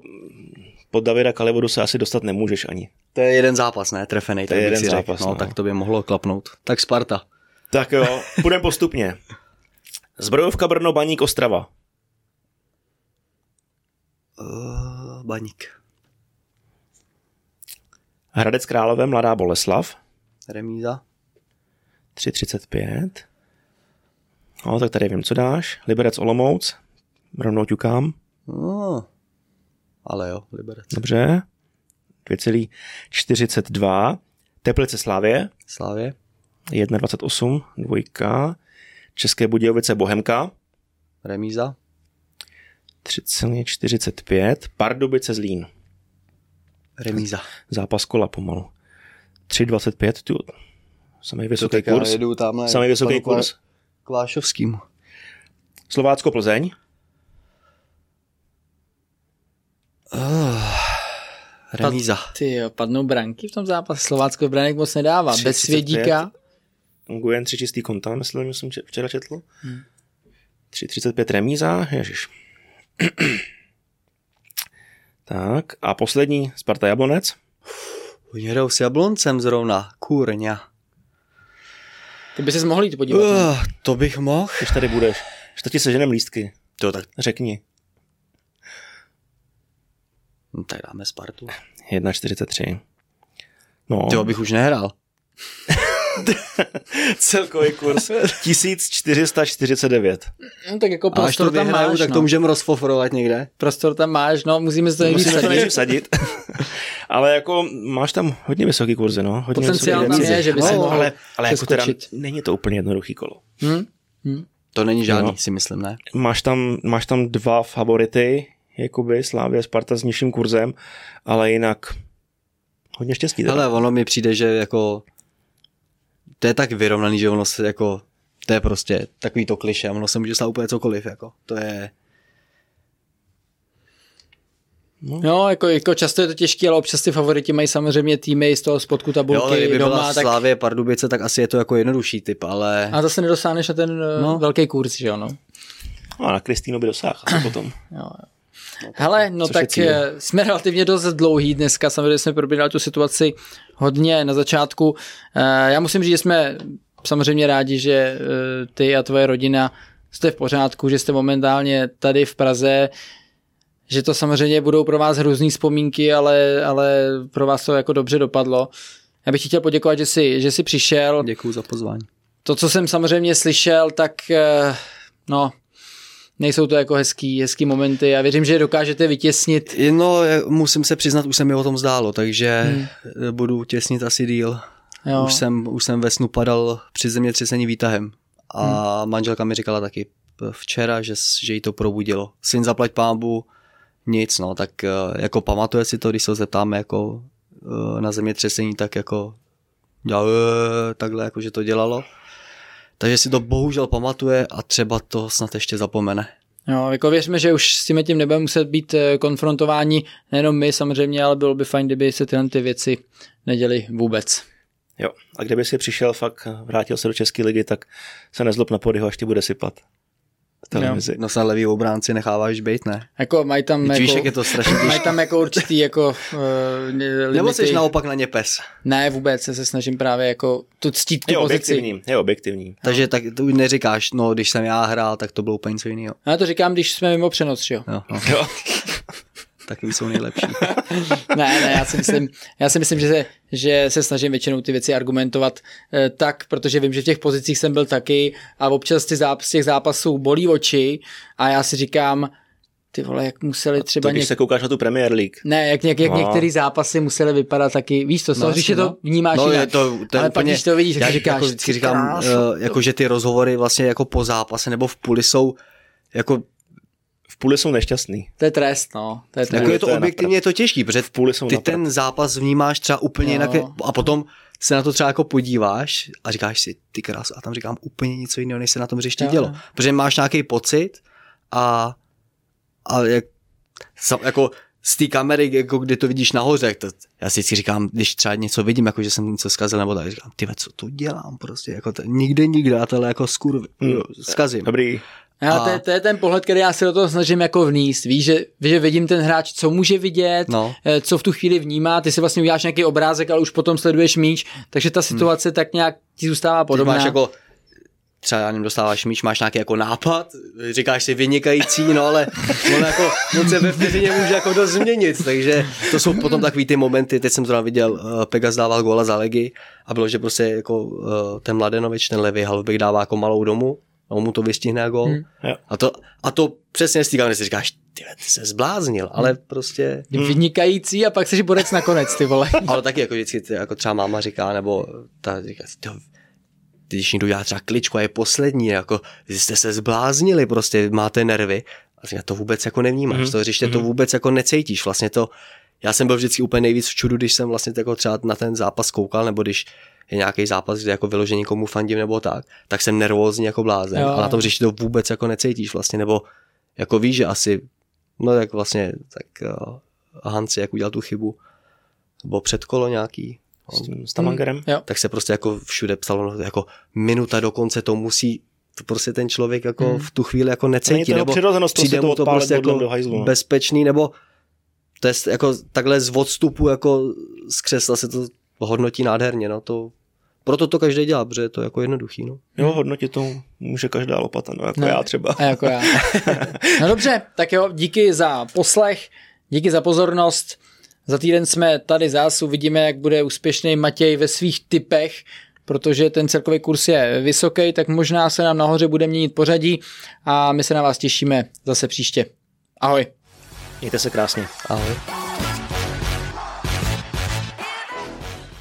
pod Davida Kalivodu se asi dostat nemůžeš ani. To je jeden zápas, ne? Trefenej. To je jeden zápas, no, no. Tak to by mohlo klapnout. Tak Sparta. Tak jo, půjdeme postupně. Zbrojovka Brno, Baník, Ostrava. Uh, Baník. Hradec Králové, Mladá Boleslav. Remíza. tři třicet pět. No, tak tady vím, co dáš. Liberec Olomouc. Rovnou ťukám. No, ale jo, Liberec. Dobře. dvě celá čtyřicet dva. Teplice Slávě. Slávě. jedna dvacet osm, dvojka. České Budějovice Bohemka. Remíza. tři celá čtyřicet pět. Pardubice Zlín. Remíza. Zápas kola pomalu. tři dvacet pět, tu. Samý vysoký to kurz. Samý vysoký kurz. Klášovským. Slovácko Plzeň. Oh, remíza. Ty jo, padnou branky v tom zápase. Slovácko branek moc nedává. Bez Svědíka. Nguyen tři čistý konta, myslím, že jsem včera četl. Hmm. tři třicet pět remíza, ježiš. Tak, a poslední, Sparta Jablonec. Oni hrajou s Jabloncem zrovna, kurňa. Ty by ses mohl jít podívat. Uh, to bych mohl. Když tady budeš, že to ti seženem lístky. To tak. Řekni. No, tak dáme Spartu. jedna čtyřicet tři. No. Ty bych už nehrál. Celkový kurz tisíc čtyři sta čtyřicet devět. No, tak jako prostor to tam vyhraju, máš, tak no. to můžeme rozfofrovat někde. Prostor tam máš, no, musíme to nejvíc sadit. sadit. Ale jako máš tam hodně vysoký kurzy, no. Hodně potenciál tam je, že by se no, mohl ale, ale jako teda není to úplně jednoduchý kolo. Hmm? Hmm. To není žádný, no. Si myslím, ne? Máš tam, máš tam dva favority, jakoby Slavia, Sparta s nižším kurzem, ale jinak hodně štěstí. Ale ono mi přijde, že jako to je tak vyrovnaný, že ono se jako to je prostě takový to kliše, ono se může stát úplně cokoliv, jako to je. No, no jako, jako často je to těžké, ale občas ty favoriti mají samozřejmě týmy z toho spodku tabulky. Jo, kdyby doma, byla tak... Slávě, Pardubice, tak asi je to jako jednodušší typ, ale... A zase nedosáhneš na ten no. velký kurz, že jo, no. No a na Kristýnu by dosáhl potom. Jo, jo. Hele, no Což tak jsme relativně dost dlouhý dneska, samozřejmě jsme probírali tu situaci hodně na začátku. Já musím říct, že jsme samozřejmě rádi, že ty a tvoje rodina jste v pořádku, že jste momentálně tady v Praze, že to samozřejmě budou pro vás hrůzný vzpomínky, ale, ale pro vás to jako dobře dopadlo. Já bych ti chtěl poděkovat, že jsi, že jsi přišel. Děkuju za pozvání. To, co jsem samozřejmě slyšel, tak no, nejsou to jako hezký, hezký momenty. Já věřím, že je dokážete vytěsnit. No, musím se přiznat, už se mi o tom zdálo, takže hmm. budu těsnit asi díl. Jo. Už jsem, už jsem ve snu padal při zemětřesení výtahem a hmm. manželka mi říkala taky včera, že, že jí to probudilo. Syn zaplať pánbu, nic, no, tak jako pamatuje si to, když se ho zeptáme jako na zemětřesení, tak jako dělal, takhle, jako že to dělalo. Takže si to bohužel pamatuje a třeba to snad ještě zapomene. Jo, jako věřme, že už s tím tím nebudeme muset být konfrontováni, nejenom my samozřejmě, ale bylo by fajn, kdyby se tyhle ty věci neděly vůbec. Jo, a kdyby si přišel fakt, vrátil se do České ligy, tak se nezlob na Podyho, až ti bude sypat. Televizi. No se levý obránci necháváš bejt, ne? Jako mají tam jako, víš, jak je to strašně mají tam jako určitý jako uh, limity. Nebo jsi naopak na ně pes? Ne, vůbec, se snažím právě jako tu ctít tu je pozici. Objektivní, je objektivní. Takže tak to neříkáš, no když jsem já hrál, tak to bylo úplně něco jiného. Já to říkám, když jsme mimo přenos, jo? Jo, no. Jo. Taky jsou nejlepší. ne, ne, já si myslím, já si myslím že, se, že se snažím většinou ty věci argumentovat eh, tak, protože vím, že v těch pozicích jsem byl taky a občas ty záp- z těch zápasů bolí oči a já si říkám, ty vole, jak museli třeba... To když něk... se koukáš na tu Premier League. Ne, jak, jak, jak no. některý zápasy museli vypadat taky, víš to, no, když je to vnímáš no, jinak, je to, to ale úplně, pak když to vidíš, tak já říkáš, jako vždycky říkám, uh, jako, že ty rozhovory vlastně jako po zápase nebo v půli jsou jako v půli jsou nešťastný. To je trest, no. To je, trest. Jako je to, to objektivně je to těžký, protože v půli jsou ty naprat. Ten zápas vnímáš třeba úplně jinak a potom se na to třeba jako podíváš a říkáš si, ty krás, a tam říkám úplně něco jiného, než se na tom hřišti dělo. Protože máš nějaký pocit a, a jak, jako z té kamery, jako kdy to vidíš nahoře, to, já si vždycky říkám, když třeba něco vidím, jako že jsem něco zkazil nebo tak, říkám, ty co to dělám prostě, jako to, nikde, nikde, a tohle jako skurvy, mm, zkazím. Dobrý. A to, je, to je ten pohled, který já se do toho snažím jako vníst. Víš, že, že vidím ten hráč, co může vidět, no. co v tu chvíli vnímá, ty si vlastně uděláš nějaký obrázek, ale už potom sleduješ míč, takže ta situace hmm. tak nějak ti zůstává podobná. Ty máš jako, třeba já nevím, dostáváš míč, máš nějaký jako nápad, říkáš si vynikající, no ale on jako, on se ve vteřině může jako dost změnit, takže to jsou potom takový ty momenty, teď jsem zrovna viděl, uh, Pegas dával góla za Legy a bylo, že prostě jako uh, ten Mladenovič, ten levý halfback dává jako malou domu, a on mu to vystihne gól. Hmm. A, to, a to přesně z té kamery si říkáš, ty, ty se zbláznil, ale hmm. prostě... Vynikající a pak jsi borec nakonec, ty vole. Ale taky jako vždycky, jako třeba máma říká, nebo ta říká, když někdo dělá třeba kličku a je poslední, jako vy jste se zbláznili, prostě máte nervy. A říká, to vůbec jako nevnímáš, hmm. to hřiště hmm. to vůbec jako necítíš. Vlastně to, já jsem byl vždycky úplně nejvíc v čudu, když jsem vlastně jako třeba na ten zápas koukal, nebo když je nějaký zápas, kde jako vyloženě komu fandím nebo tak, tak jsem nervózní jako blázen. Jo. A na tom hřišti to vůbec jako necítíš vlastně, nebo jako víš, že asi, no tak vlastně, tak uh, Hanci jak udělal tu chybu, nebo předkolo nějaký, on, s Tamangerem, hmm. tak se prostě jako všude psalo, no, jako minuta do konce to musí, to prostě ten člověk jako hmm. v tu chvíli jako necítí, nebo přijde mu to prostě jako bezpečný, nebo to je jako takhle z odstupu jako z křesla se to hodnotí nádherně, no to proto to každý dělá, protože je to jako jednoduchý, no. Jo, hodnotit to může každá lopata, no jako no, já třeba. A jako já. No dobře, tak jo, díky za poslech, díky za pozornost. Za týden jsme tady zás, uvidíme, jak bude úspěšný Matěj ve svých tipech, protože ten celkový kurz je vysoký, tak možná se nám nahoře bude měnit pořadí a my se na vás těšíme zase příště. Ahoj. Mějte se krásně. Ahoj.